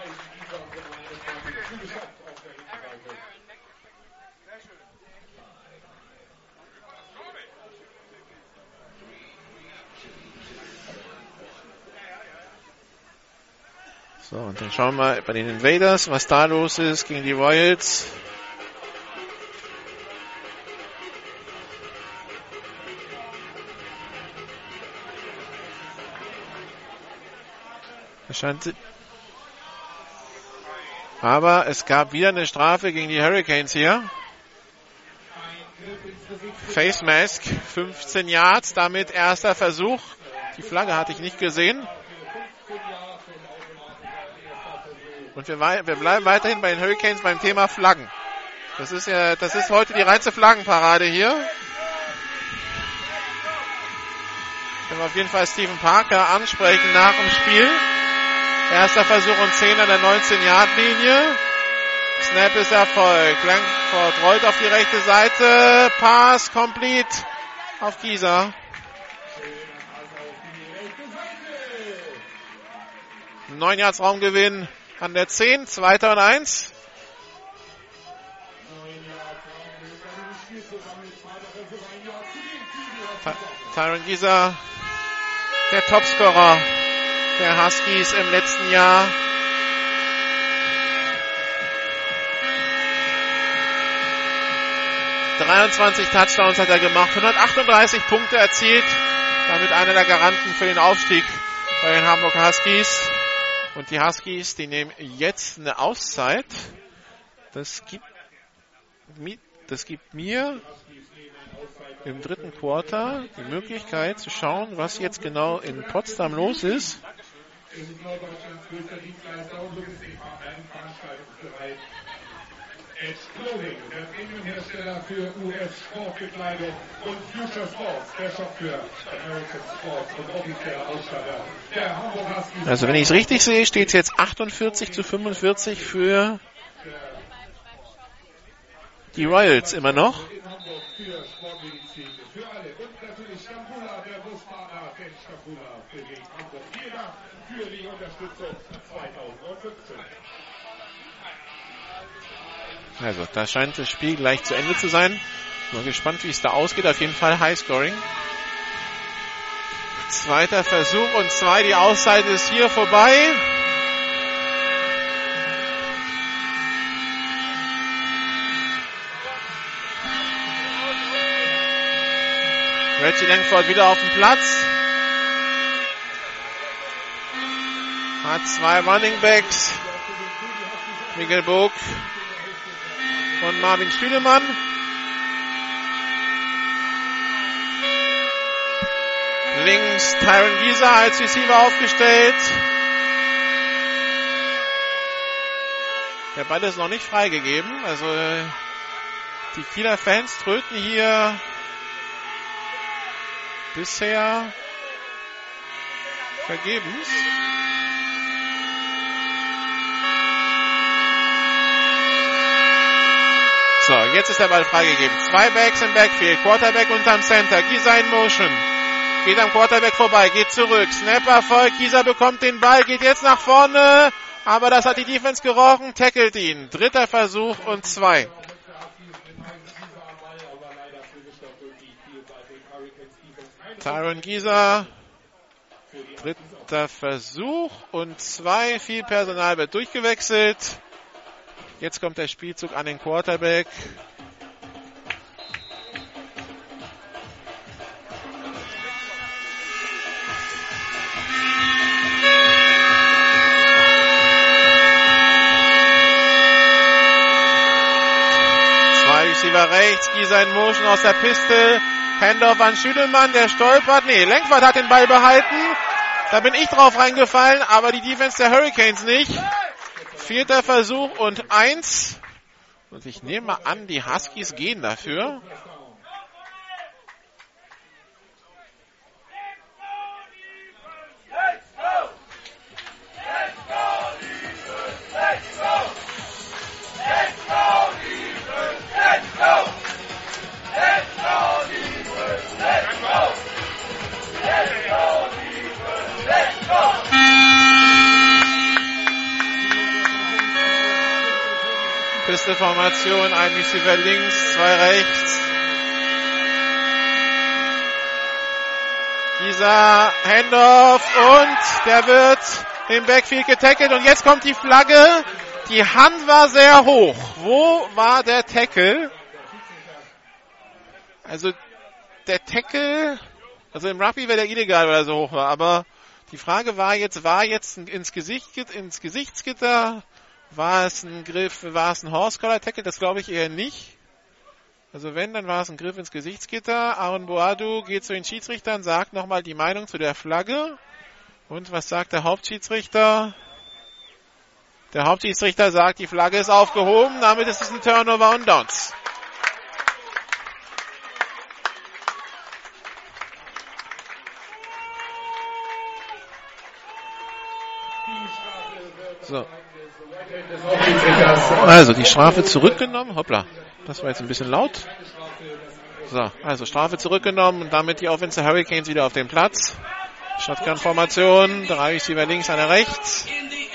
So, und dann schauen wir mal bei den Invaders, was da los ist gegen die Royals. Aber es gab wieder eine Strafe gegen die Hurricanes hier. Face Mask, fünfzehn Yards, damit erster Versuch. Die Flagge hatte ich nicht gesehen. Und wir, wir bleiben weiterhin bei den Hurricanes beim Thema Flaggen. Das ist ja, das ist heute die reinste Flaggenparade hier. Können wir auf jeden Fall Stephen Parker ansprechen nach dem Spiel. Erster Versuch und zehn an der neunzehn-Yard-Linie. Snap ist erfolgt. Langford rollt auf die rechte Seite. Pass complete auf Gieser. neun Yards Raumgewinn an der zehn. Zweiter und eins. Tyron Gieser, der Topscorer der Huskies im letzten Jahr. dreiundzwanzig Touchdowns hat er gemacht, hundertachtunddreißig Punkte erzielt, damit einer der Garanten für den Aufstieg bei den Hamburg Huskies. Und die Huskies, die nehmen jetzt eine Auszeit. Das gibt, das gibt mir im dritten Quarter die Möglichkeit zu schauen, was jetzt genau in Potsdam los ist. Es ist Norddeutschlands größter Dienstleister und Logistikpartner im Veranstaltungsbereich. Edge Clothing, der Premium-Hersteller für U S-Sportbekleidung, und Future Sports, der Shop für American Sports und offizieller Ausstatter der Hamburg Huskies. Also wenn ich es richtig sehe, steht es jetzt achtundvierzig zu fünfundvierzig für die Royals immer noch. Für Sportmedizin, für alle. Und natürlich Stampula, der Buspartner, den Stampula für die Hamburg. Vielen Dank für die Unterstützung zweitausendfünfzehn. Also, da scheint das Spiel gleich zu Ende zu sein. Mal gespannt, wie es da ausgeht. Auf jeden Fall Highscoring. Zweiter Versuch und zwei. Die Auszeit ist hier vorbei. Reggie Langford wieder auf dem Platz. Hat zwei Running Backs. Miguel Bog und Marvin Stühlemann. Links Tyron Gieser als Receiver aufgestellt. Der Ball ist noch nicht freigegeben. Also die Kieler Fans tröten hier bisher vergebens. So, jetzt ist der Ball freigegeben. Zwei Backs im Backfield. Quarterback unterm Center. Gieser in Motion. Geht am Quarterback vorbei. Geht zurück. Snap Erfolg. Gieser bekommt den Ball. Geht jetzt nach vorne. Aber das hat die Defense gerochen. Tackelt ihn. Dritter Versuch und zwei. Tyron Gieser. Dritter Versuch und zwei. Viel Personal wird durchgewechselt. Jetzt kommt der Spielzug an den Quarterback. Zwei Receiver rechts, Gieser in Motion aus der Piste. Handoff an Schüttelmann, der stolpert. Nee, Langford hat den Ball behalten. Da bin ich drauf reingefallen, aber die Defense der Hurricanes nicht. Vierter Versuch und eins. Und ich nehme mal an, die Huskies gehen dafür. Pistol-Formation, ein Receiver links, zwei rechts. Dieser Handoff und der wird im Backfield getackelt und jetzt kommt die Flagge. Die Hand war sehr hoch. Wo war der Tackle? Also der Tackle, also im Rugby wäre der illegal, weil er so hoch war, aber die Frage war jetzt, war jetzt ins Gesicht, ins Gesichtsgitter? War es ein Griff, war es ein Horse-Collar-Tackle? Das glaube ich eher nicht. Also wenn, dann war es ein Griff ins Gesichtsgitter. Aaron Boadu geht zu den Schiedsrichtern, sagt nochmal die Meinung zu der Flagge. Und was sagt der Hauptschiedsrichter? Der Hauptschiedsrichter sagt, die Flagge ist aufgehoben, damit ist es ein Turnover und Downs. So. Also die Strafe zurückgenommen. Hoppla, das war jetzt ein bisschen laut. So, also Strafe zurückgenommen und damit die Offensive Hurricanes wieder auf dem Platz. Shotgun-Formation, drei Receiver links, einer rechts.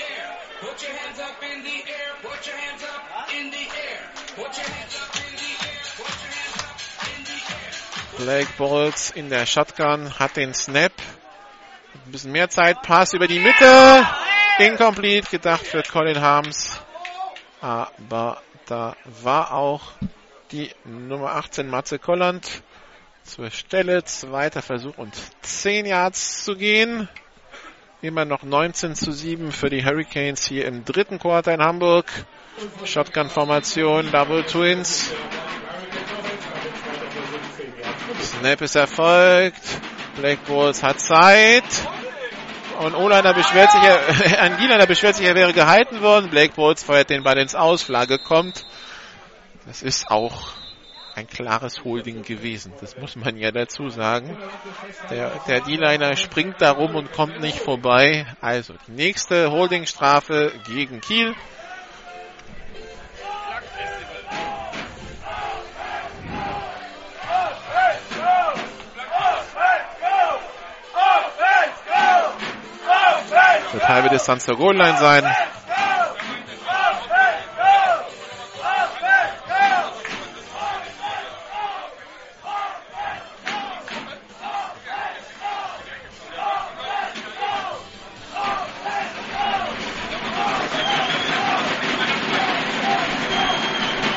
Blake Bortles in der Shotgun, hat den Snap. Ein bisschen mehr Zeit, Pass über die Mitte. Incomplete, gedacht für Colin Harms. Aber da war auch die Nummer achtzehn Matze Kolland zur Stelle. Zweiter Versuch und zehn Yards zu gehen. Immer noch neunzehn zu sieben für die Hurricanes hier im dritten Quarter in Hamburg. Shotgun-Formation, Double Twins. Snap ist erfolgt. Blake Bortles hat Zeit. Und Olainer beschwert sich, er, ein Gielainer beschwert sich, er wäre gehalten worden. Blake Bortles feuert den Ball ins Aus, Flagge kommt. Das ist auch ein klares Holding gewesen. Das muss man ja dazu sagen. Der, der D-Liner springt da rum und kommt nicht vorbei. Also die nächste Holdingstrafe gegen Kiel. Wird halbe Distanz zur Goal-Line sein.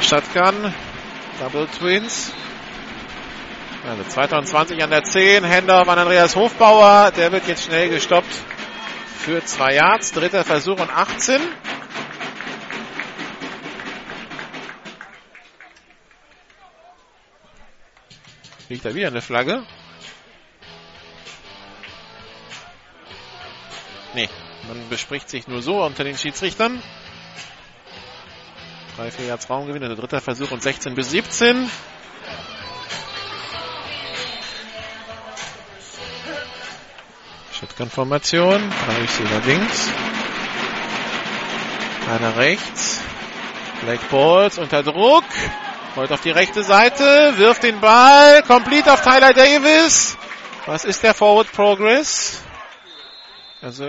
Shotgun. Double Twins. Also zweitausendzwanzig an der zehn. Handoff an Andreas Hofbauer. Der wird jetzt schnell gestoppt für zwei Yards. Dritter Versuch und achtzehn. Liegt da wieder eine Flagge? Nee, man bespricht sich nur so unter den Schiedsrichtern. Drei, vier Yards Raumgewinn, also dritter Versuch und sechzehn bis siebzehn. Shotgun-Formation. Drei Receiver links. Einer rechts. Blake Bortles unter Druck. Rollt auf die rechte Seite. Wirft den Ball. Complete auf Tyler Davis. Was ist der Forward Progress? Also,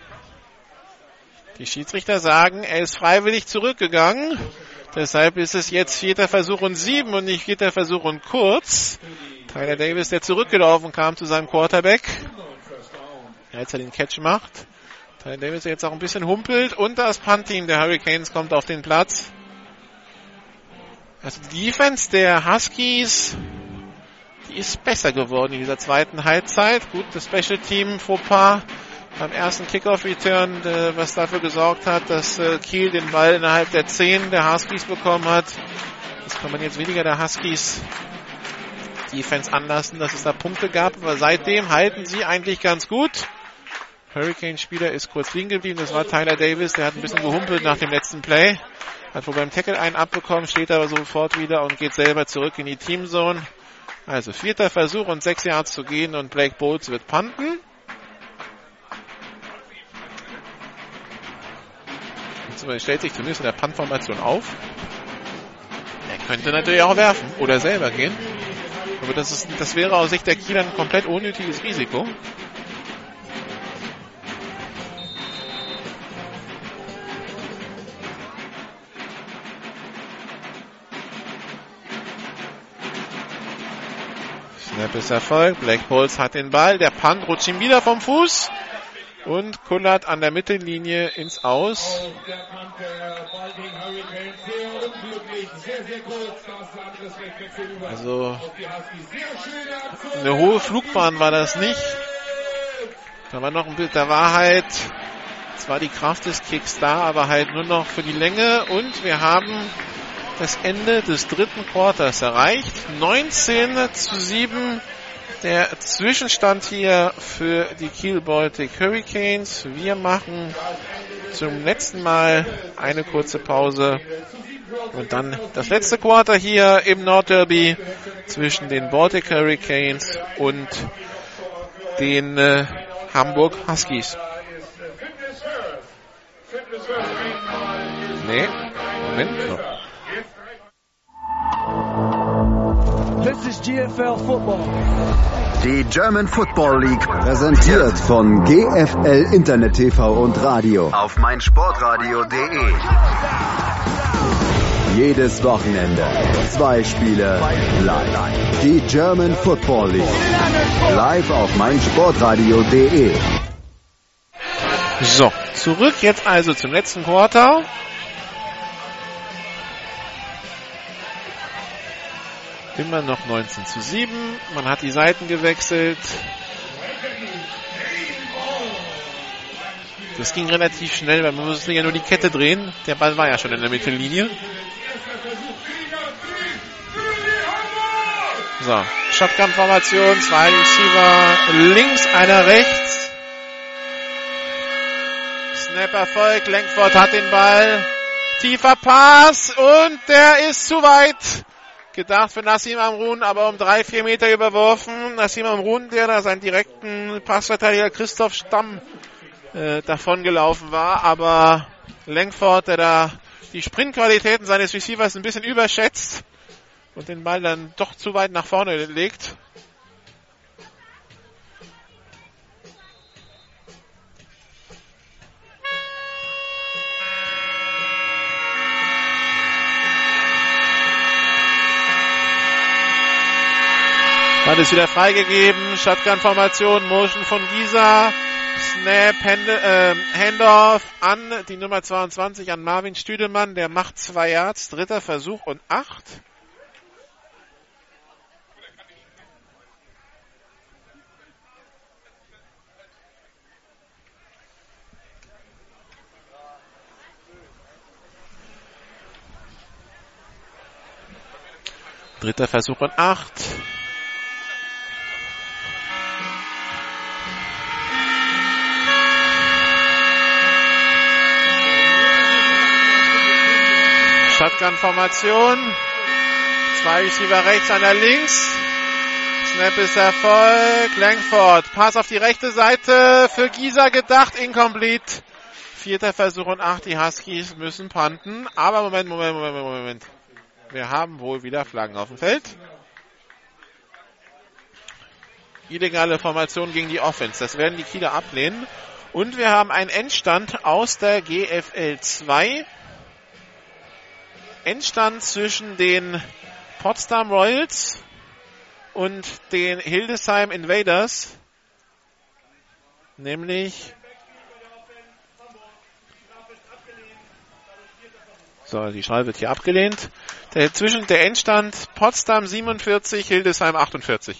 die Schiedsrichter sagen, er ist freiwillig zurückgegangen. Deshalb ist es jetzt vierter Versuch und sieben und nicht vierter Versuch und kurz. Tyler Davis, der zurückgelaufen kam zu seinem Quarterback. Als er den Catch macht. Tyler Davis, der jetzt auch ein bisschen humpelt. Und das Punt-Team der Hurricanes kommt auf den Platz. Also die Defense der Huskies, die ist besser geworden in dieser zweiten Halbzeit. Gut, das Special Team Fauxpas beim ersten Kickoff-Return, äh, was dafür gesorgt hat, dass äh, Kiel den Ball innerhalb der zehn der Huskies bekommen hat. Das kann man jetzt weniger der Huskies Defense anlassen, dass es da Punkte gab. Aber seitdem halten sie eigentlich ganz gut. Hurricane-Spieler ist kurz liegen geblieben. Das war Tyler Davis. Der hat ein bisschen gehumpelt nach dem letzten Play. Hat wohl beim Tackle einen abbekommen, steht aber sofort wieder und geht selber zurück in die Teamzone. Also vierter Versuch und sechs Yards zu gehen und Blake Bortles wird punten. Er stellt sich zumindest in der Punt-Formation auf. Er könnte natürlich auch werfen oder selber gehen. Aber das, ist, das wäre aus Sicht der Kieler ein komplett unnötiges Risiko. Snap ist erfolgt. Blake Bortles hat den Ball. Der Punt rutscht ihm wieder vom Fuß. Und kullert an der Mittellinie ins Aus. Also eine hohe Flugbahn war das nicht. Da war noch ein Bild der Wahrheit. Zwar die Kraft des Kicks da, aber halt nur noch für die Länge. Und wir haben das Ende des dritten Quarters erreicht. neunzehn zu sieben. Der Zwischenstand hier für die Kiel Baltic Hurricanes. Wir machen zum letzten Mal eine kurze Pause und dann das letzte Quarter hier im Nordderby zwischen den Baltic Hurricanes und den äh, Hamburg Huskies. Nee, Moment. No. This is G F L Football. Die German Football League, präsentiert von G F L Internet T V und Radio auf meinsportradio punkt de. Jedes Wochenende zwei Spiele live. Die German Football League live auf meinsportradio punkt de. So, zurück jetzt also zum letzten Quarter. Immer noch neunzehn zu sieben. Man hat die Seiten gewechselt. Das ging relativ schnell, weil man musste ja nur die Kette drehen. Der Ball war ja schon in der Mittellinie. So, Shotgun-Formation. Zwei Receiver links, einer rechts. Snap Erfolg. Langford hat den Ball. Tiefer Pass und der ist zu weit. Gedacht für Nassim Amrun, aber um drei, vier Meter überworfen. Nassim Amrun, der da seinen direkten Passverteidiger Christoph Stamm äh, davon gelaufen war. Aber Langford, der da die Sprintqualitäten seines Receivers ein bisschen überschätzt und den Ball dann doch zu weit nach vorne legt. Hat es wieder freigegeben. Shotgun-Formation, Motion von Gieser. Snap, Hand, äh, Handoff an die Nummer zweiundzwanzig, an Marvin Stüdemann. Der macht zwei Yards. Dritter Versuch und acht. Dritter Versuch und acht. Shotgun-Formation. Zwei Receiver rechts, einer links. Snap ist Erfolg. Langford. Pass auf die rechte Seite. Für Gieser gedacht. Incomplete. Vierter Versuch und acht. Die Huskies müssen punten. Aber Moment, Moment, Moment, Moment. Wir haben wohl wieder Flaggen auf dem Feld. Illegale Formation gegen die Offense. Das werden die Kieler ablehnen. Und wir haben einen Endstand aus der G F L zwei. Endstand zwischen den Potsdam Royals und den Hildesheim Invaders. Nämlich... So, die Schreibe wird hier abgelehnt. Der, zwischen der Endstand Potsdam siebenundvierzig, Hildesheim achtundvierzig.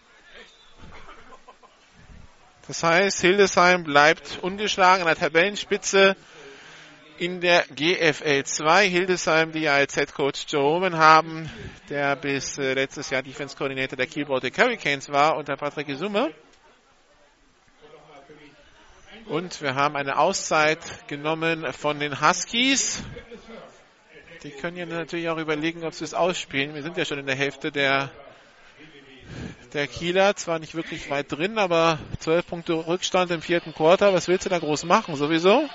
Das heißt, Hildesheim bleibt ungeschlagen an der Tabellenspitze in der G F L zwei. Hildesheim, die ja als Headcoach Joe Roman haben, der bis äh, letztes Jahr Defense Coordinator der Kiel Baltic Hurricanes war, unter Patrick Isume. Und wir haben eine Auszeit genommen von den Huskies. Die können ja natürlich auch überlegen, ob sie es ausspielen. Wir sind ja schon in der Hälfte der, der Kieler. Zwar nicht wirklich weit drin, aber zwölf Punkte Rückstand im vierten Quarter. Was willst du da groß machen? Sowieso.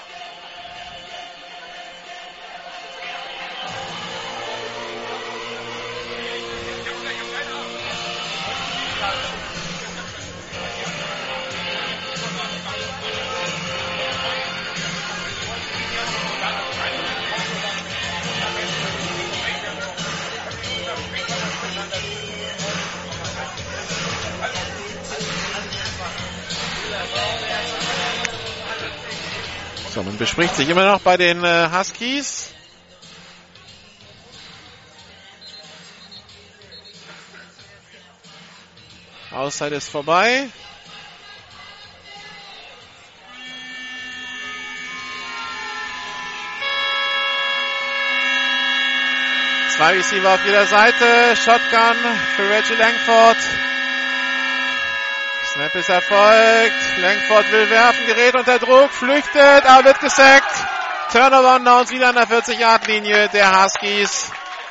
So, man bespricht sich immer noch bei den äh, Huskies. Auszeit ist vorbei. Zwei Receiver auf jeder Seite. Shotgun für Reggie Langford. Snap ist erfolgt. Langford will werfen, gerät unter Druck, flüchtet, aber wird gesackt. Turnover und Downs wieder an der vierzig-Yard-Linie der Huskies.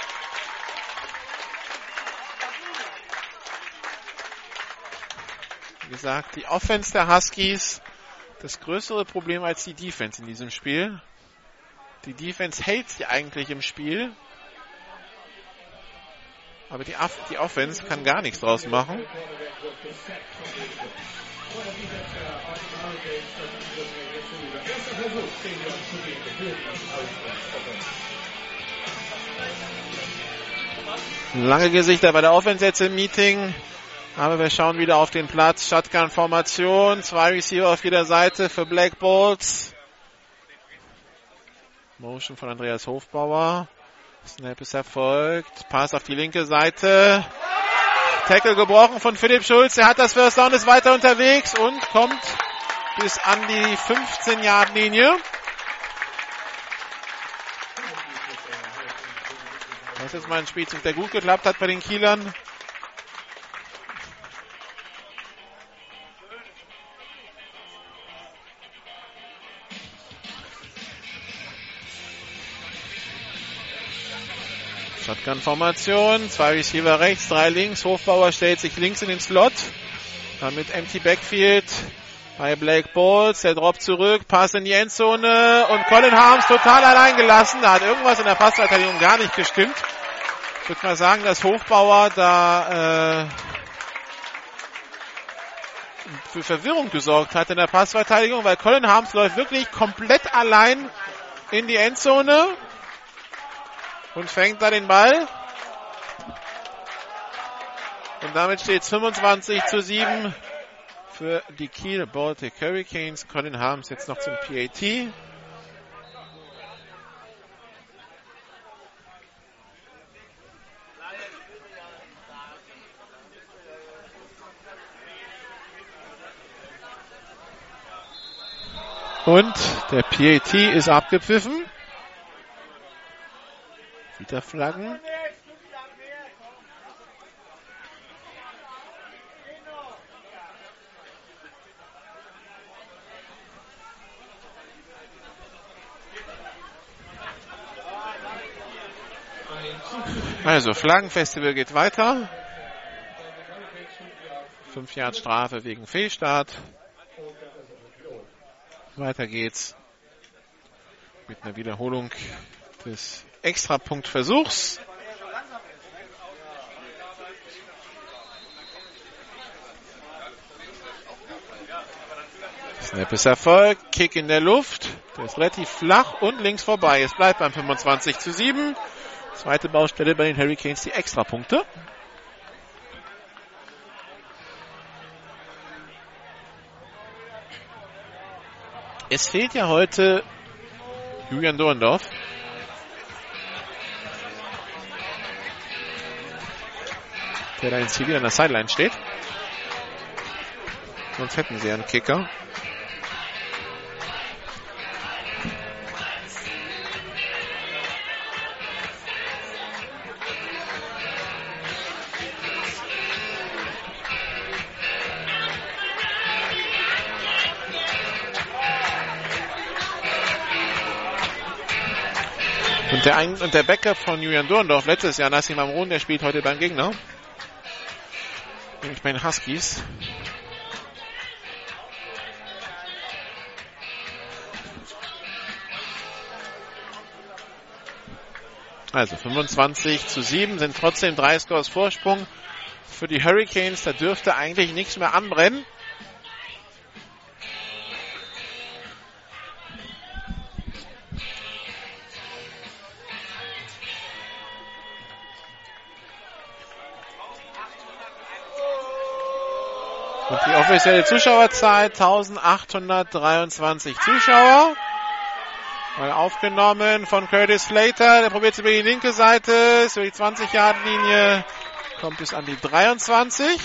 Wie gesagt, die Offense der Huskies, das größere Problem als die Defense in diesem Spiel. Die Defense hält sie eigentlich im Spiel. Aber die, die Offense kann gar nichts draus machen. Lange Gesichter bei der Offense jetzt im Meeting. Aber wir schauen wieder auf den Platz. Shotgun-Formation. Zwei Receiver auf jeder Seite für Black Bolts. Motion von Andreas Hofbauer. Snap ist erfolgt. Pass auf die linke Seite. Tackle gebrochen von Philipp Schulz. Er hat das First Down, ist weiter unterwegs und kommt bis an die fünfzehn-Yard-Linie. Das ist jetzt mal ein Spielzug, der gut geklappt hat bei den Kielern. Shotgun-Formation, zwei Receiver rechts, drei links, Hofbauer stellt sich links in den Slot, damit Empty Backfield bei Blake Bolts, der Drop zurück, Pass in die Endzone und Colin Harms total allein gelassen, da hat irgendwas in der Passverteidigung gar nicht gestimmt. Ich würde mal sagen, dass Hofbauer da äh, für Verwirrung gesorgt hat in der Passverteidigung, weil Colin Harms läuft wirklich komplett allein in die Endzone und fängt da den Ball. Und damit steht es fünfundzwanzig zu sieben für die Kiel Baltic Hurricanes. Colin Harms jetzt noch zum P A T. Und der P A T ist abgepfiffen. Wieder Flaggen. Also, Flaggenfestival geht weiter. Fünf Jahre Strafe wegen Fehlstart. Weiter geht's mit einer Wiederholung des Extrapunktversuchs. Snap ist Erfolg, Kick in der Luft. Der ist relativ flach und links vorbei. Es bleibt beim fünfundzwanzig zu sieben. Zweite Baustelle bei den Hurricanes, die Extrapunkte. Es fehlt ja heute Julian Dorndorf. Der da in Zivil an der Sideline steht. Sonst hätten sie einen Kicker. Und der, Ein- und der Backup von Julian Dorndorf letztes Jahr, Nassim Amron, der spielt heute beim Gegner. Nämlich bei den Huskies. Also fünfundzwanzig zu sieben sind trotzdem drei Scores Vorsprung für die Hurricanes. Da dürfte eigentlich nichts mehr anbrennen. Und die offizielle Zuschauerzahl eintausendachthundertdreiundzwanzig Zuschauer. Mal aufgenommen von Curtis Slater. Der probiert es über die linke Seite. Ist über die zwanzig-Yard-Linie. Kommt bis an die dreiundzwanzig.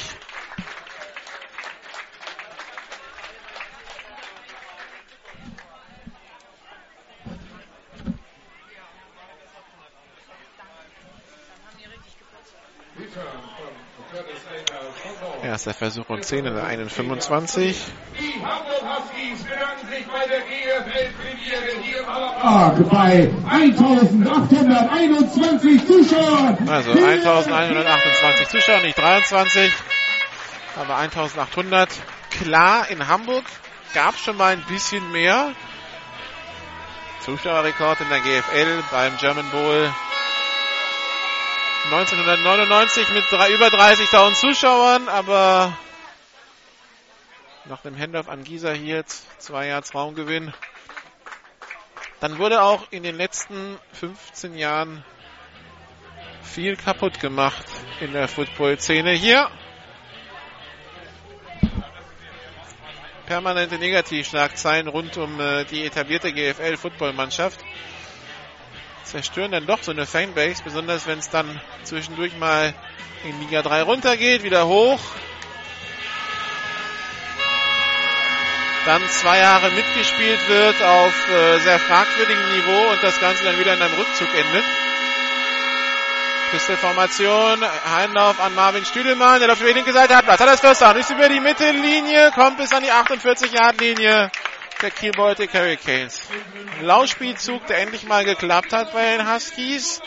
Erster Versuch und zehn in der einundzwanzig. Die Hamburg Huskies bedanken sich bei der G F L-Premiere hier im Ah, bei eintausendachthunderteinundzwanzig Zuschauern. Also eintausendeinhundertachtundzwanzig Zuschauer, nicht dreiundzwanzig, aber eintausendachthundert. Klar, in Hamburg gab es schon mal ein bisschen mehr. Zuschauerrekord in der G F L beim German Bowl neunzehnhundertneunundneunzig mit drei, über dreißigtausend Zuschauern, aber nach dem Handoff an Gieser hier zwei Yards Raumgewinn. Dann wurde auch in den letzten fünfzehn Jahren viel kaputt gemacht in der Football-Szene hier. Permanente Negativschlagzeilen rund um äh, die etablierte G F L-Football-Mannschaft. Zerstören dann doch so eine Fanbase, besonders wenn es dann zwischendurch mal in Liga drei runtergeht, wieder hoch. Dann zwei Jahre mitgespielt wird auf äh, sehr fragwürdigem Niveau und das Ganze dann wieder in einem Rückzug endet. Pistolformation, Handoff an Marvin Stüdelmann, der läuft über die linke Seite, hat Platz, hat das First Down, ist über die Mittellinie, kommt bis an die achtundvierzig-Yard-Linie der Kiel Baltic Hurricanes. Laufspielzug, der endlich mal geklappt hat bei den Huskies.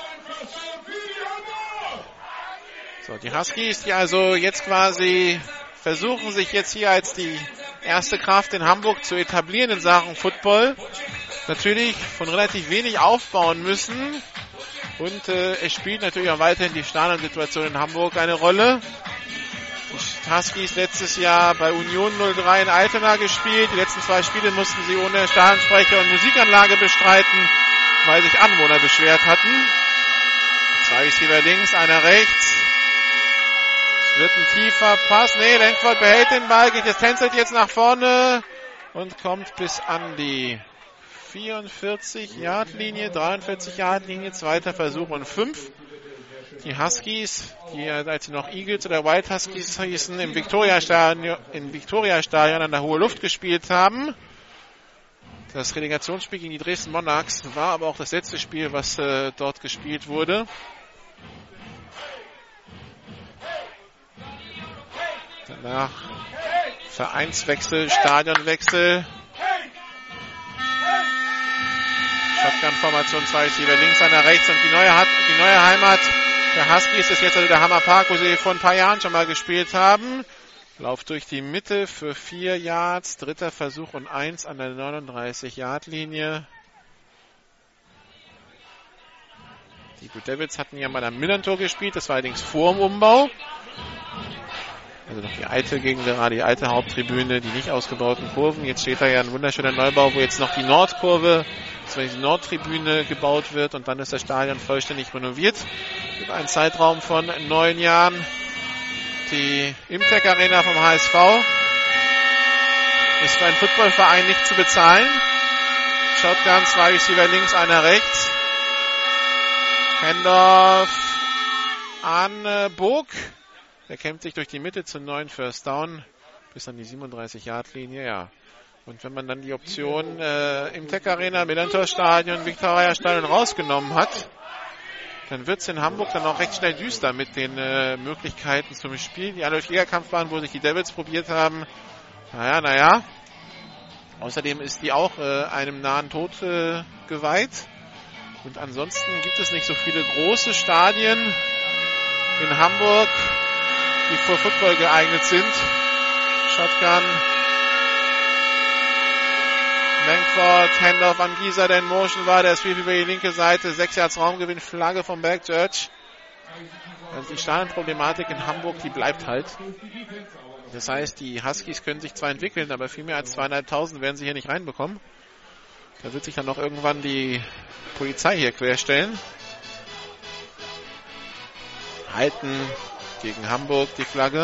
So, die Huskies, die also jetzt quasi versuchen, sich jetzt hier als die erste Kraft in Hamburg zu etablieren in Sachen Football. Natürlich von relativ wenig aufbauen müssen. Und äh, es spielt natürlich auch weiterhin die Stadionsituation in Hamburg eine Rolle. Die Huskies letztes Jahr bei Union null drei in Altona gespielt. Die letzten zwei Spiele mussten sie ohne Stadionsprecher und Musikanlage bestreiten, weil sich Anwohner beschwert hatten. Zwei Receiver links, einer rechts. Es wird ein tiefer Pass. Nee, Langford behält den Ball, geht jetzt, tänzelt jetzt nach vorne und kommt bis an die vierundvierzig-Yard-Linie, dreiundvierzig-Yard-Linie, zweiter Versuch und fünf. Die Huskies, die als sie noch Eagles oder White Huskies hießen, im Victoria-Stadion, im Victoria-Stadion an der Hohe Luft gespielt haben. Das Relegationsspiel gegen die Dresden Monarchs war aber auch das letzte Spiel, was äh, dort gespielt wurde. Danach Vereinswechsel, Stadionwechsel. Shotgun-Formation, zwei Receiver links, einer rechts und die neue, hat, die neue Heimat der Huskies ist jetzt also der Hammer Park, wo sie vor ein paar Jahren schon mal gespielt haben. Lauf durch die Mitte für vier Yards, dritter Versuch und eins an der neununddreißig-Yard-Linie. Die Blue Devils hatten ja mal am Millantor gespielt, das war allerdings vor dem Umbau. Also noch die alte Gegend, gerade die alte Haupttribüne, die nicht ausgebauten Kurven. Jetzt steht da ja ein wunderschöner Neubau, wo jetzt noch die Nordkurve, also die Nordtribüne gebaut wird und dann ist das Stadion vollständig renoviert. Über einen Zeitraum von neun Jahren. Die Imtech Arena vom H S V ist für einen Footballverein nicht zu bezahlen. Shotgun, zwei Receiver links, einer rechts. Handoff an Burg. Der kämpft sich durch die Mitte zu neun First Down bis an die siebenunddreißig-Yard-Linie, ja. Und wenn man dann die Option äh, im Tech Arena, Millantor Stadion, Victoria Stadion rausgenommen hat, dann wird es in Hamburg dann auch recht schnell düster mit den äh, Möglichkeiten zum Spiel. Die Adolf-Jäger-Kampfbahn, wo sich die Devils probiert haben, naja, naja. Außerdem ist die auch äh, einem nahen Tod äh, geweiht. Und ansonsten gibt es nicht so viele große Stadien in Hamburg, die für Football geeignet sind. Shotgun. Langford, Handoff an Gieser, der in Motion war, der Sweep über die linke Seite, sechs Yards Raumgewinn, Flagge vom Berg Church. Also die Stadionproblematik in Hamburg, die bleibt halt. Das heißt, die Huskies können sich zwar entwickeln, aber viel mehr als zweieinhalbtausend werden sie hier nicht reinbekommen. Da wird sich dann noch irgendwann die Polizei hier querstellen. Halten gegen Hamburg die Flagge.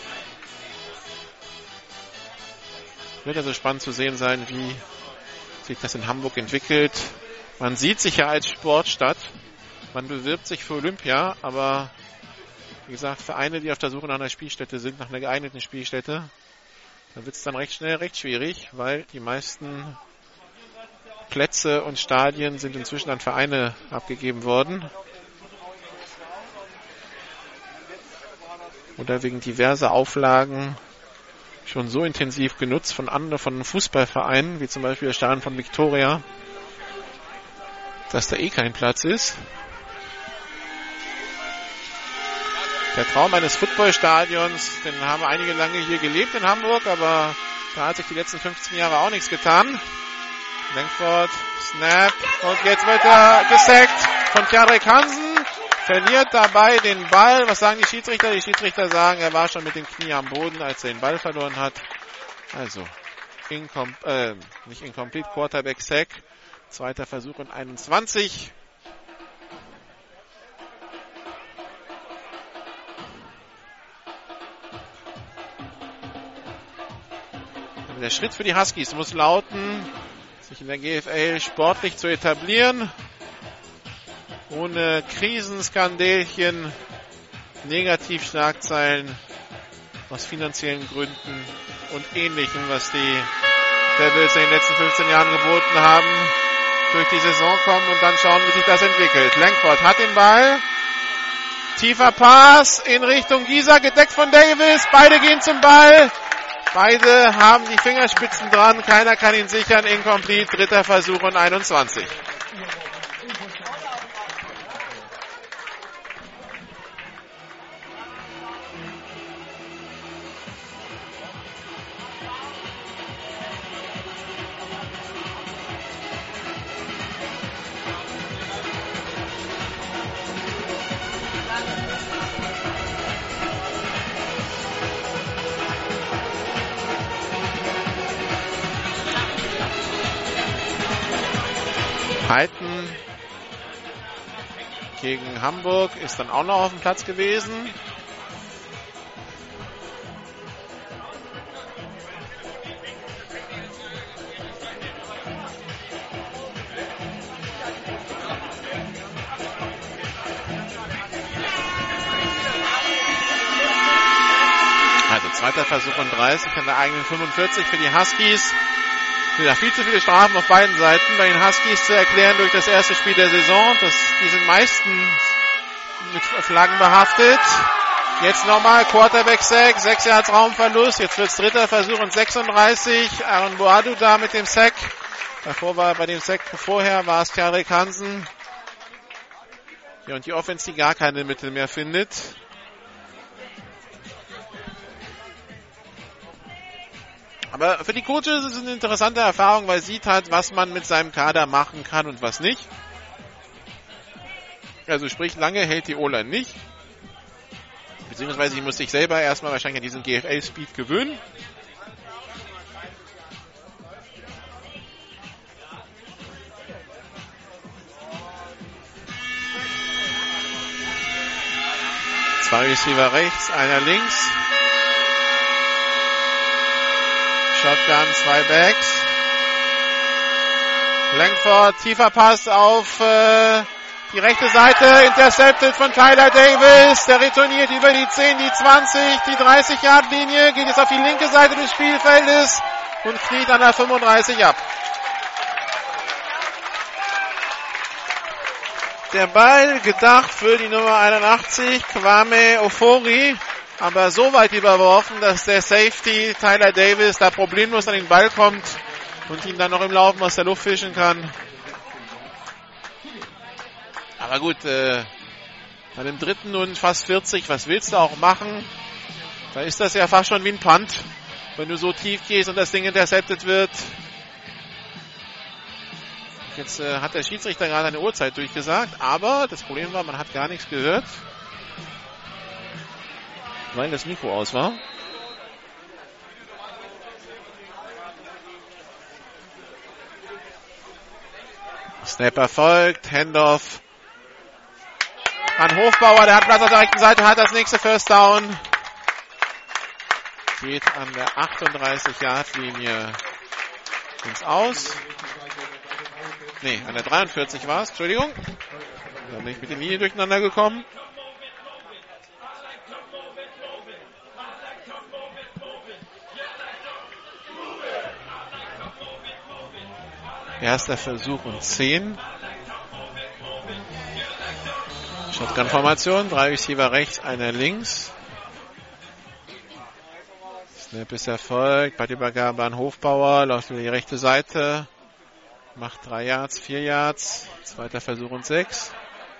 Wird also spannend zu sehen sein, wie sich das in Hamburg entwickelt. Man sieht sich ja als Sportstadt. Man bewirbt sich für Olympia, aber wie gesagt, Vereine, die auf der Suche nach einer Spielstätte sind, nach einer geeigneten Spielstätte, da wird es dann recht schnell recht schwierig, weil die meisten Plätze und Stadien sind inzwischen an Vereine abgegeben worden. Oder wegen diverser Auflagen schon so intensiv genutzt von anderen, von Fußballvereinen, wie zum Beispiel der Stadion von Victoria, dass da eh kein Platz ist. Der Traum eines Footballstadions, den haben einige lange hier gelebt in Hamburg, aber da hat sich die letzten fünfzehn Jahre auch nichts getan. Langford, Snap, und jetzt wird er gesackt von Kjadrik Hansen, verliert dabei den Ball. Was sagen die Schiedsrichter? Die Schiedsrichter sagen, er war schon mit dem Knie am Boden, als er den Ball verloren hat. Also, incom- äh, nicht incomplete, Quarterback Sack, zweiter Versuch und einundzwanzig. Der Schritt für die Huskies muss lauten, sich in der G F L sportlich zu etablieren, ohne Krisenskandelchen, Negativschlagzeilen aus finanziellen Gründen und Ähnlichem, was die Devils in den letzten fünfzehn Jahren geboten haben, durch die Saison kommen und dann schauen, wie sich das entwickelt. Langford hat den Ball, tiefer Pass in Richtung Gieser, gedeckt von Davis, beide gehen zum Ball. Beide haben die Fingerspitzen dran, keiner kann ihn sichern, incomplete, dritter Versuch und einundzwanzig. Halten gegen Hamburg ist dann auch noch auf dem Platz gewesen. Zweiter Versuch und dreißig an der eigenen fünfundvierzig für die Huskies. Ja, viel zu viele Strafen auf beiden Seiten. Bei den Huskies zu erklären durch das erste Spiel der Saison. Das, die sind meistens mit Flaggen behaftet. Jetzt nochmal Quarterback-Sack, sechs Yards Raumverlust. Jetzt wird's dritter Versuch und sechsunddreißig. Aaron Boadu da mit dem Sack. Davor war bei dem Sack vorher war es Tarek Hansen. Ja, und die Offense, die gar keine Mittel mehr findet. Aber für die Coaches ist es eine interessante Erfahrung, weil sieht halt, was man mit seinem Kader machen kann und was nicht. Also sprich, lange hält die O-Line nicht. Beziehungsweise ich muss sich selber erstmal wahrscheinlich an diesen G F L-Speed gewöhnen. Zwei Receiver rechts, einer links. Shotgun, zwei Backs. Langford, tiefer Pass auf äh, die rechte Seite, intercepted von Tyler Davis. Der retourniert über die zehn, die zwanzig, die dreißig-Yard-Linie, geht jetzt auf die linke Seite des Spielfeldes und kniet an der fünfunddreißig ab. Der Ball gedacht für die Nummer einundachtzig, Kwame Ofori. Aber so weit überworfen, dass der Safety Tyler Davis da problemlos an den Ball kommt und ihn dann noch im Laufen aus der Luft fischen kann. Aber gut, äh, bei dem dritten und fast vierzig, was willst du auch machen? Da ist das ja fast schon wie ein Punt, wenn du so tief gehst und das Ding intercepted wird. Jetzt äh, hat der Schiedsrichter gerade eine Uhrzeit durchgesagt, aber das Problem war, man hat gar nichts gehört, weil das Mikro aus war. Snap erfolgt, Handoff an Hofbauer, der hat Platz auf der rechten Seite, hat das nächste First Down. Geht an der achtunddreißig-Yard-Linie ins Aus. Ne, an der dreiundvierzig war es, Entschuldigung. Da bin ich mit der Linie durcheinander gekommen. Erster Versuch und zehn. Shotgun-Formation, drei Receiver rechts, einer links. Snap ist erfolgt, bei der Übergabe an Hofbauer, läuft über die rechte Seite, macht drei Yards, vier Yards, zweiter Versuch und sechs.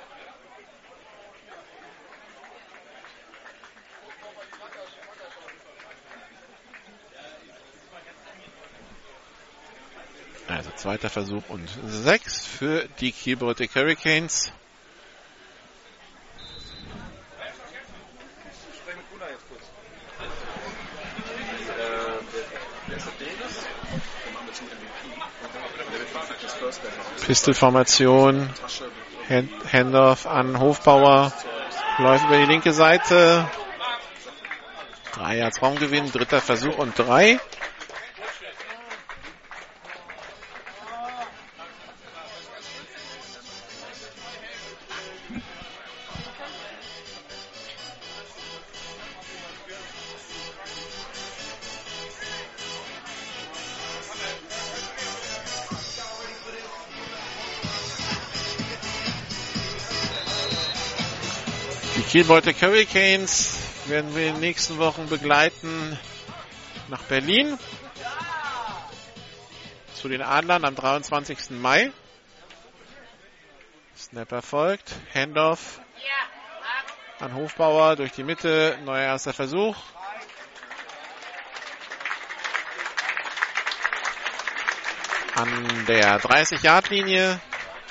Also zweiter Versuch und sechs für die Kiel Baltic Hurricanes. Pistol-Formation, Hand, Handoff an Hofbauer, läuft über die linke Seite, drei Yards Raumgewinn, dritter Versuch und drei. Die Kiel Baltic Hurricanes werden wir in den nächsten Wochen begleiten nach Berlin zu den Adlern am dreiundzwanzigsten Mai. Snap erfolgt, Handoff an Hofbauer durch die Mitte, neuer erster Versuch. An der dreißig-Yard-Linie.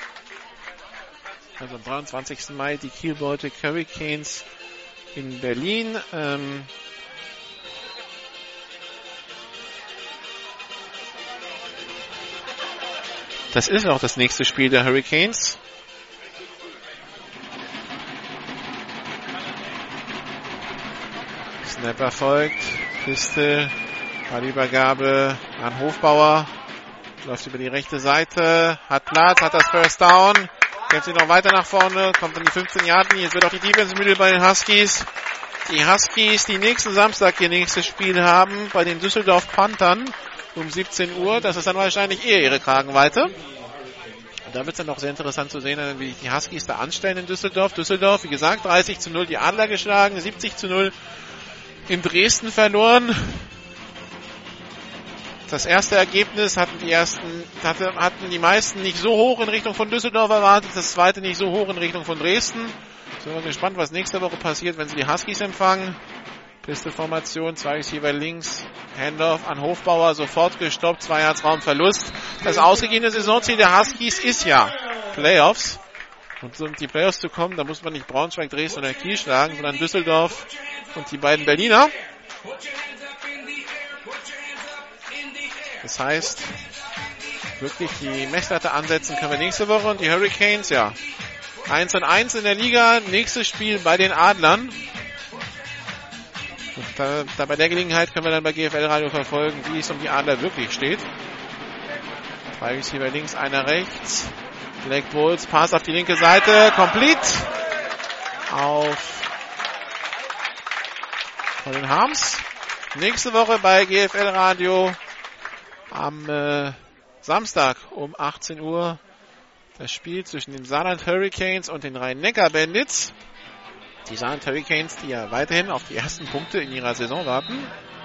Also am dreiundzwanzigsten Mai die Kiel Baltic Hurricanes in Berlin. Ähm das ist auch das nächste Spiel der Hurricanes. Snap erfolgt. Piste. Ballübergabe an Hofbauer. Läuft über die rechte Seite. Hat Platz, hat das First Down. Kämpft sich noch weiter nach vorne, kommt an die fünfzehn Yard Linie. Jetzt wird auch die Defense müde bei den Huskies. die Huskies, die nächsten Samstag ihr nächstes Spiel haben bei den Düsseldorf Panthern um siebzehn Uhr. Das ist dann wahrscheinlich eher ihre Kragenweite. Und da wird es dann auch sehr interessant zu sehen, wie die Huskies da anstellen in Düsseldorf. Düsseldorf, wie gesagt, dreißig zu null die Adler geschlagen, siebzig zu null in Dresden verloren. Das erste Ergebnis hatten die ersten, hatte, hatten die meisten nicht so hoch in Richtung von Düsseldorf erwartet, das zweite nicht so hoch in Richtung von Dresden. Sind wir gespannt, was nächste Woche passiert, wenn sie die Huskies empfangen. Pisteformation, zwei Receiver links, Handoff an Hofbauer, sofort gestoppt, zwei Yards Raumverlust. Das ausgegebene Saisonziel der Huskies ist ja Playoffs. Und um die Playoffs zu kommen, da muss man nicht Braunschweig, Dresden oder Kiel schlagen, sondern Düsseldorf und die beiden Berliner. Das heißt, wirklich die Messlatte ansetzen können wir nächste Woche. Und die Hurricanes, ja, eins und eins in der Liga. Nächstes Spiel bei den Adlern. Und da, da bei der Gelegenheit können wir dann bei G F L Radio verfolgen, wie es um die Adler wirklich steht. Zwei Receiver links, einer rechts. Black Bulls, Pass auf die linke Seite, complete auf Colin Harms. Nächste Woche bei G F L Radio am äh, Samstag um achtzehn Uhr das Spiel zwischen den Saarland Hurricanes und den Rhein-Neckar Bandits. Die Saarland Hurricanes, die ja weiterhin auf die ersten Punkte in ihrer Saison warten.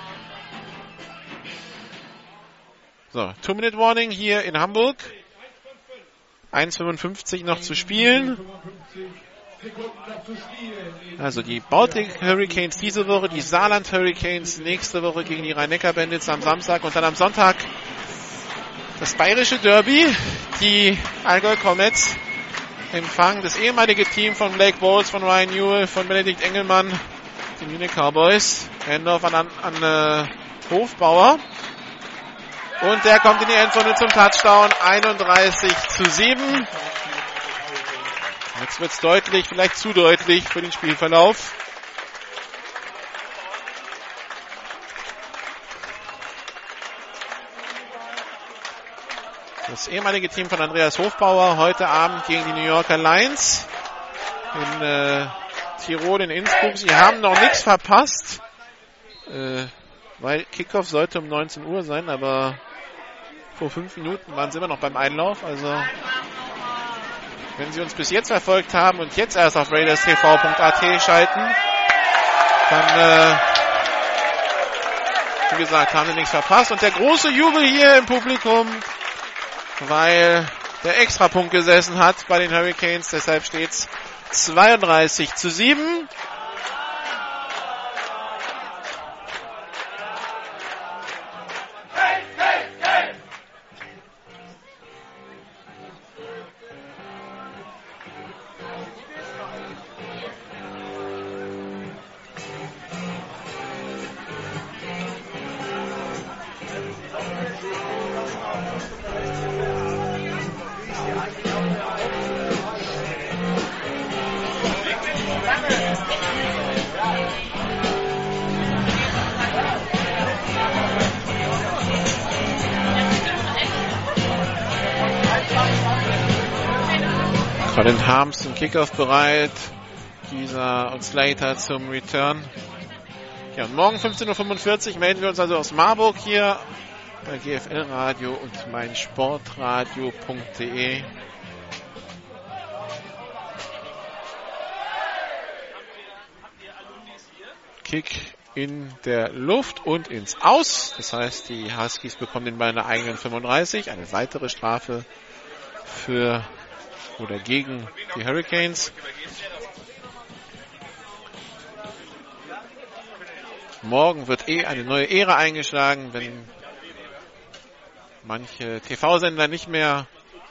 So, Two-Minute-Warning hier in Hamburg. eins fünfundfünfzig noch zu spielen. Also die Baltic Hurricanes diese Woche, die Saarland Hurricanes nächste Woche gegen die Rhein-Neckar Bandits am Samstag und dann am Sonntag das bayerische Derby. Die Allgäu Comets empfangen das ehemalige Team von Blake Bowles, von Ryan Newell, von Benedikt Engelmann, die Munich Cowboys. Handoff an, an, an äh, Hofbauer. Und der kommt in die Endzone zum Touchdown, einunddreißig zu sieben. Jetzt wird's deutlich, vielleicht zu deutlich für den Spielverlauf. Das ehemalige Team von Andreas Hofbauer heute Abend gegen die New Yorker Lions in äh, Tirol, in Innsbruck. Sie haben noch nichts verpasst, äh, weil Kickoff sollte um neunzehn Uhr sein, aber vor fünf Minuten waren sie immer noch beim Einlauf. Also wenn Sie uns bis jetzt verfolgt haben und jetzt erst auf raiders t v punkt a t schalten, dann, äh, wie gesagt, haben Sie nichts verpasst. Und der große Jubel hier im Publikum, weil der Extrapunkt gesessen hat bei den Hurricanes. Deshalb steht's zweiunddreißig zu sieben. Colin Harms zum Kickoff bereit. Gieser und Slater zum Return. Ja, und morgen fünfzehn Uhr fünfundvierzig melden wir uns also aus Marburg hier bei G F L Radio und meinsportradio punkt de. Kick in der Luft und ins Aus. Das heißt, die Huskies bekommen den Ball in der eigenen fünfunddreißig. Eine weitere Strafe für oder gegen die Hurricanes. Morgen wird eh eine neue Ära eingeschlagen, wenn manche T V-Sender nicht mehr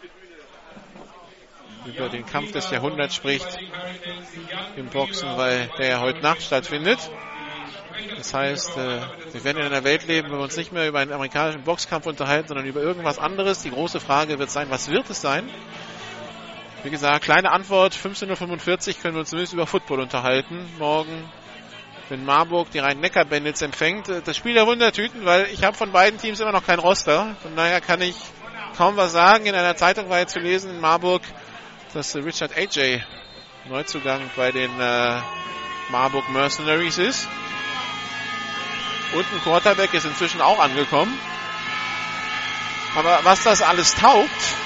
über den Kampf des Jahrhunderts spricht im Boxen, weil der ja heute Nacht stattfindet. Das heißt, wir werden in einer Welt leben, wo wir uns nicht mehr über einen amerikanischen Boxkampf unterhalten, sondern über irgendwas anderes. Die große Frage wird sein, was wird es sein? Wie gesagt, kleine Antwort, fünfzehn Uhr fünfundvierzig können wir uns zumindest über Football unterhalten. Morgen, wenn Marburg die Rhein-Neckar Bandits empfängt. Das Spiel der Wundertüten, weil ich habe von beiden Teams immer noch kein Roster. Von daher kann ich kaum was sagen. In einer Zeitung war jetzt zu lesen in Marburg, dass Richard A J, Neuzugang bei den äh, Marburg Mercenaries ist. Und ein Quarterback ist inzwischen auch angekommen. Aber was das alles taugt,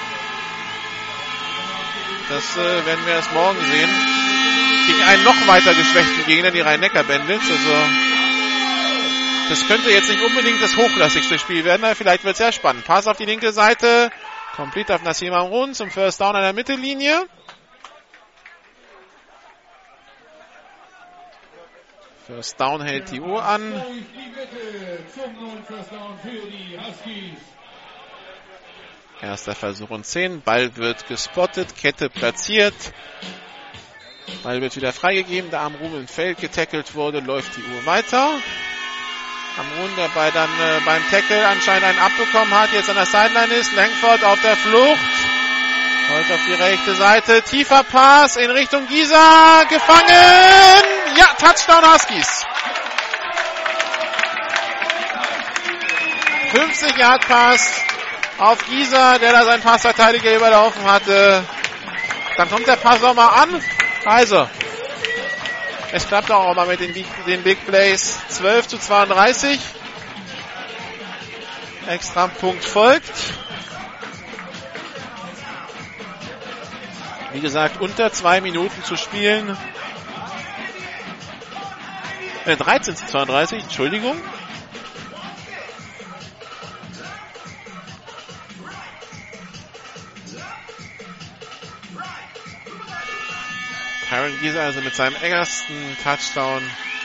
das äh, werden wir erst morgen sehen. Gegen einen noch weiter geschwächten Gegner, die Rhein-Neckar-Bandits. Also das könnte jetzt nicht unbedingt das hochklassigste Spiel werden, aber vielleicht wird es ja spannend. Pass auf die linke Seite. Complete auf Nassim Amrun zum First Down an der Mittellinie. First Down hält die Uhr an. Erster Versuch und zehn. Ball wird gespottet, Kette platziert. Ball wird wieder freigegeben, da Amrun im Feld getackelt wurde, läuft die Uhr weiter. Amrun, der bei dann äh, beim Tackle anscheinend einen abbekommen hat, jetzt an der Sideline ist. Langford auf der Flucht. Holt auf die rechte Seite. Tiefer Pass in Richtung Giza. Gefangen. Ja, Touchdown Huskies. fünfzig Yard Pass auf Giza, der da seinen Passverteidiger überlaufen hatte. Dann kommt der Pass auch mal an. Also, es klappt auch mal mit den Big, den Big Plays. zwölf zu zweiunddreißig. Extra Punkt folgt. Wie gesagt, unter zwei Minuten zu spielen. Äh, dreizehn zu zweiunddreißig, Entschuldigung. Aaron Giza also mit seinem ersten Touchdown.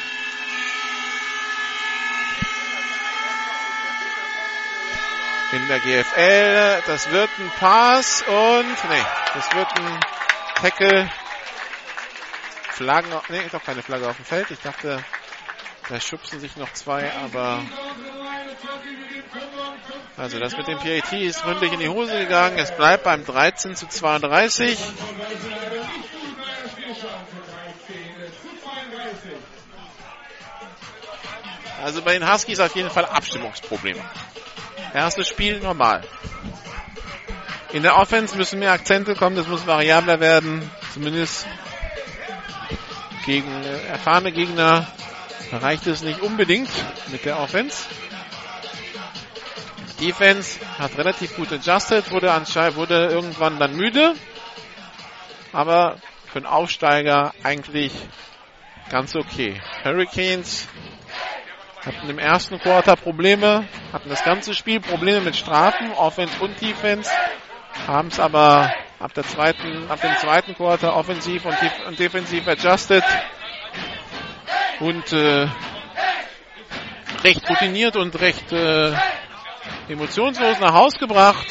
In der G F L. Das wird ein Pass und, nee, das wird ein Tackle. Flaggen, nee, doch keine Flagge auf dem Feld. Ich dachte, da schubsen sich noch zwei, aber also das mit dem P A T ist gründlich in die Hose gegangen. Es bleibt beim dreizehn zu zweiunddreißig. Also bei den Huskies auf jeden Fall Abstimmungsprobleme. Erstes Spiel normal. In der Offense müssen mehr Akzente kommen, das muss variabler werden. Zumindest gegen erfahrene Gegner reicht es nicht unbedingt mit der Offense. Defense hat relativ gut adjusted, wurde anscheinend wurde irgendwann dann müde. Aber für einen Aufsteiger eigentlich ganz okay. Hurricanes hatten im ersten Quarter Probleme, hatten das ganze Spiel Probleme mit Strafen, Offense und Defense, haben es aber ab der zweiten, ab dem zweiten Quarter offensiv und, def- und defensiv adjusted und äh, recht routiniert und recht äh, emotionslos nach Hause gebracht.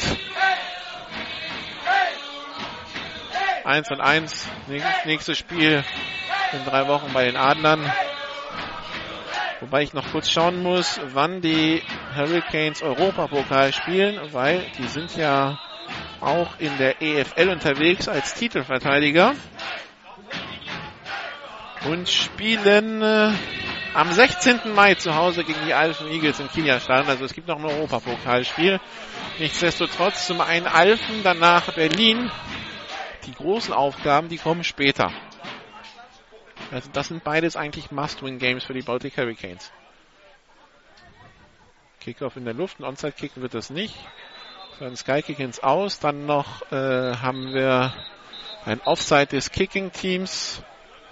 eins und eins, nächstes Spiel in drei Wochen bei den Adlern. Wobei ich noch kurz schauen muss, wann die Hurricanes Europapokal spielen, weil die sind ja auch in der E F L unterwegs als Titelverteidiger und spielen äh, am sechzehnten Mai zu Hause gegen die Alphen Eagles in Kilian-Stadion. Also es gibt noch ein Europapokalspiel. Nichtsdestotrotz zum einen Alphen, danach Berlin. Die großen Aufgaben, die kommen später. Also das sind beides eigentlich Must-Win-Games für die Baltic Hurricanes. Kickoff in der Luft, ein Onside-Kick wird es nicht. So ein Sky-Kick ins Aus. Dann noch äh, haben wir ein Offside des Kicking-Teams.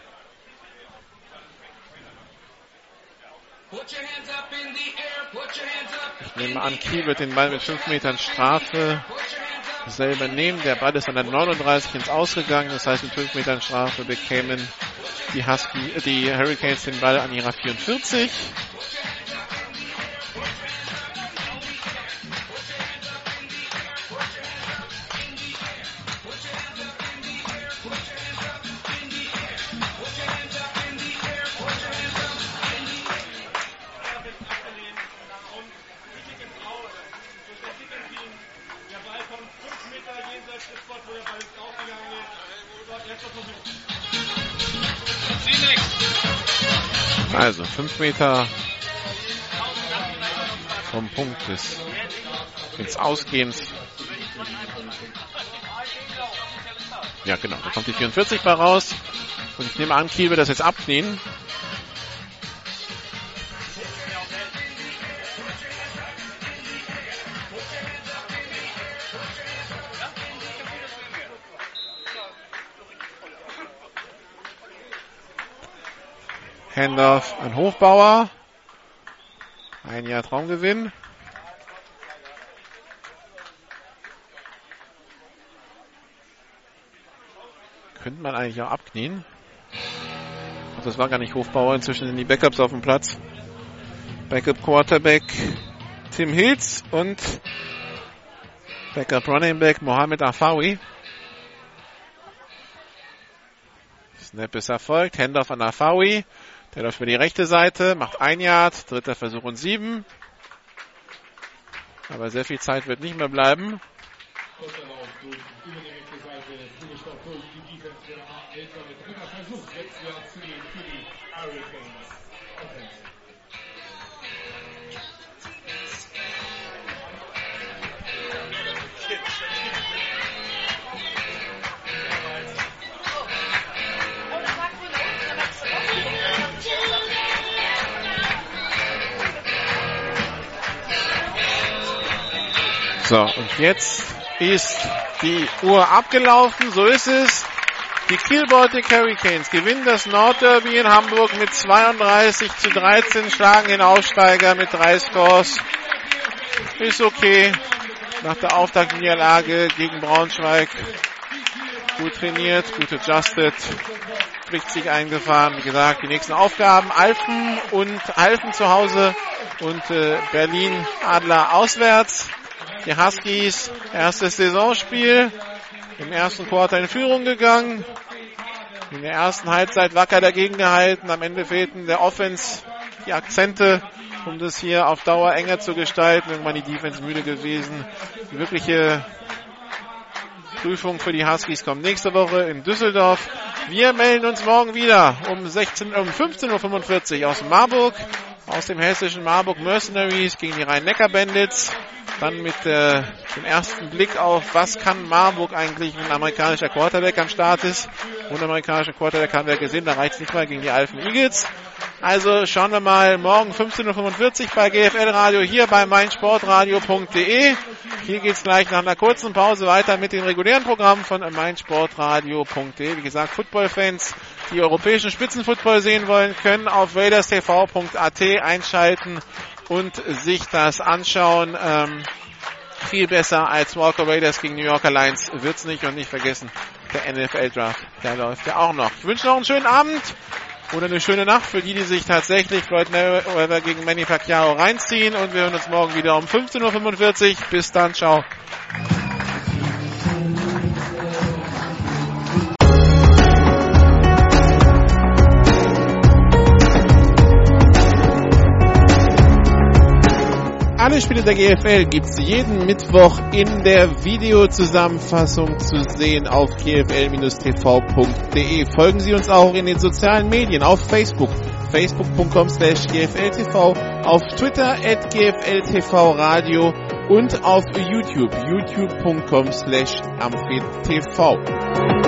Ich nehme an, Kiel wird den Ball mit fünf Metern Strafe selber nehmen. Der Ball ist an der neununddreißig ins Ausgegangen. Das heißt, mit fünf Metern Strafe bekämen die, Husky, die Hurricanes den Ball an ihrer vierundvierzig. Also fünf Meter vom Punkt des ins Ausgehens. Ja genau, da kommt die vierundvierzig bei raus. Und ich nehme an, Kiel wird das jetzt abnehmen. Handoff an Hofbauer. Ein Jahr Traumgewinn. Könnte man eigentlich auch abknien. Ach, das war gar nicht Hofbauer. Inzwischen sind die Backups auf dem Platz. Backup Quarterback Tim Hilz und Backup Running Back Mohamed Afawi. Snap ist erfolgt. Handoff an Afawi. Der läuft über die rechte Seite, macht ein Yard. Dritter Versuch und sieben. Aber sehr viel Zeit wird nicht mehr bleiben. So, und jetzt ist die Uhr abgelaufen, so ist es. Die Kiel Baltic Hurricanes gewinnen das Nordderby in Hamburg mit zweiunddreißig zu dreizehn, schlagen den Aufsteiger mit drei Scores. Ist okay. Nach der Auftaktniederlage gegen Braunschweig. Gut trainiert, gut adjusted. Pflichtsieg eingefahren. Wie gesagt, die nächsten Aufgaben Alfen und Alfen zu Hause und äh, Berlin Adler auswärts. Die Huskies, erstes Saisonspiel, im ersten Quarter in Führung gegangen, in der ersten Halbzeit wacker dagegen gehalten, am Ende fehlten der Offense die Akzente, um das hier auf Dauer enger zu gestalten, irgendwann die Defense müde gewesen. Die wirkliche Prüfung für die Huskies kommt nächste Woche in Düsseldorf. Wir melden uns morgen wieder um sechzehn, um fünfzehn Uhr fünfundvierzig aus Marburg, aus dem hessischen Marburg Mercenaries gegen die Rhein-Neckar-Bandits. Dann mit äh, dem ersten Blick auf, was kann Marburg eigentlich, wenn ein amerikanischer Quarterback am Start ist. Und amerikanischer Quarterback haben wir gesehen, da reicht es nicht mal gegen die Alphen Eagles. Also schauen wir mal morgen fünfzehn Uhr fünfundvierzig bei G F L Radio hier bei meinsportradio punkt de. Hier geht's gleich nach einer kurzen Pause weiter mit dem regulären Programm von meinsportradio punkt de. Wie gesagt, Footballfans, die europäischen Spitzenfootball sehen wollen, können auf raiders t v punkt a t einschalten und sich das anschauen. Ähm, viel besser als Walker Raiders gegen New Yorker Lions wird's nicht, und nicht vergessen, der N F L-Draft, der läuft ja auch noch. Ich wünsche noch einen schönen Abend oder eine schöne Nacht für die, die sich tatsächlich Floyd Mayweather gegen Manny Pacquiao reinziehen, und wir hören uns morgen wieder um fünfzehn Uhr fünfundvierzig. Bis dann, ciao. Alle Spiele der G F L gibt's jeden Mittwoch in der Videozusammenfassung zu sehen auf g f l t v punkt de. Folgen Sie uns auch in den sozialen Medien auf Facebook, facebook punkt com slash g f l t v, auf Twitter at g f l t v radio und auf YouTube, youtube punkt com slash amphet t v.